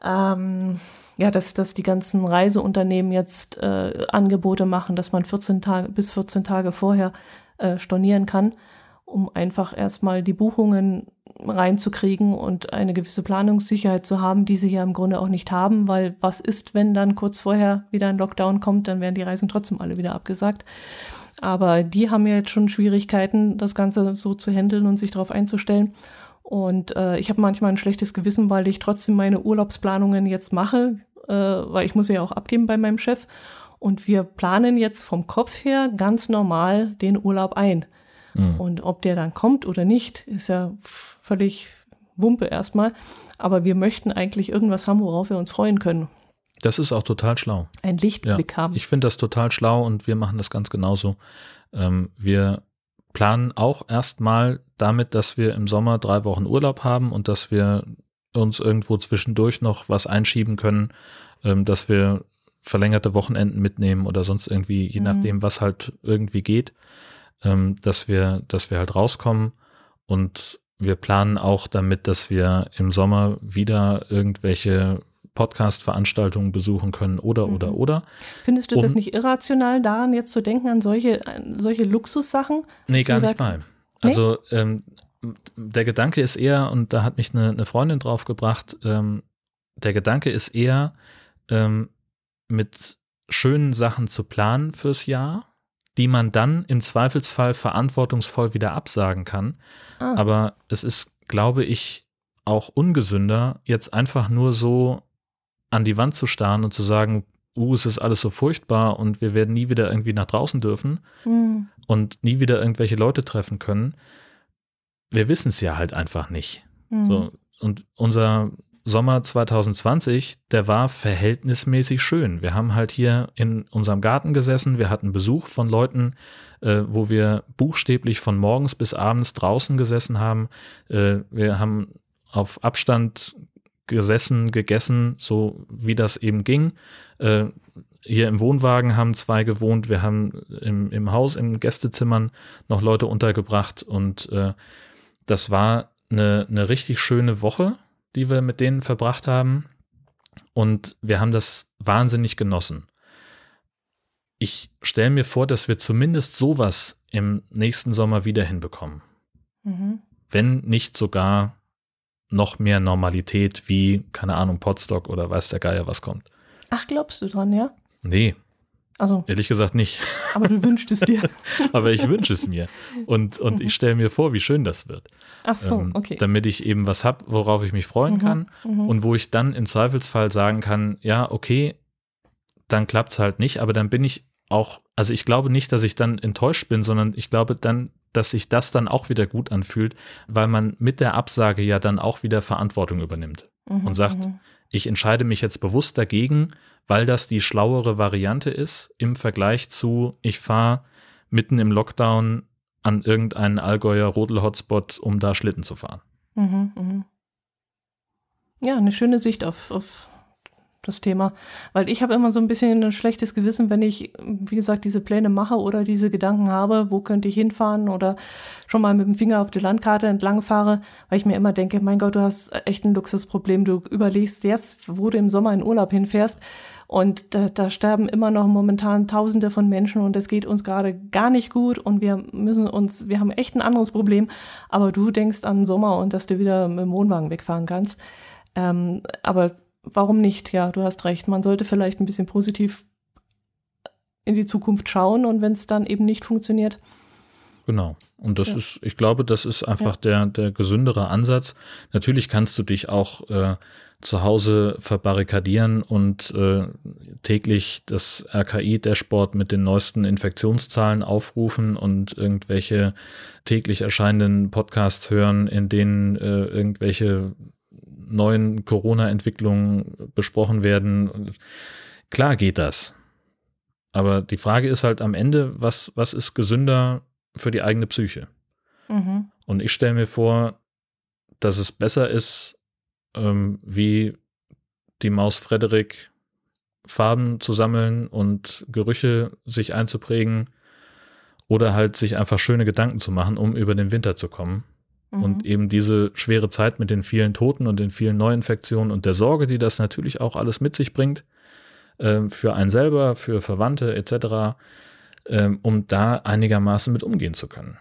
Dass die ganzen Reiseunternehmen jetzt Angebote machen, dass man 14 Tage vorher stornieren kann, um einfach erstmal die Buchungen reinzukriegen und eine gewisse Planungssicherheit zu haben, die sie ja im Grunde auch nicht haben, weil was ist, wenn dann kurz vorher wieder ein Lockdown kommt, dann werden die Reisen trotzdem alle wieder abgesagt. Aber die haben ja jetzt schon Schwierigkeiten, das Ganze so zu handeln und sich darauf einzustellen. Und ich habe manchmal ein schlechtes Gewissen, weil ich trotzdem meine Urlaubsplanungen jetzt mache, weil ich muss ja auch abgeben bei meinem Chef. Und wir planen jetzt vom Kopf her ganz normal den Urlaub ein. Und ob der dann kommt oder nicht, ist ja völlig Wumpe erstmal. Aber wir möchten eigentlich irgendwas haben, worauf wir uns freuen können. Das ist auch total schlau. Ein Lichtblick haben. Ich finde das total schlau und wir machen das ganz genauso. Wir planen auch erstmal damit, dass wir im Sommer 3 Wochen Urlaub haben und dass wir uns irgendwo zwischendurch noch was einschieben können, dass wir verlängerte Wochenenden mitnehmen oder sonst irgendwie, je nachdem, was halt irgendwie geht. Dass wir halt rauskommen und wir planen auch damit, dass wir im Sommer wieder irgendwelche Podcast-Veranstaltungen besuchen können oder. Findest du das nicht irrational, daran jetzt zu denken, an solche Luxussachen? Nee, gar nicht mal. Nee? Also der Gedanke ist eher, und da hat mich eine Freundin drauf gebracht, der Gedanke ist eher, mit schönen Sachen zu planen fürs Jahr, die man dann im Zweifelsfall verantwortungsvoll wieder absagen kann. Aber es ist, glaube ich, auch ungesünder, jetzt einfach nur so an die Wand zu starren und zu sagen, es ist alles so furchtbar und wir werden nie wieder irgendwie nach draußen dürfen und nie wieder irgendwelche Leute treffen können. Wir wissen es ja halt einfach nicht. So, und unser Sommer 2020, der war verhältnismäßig schön. Wir haben halt hier in unserem Garten gesessen, wir hatten Besuch von Leuten, wo wir buchstäblich von morgens bis abends draußen gesessen haben. Wir haben auf Abstand gesessen, gegessen, so wie das eben ging. hier im Wohnwagen haben 2 gewohnt, wir haben im Haus, in Gästezimmern noch Leute untergebracht und das war eine richtig schöne Woche, die wir mit denen verbracht haben und wir haben das wahnsinnig genossen. Ich stelle mir vor, dass wir zumindest sowas im nächsten Sommer wieder hinbekommen. Wenn nicht sogar noch mehr Normalität wie, keine Ahnung, Potsdok oder weiß der Geier, was kommt. Ach, glaubst du dran, ja? Nee, Also, ehrlich gesagt nicht. aber du wünschst es dir. Aber ich wünsche es mir. Und ich stelle mir vor, wie schön das wird. Ach so, okay. Damit ich eben was habe, worauf ich mich freuen kann und wo ich dann im Zweifelsfall sagen kann, ja, okay, dann klappt es halt nicht, aber dann bin ich auch, also ich glaube nicht, dass ich dann enttäuscht bin, sondern ich glaube dann, dass sich das dann auch wieder gut anfühlt, weil man mit der Absage ja dann auch wieder Verantwortung übernimmt und sagt, ich entscheide mich jetzt bewusst dagegen, weil das die schlauere Variante ist im Vergleich zu, ich fahre mitten im Lockdown an irgendeinen Allgäuer Rodel-Hotspot, um da Schlitten zu fahren. Ja, eine schöne Sicht auf das Thema, weil ich habe immer so ein bisschen ein schlechtes Gewissen, wenn ich, wie gesagt, diese Pläne mache oder diese Gedanken habe, wo könnte ich hinfahren oder schon mal mit dem Finger auf die Landkarte entlang fahre, weil ich mir immer denke, mein Gott, du hast echt ein Luxusproblem, du überlegst jetzt, wo du im Sommer in Urlaub hinfährst und da sterben immer noch momentan Tausende von Menschen und es geht uns gerade gar nicht gut und wir haben echt ein anderes Problem, aber du denkst an den Sommer und dass du wieder mit dem Wohnwagen wegfahren kannst, aber warum nicht? Ja, du hast recht. Man sollte vielleicht ein bisschen positiv in die Zukunft schauen und wenn es dann eben nicht funktioniert. Genau. Und das ist, ich glaube, das ist einfach der gesündere Ansatz. Natürlich kannst du dich auch zu Hause verbarrikadieren und täglich das RKI-Dashboard mit den neuesten Infektionszahlen aufrufen und irgendwelche täglich erscheinenden Podcasts hören, in denen irgendwelche neuen Corona-Entwicklungen besprochen werden. Klar geht das. Aber die Frage ist halt am Ende, was ist gesünder für die eigene Psyche? Und ich stelle mir vor, dass es besser ist, wie die Maus Frederik Farben zu sammeln und Gerüche sich einzuprägen oder halt sich einfach schöne Gedanken zu machen, um über den Winter zu kommen. Und eben diese schwere Zeit mit den vielen Toten und den vielen Neuinfektionen und der Sorge, die das natürlich auch alles mit sich bringt, für einen selber, für Verwandte etc., um da einigermaßen mit umgehen zu können.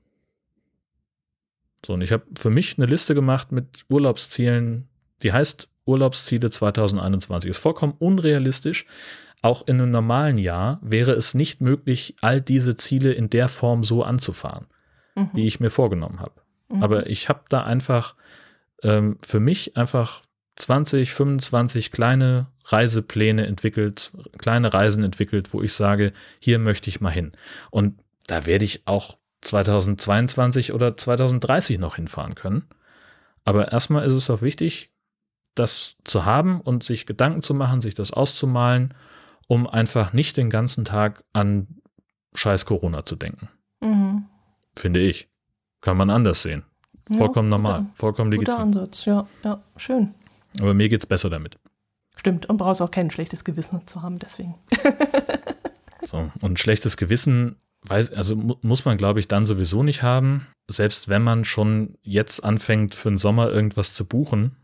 So, und ich habe für mich eine Liste gemacht mit Urlaubszielen, die heißt Urlaubsziele 2021. Ist vollkommen unrealistisch. Auch in einem normalen Jahr wäre es nicht möglich, all diese Ziele in der Form so anzufahren, wie ich mir vorgenommen habe. Aber ich habe da einfach für mich einfach 20, 25 kleine Reisepläne entwickelt, kleine Reisen entwickelt, wo ich sage, hier möchte ich mal hin. Und da werde ich auch 2022 oder 2030 noch hinfahren können. Aber erstmal ist es auch wichtig, das zu haben und sich Gedanken zu machen, sich das auszumalen, um einfach nicht den ganzen Tag an scheiß Corona zu denken. Finde ich. Kann man anders sehen. Vollkommen normal, vollkommen legitim. Guter Ansatz, ja, schön. Aber mir geht's besser damit. Stimmt, und brauchst auch kein schlechtes Gewissen zu haben, deswegen. So, und schlechtes Gewissen muss man, glaube ich, dann sowieso nicht haben. Selbst wenn man schon jetzt anfängt, für den Sommer irgendwas zu buchen.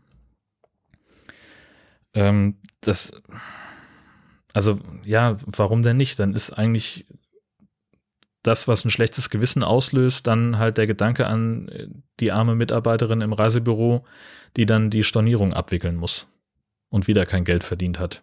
Warum denn nicht? Dann ist eigentlich das, was ein schlechtes Gewissen auslöst, dann halt der Gedanke an die arme Mitarbeiterin im Reisebüro, die dann die Stornierung abwickeln muss und wieder kein Geld verdient hat.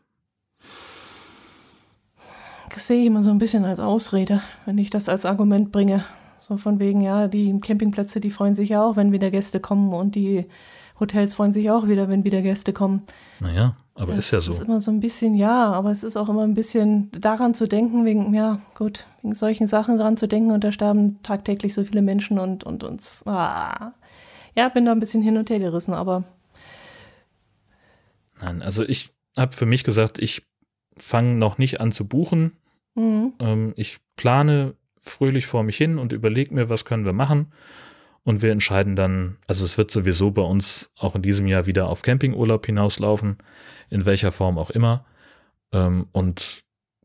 Das sehe ich immer so ein bisschen als Ausrede, wenn ich das als Argument bringe. So von wegen, ja, die Campingplätze, die freuen sich ja auch, wenn wieder Gäste kommen und die Hotels freuen sich auch wieder, wenn wieder Gäste kommen. Naja, aber ist ja so. Es ist immer so ein bisschen, ja, aber es ist auch immer ein bisschen daran zu denken, wegen solchen Sachen daran zu denken und da sterben tagtäglich so viele Menschen und uns, ja, bin da ein bisschen hin und her gerissen, aber. Nein, also ich habe für mich gesagt, ich fange noch nicht an zu buchen. Ich plane fröhlich vor mich hin und überlege mir, was können wir machen. Und wir entscheiden dann, also es wird sowieso bei uns auch in diesem Jahr wieder auf Campingurlaub hinauslaufen, in welcher Form auch immer. Und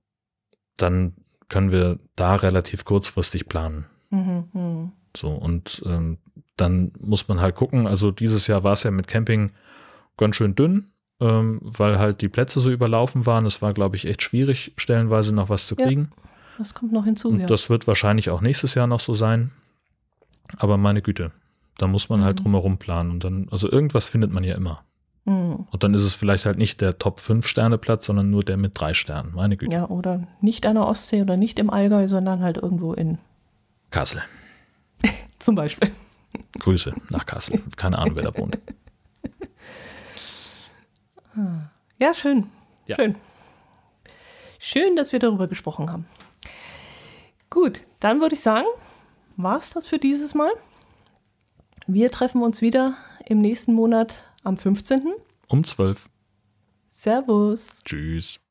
dann können wir da relativ kurzfristig planen. Mhm. So, und dann muss man halt gucken, also dieses Jahr war es ja mit Camping ganz schön dünn, weil halt die Plätze so überlaufen waren. Es war, glaube ich, echt schwierig, stellenweise noch was zu kriegen. Das kommt noch hinzu, Und das wird wahrscheinlich auch nächstes Jahr noch so sein. Aber meine Güte, da muss man halt drumherum planen. Und dann, also irgendwas findet man ja immer. Mhm. Und dann ist es vielleicht halt nicht der Top-5-Sterne-Platz, sondern nur der mit 3 Sternen. Meine Güte. Ja, oder nicht an der Ostsee oder nicht im Allgäu, sondern halt irgendwo in Kassel. zum Beispiel. Grüße nach Kassel. Keine Ahnung, wer da wohnt. Ja, schön. Ja. Schön. Schön, dass wir darüber gesprochen haben. Gut, dann würde ich sagen, war es das für dieses Mal. Wir treffen uns wieder im nächsten Monat am 15. Um 12. Servus. Tschüss.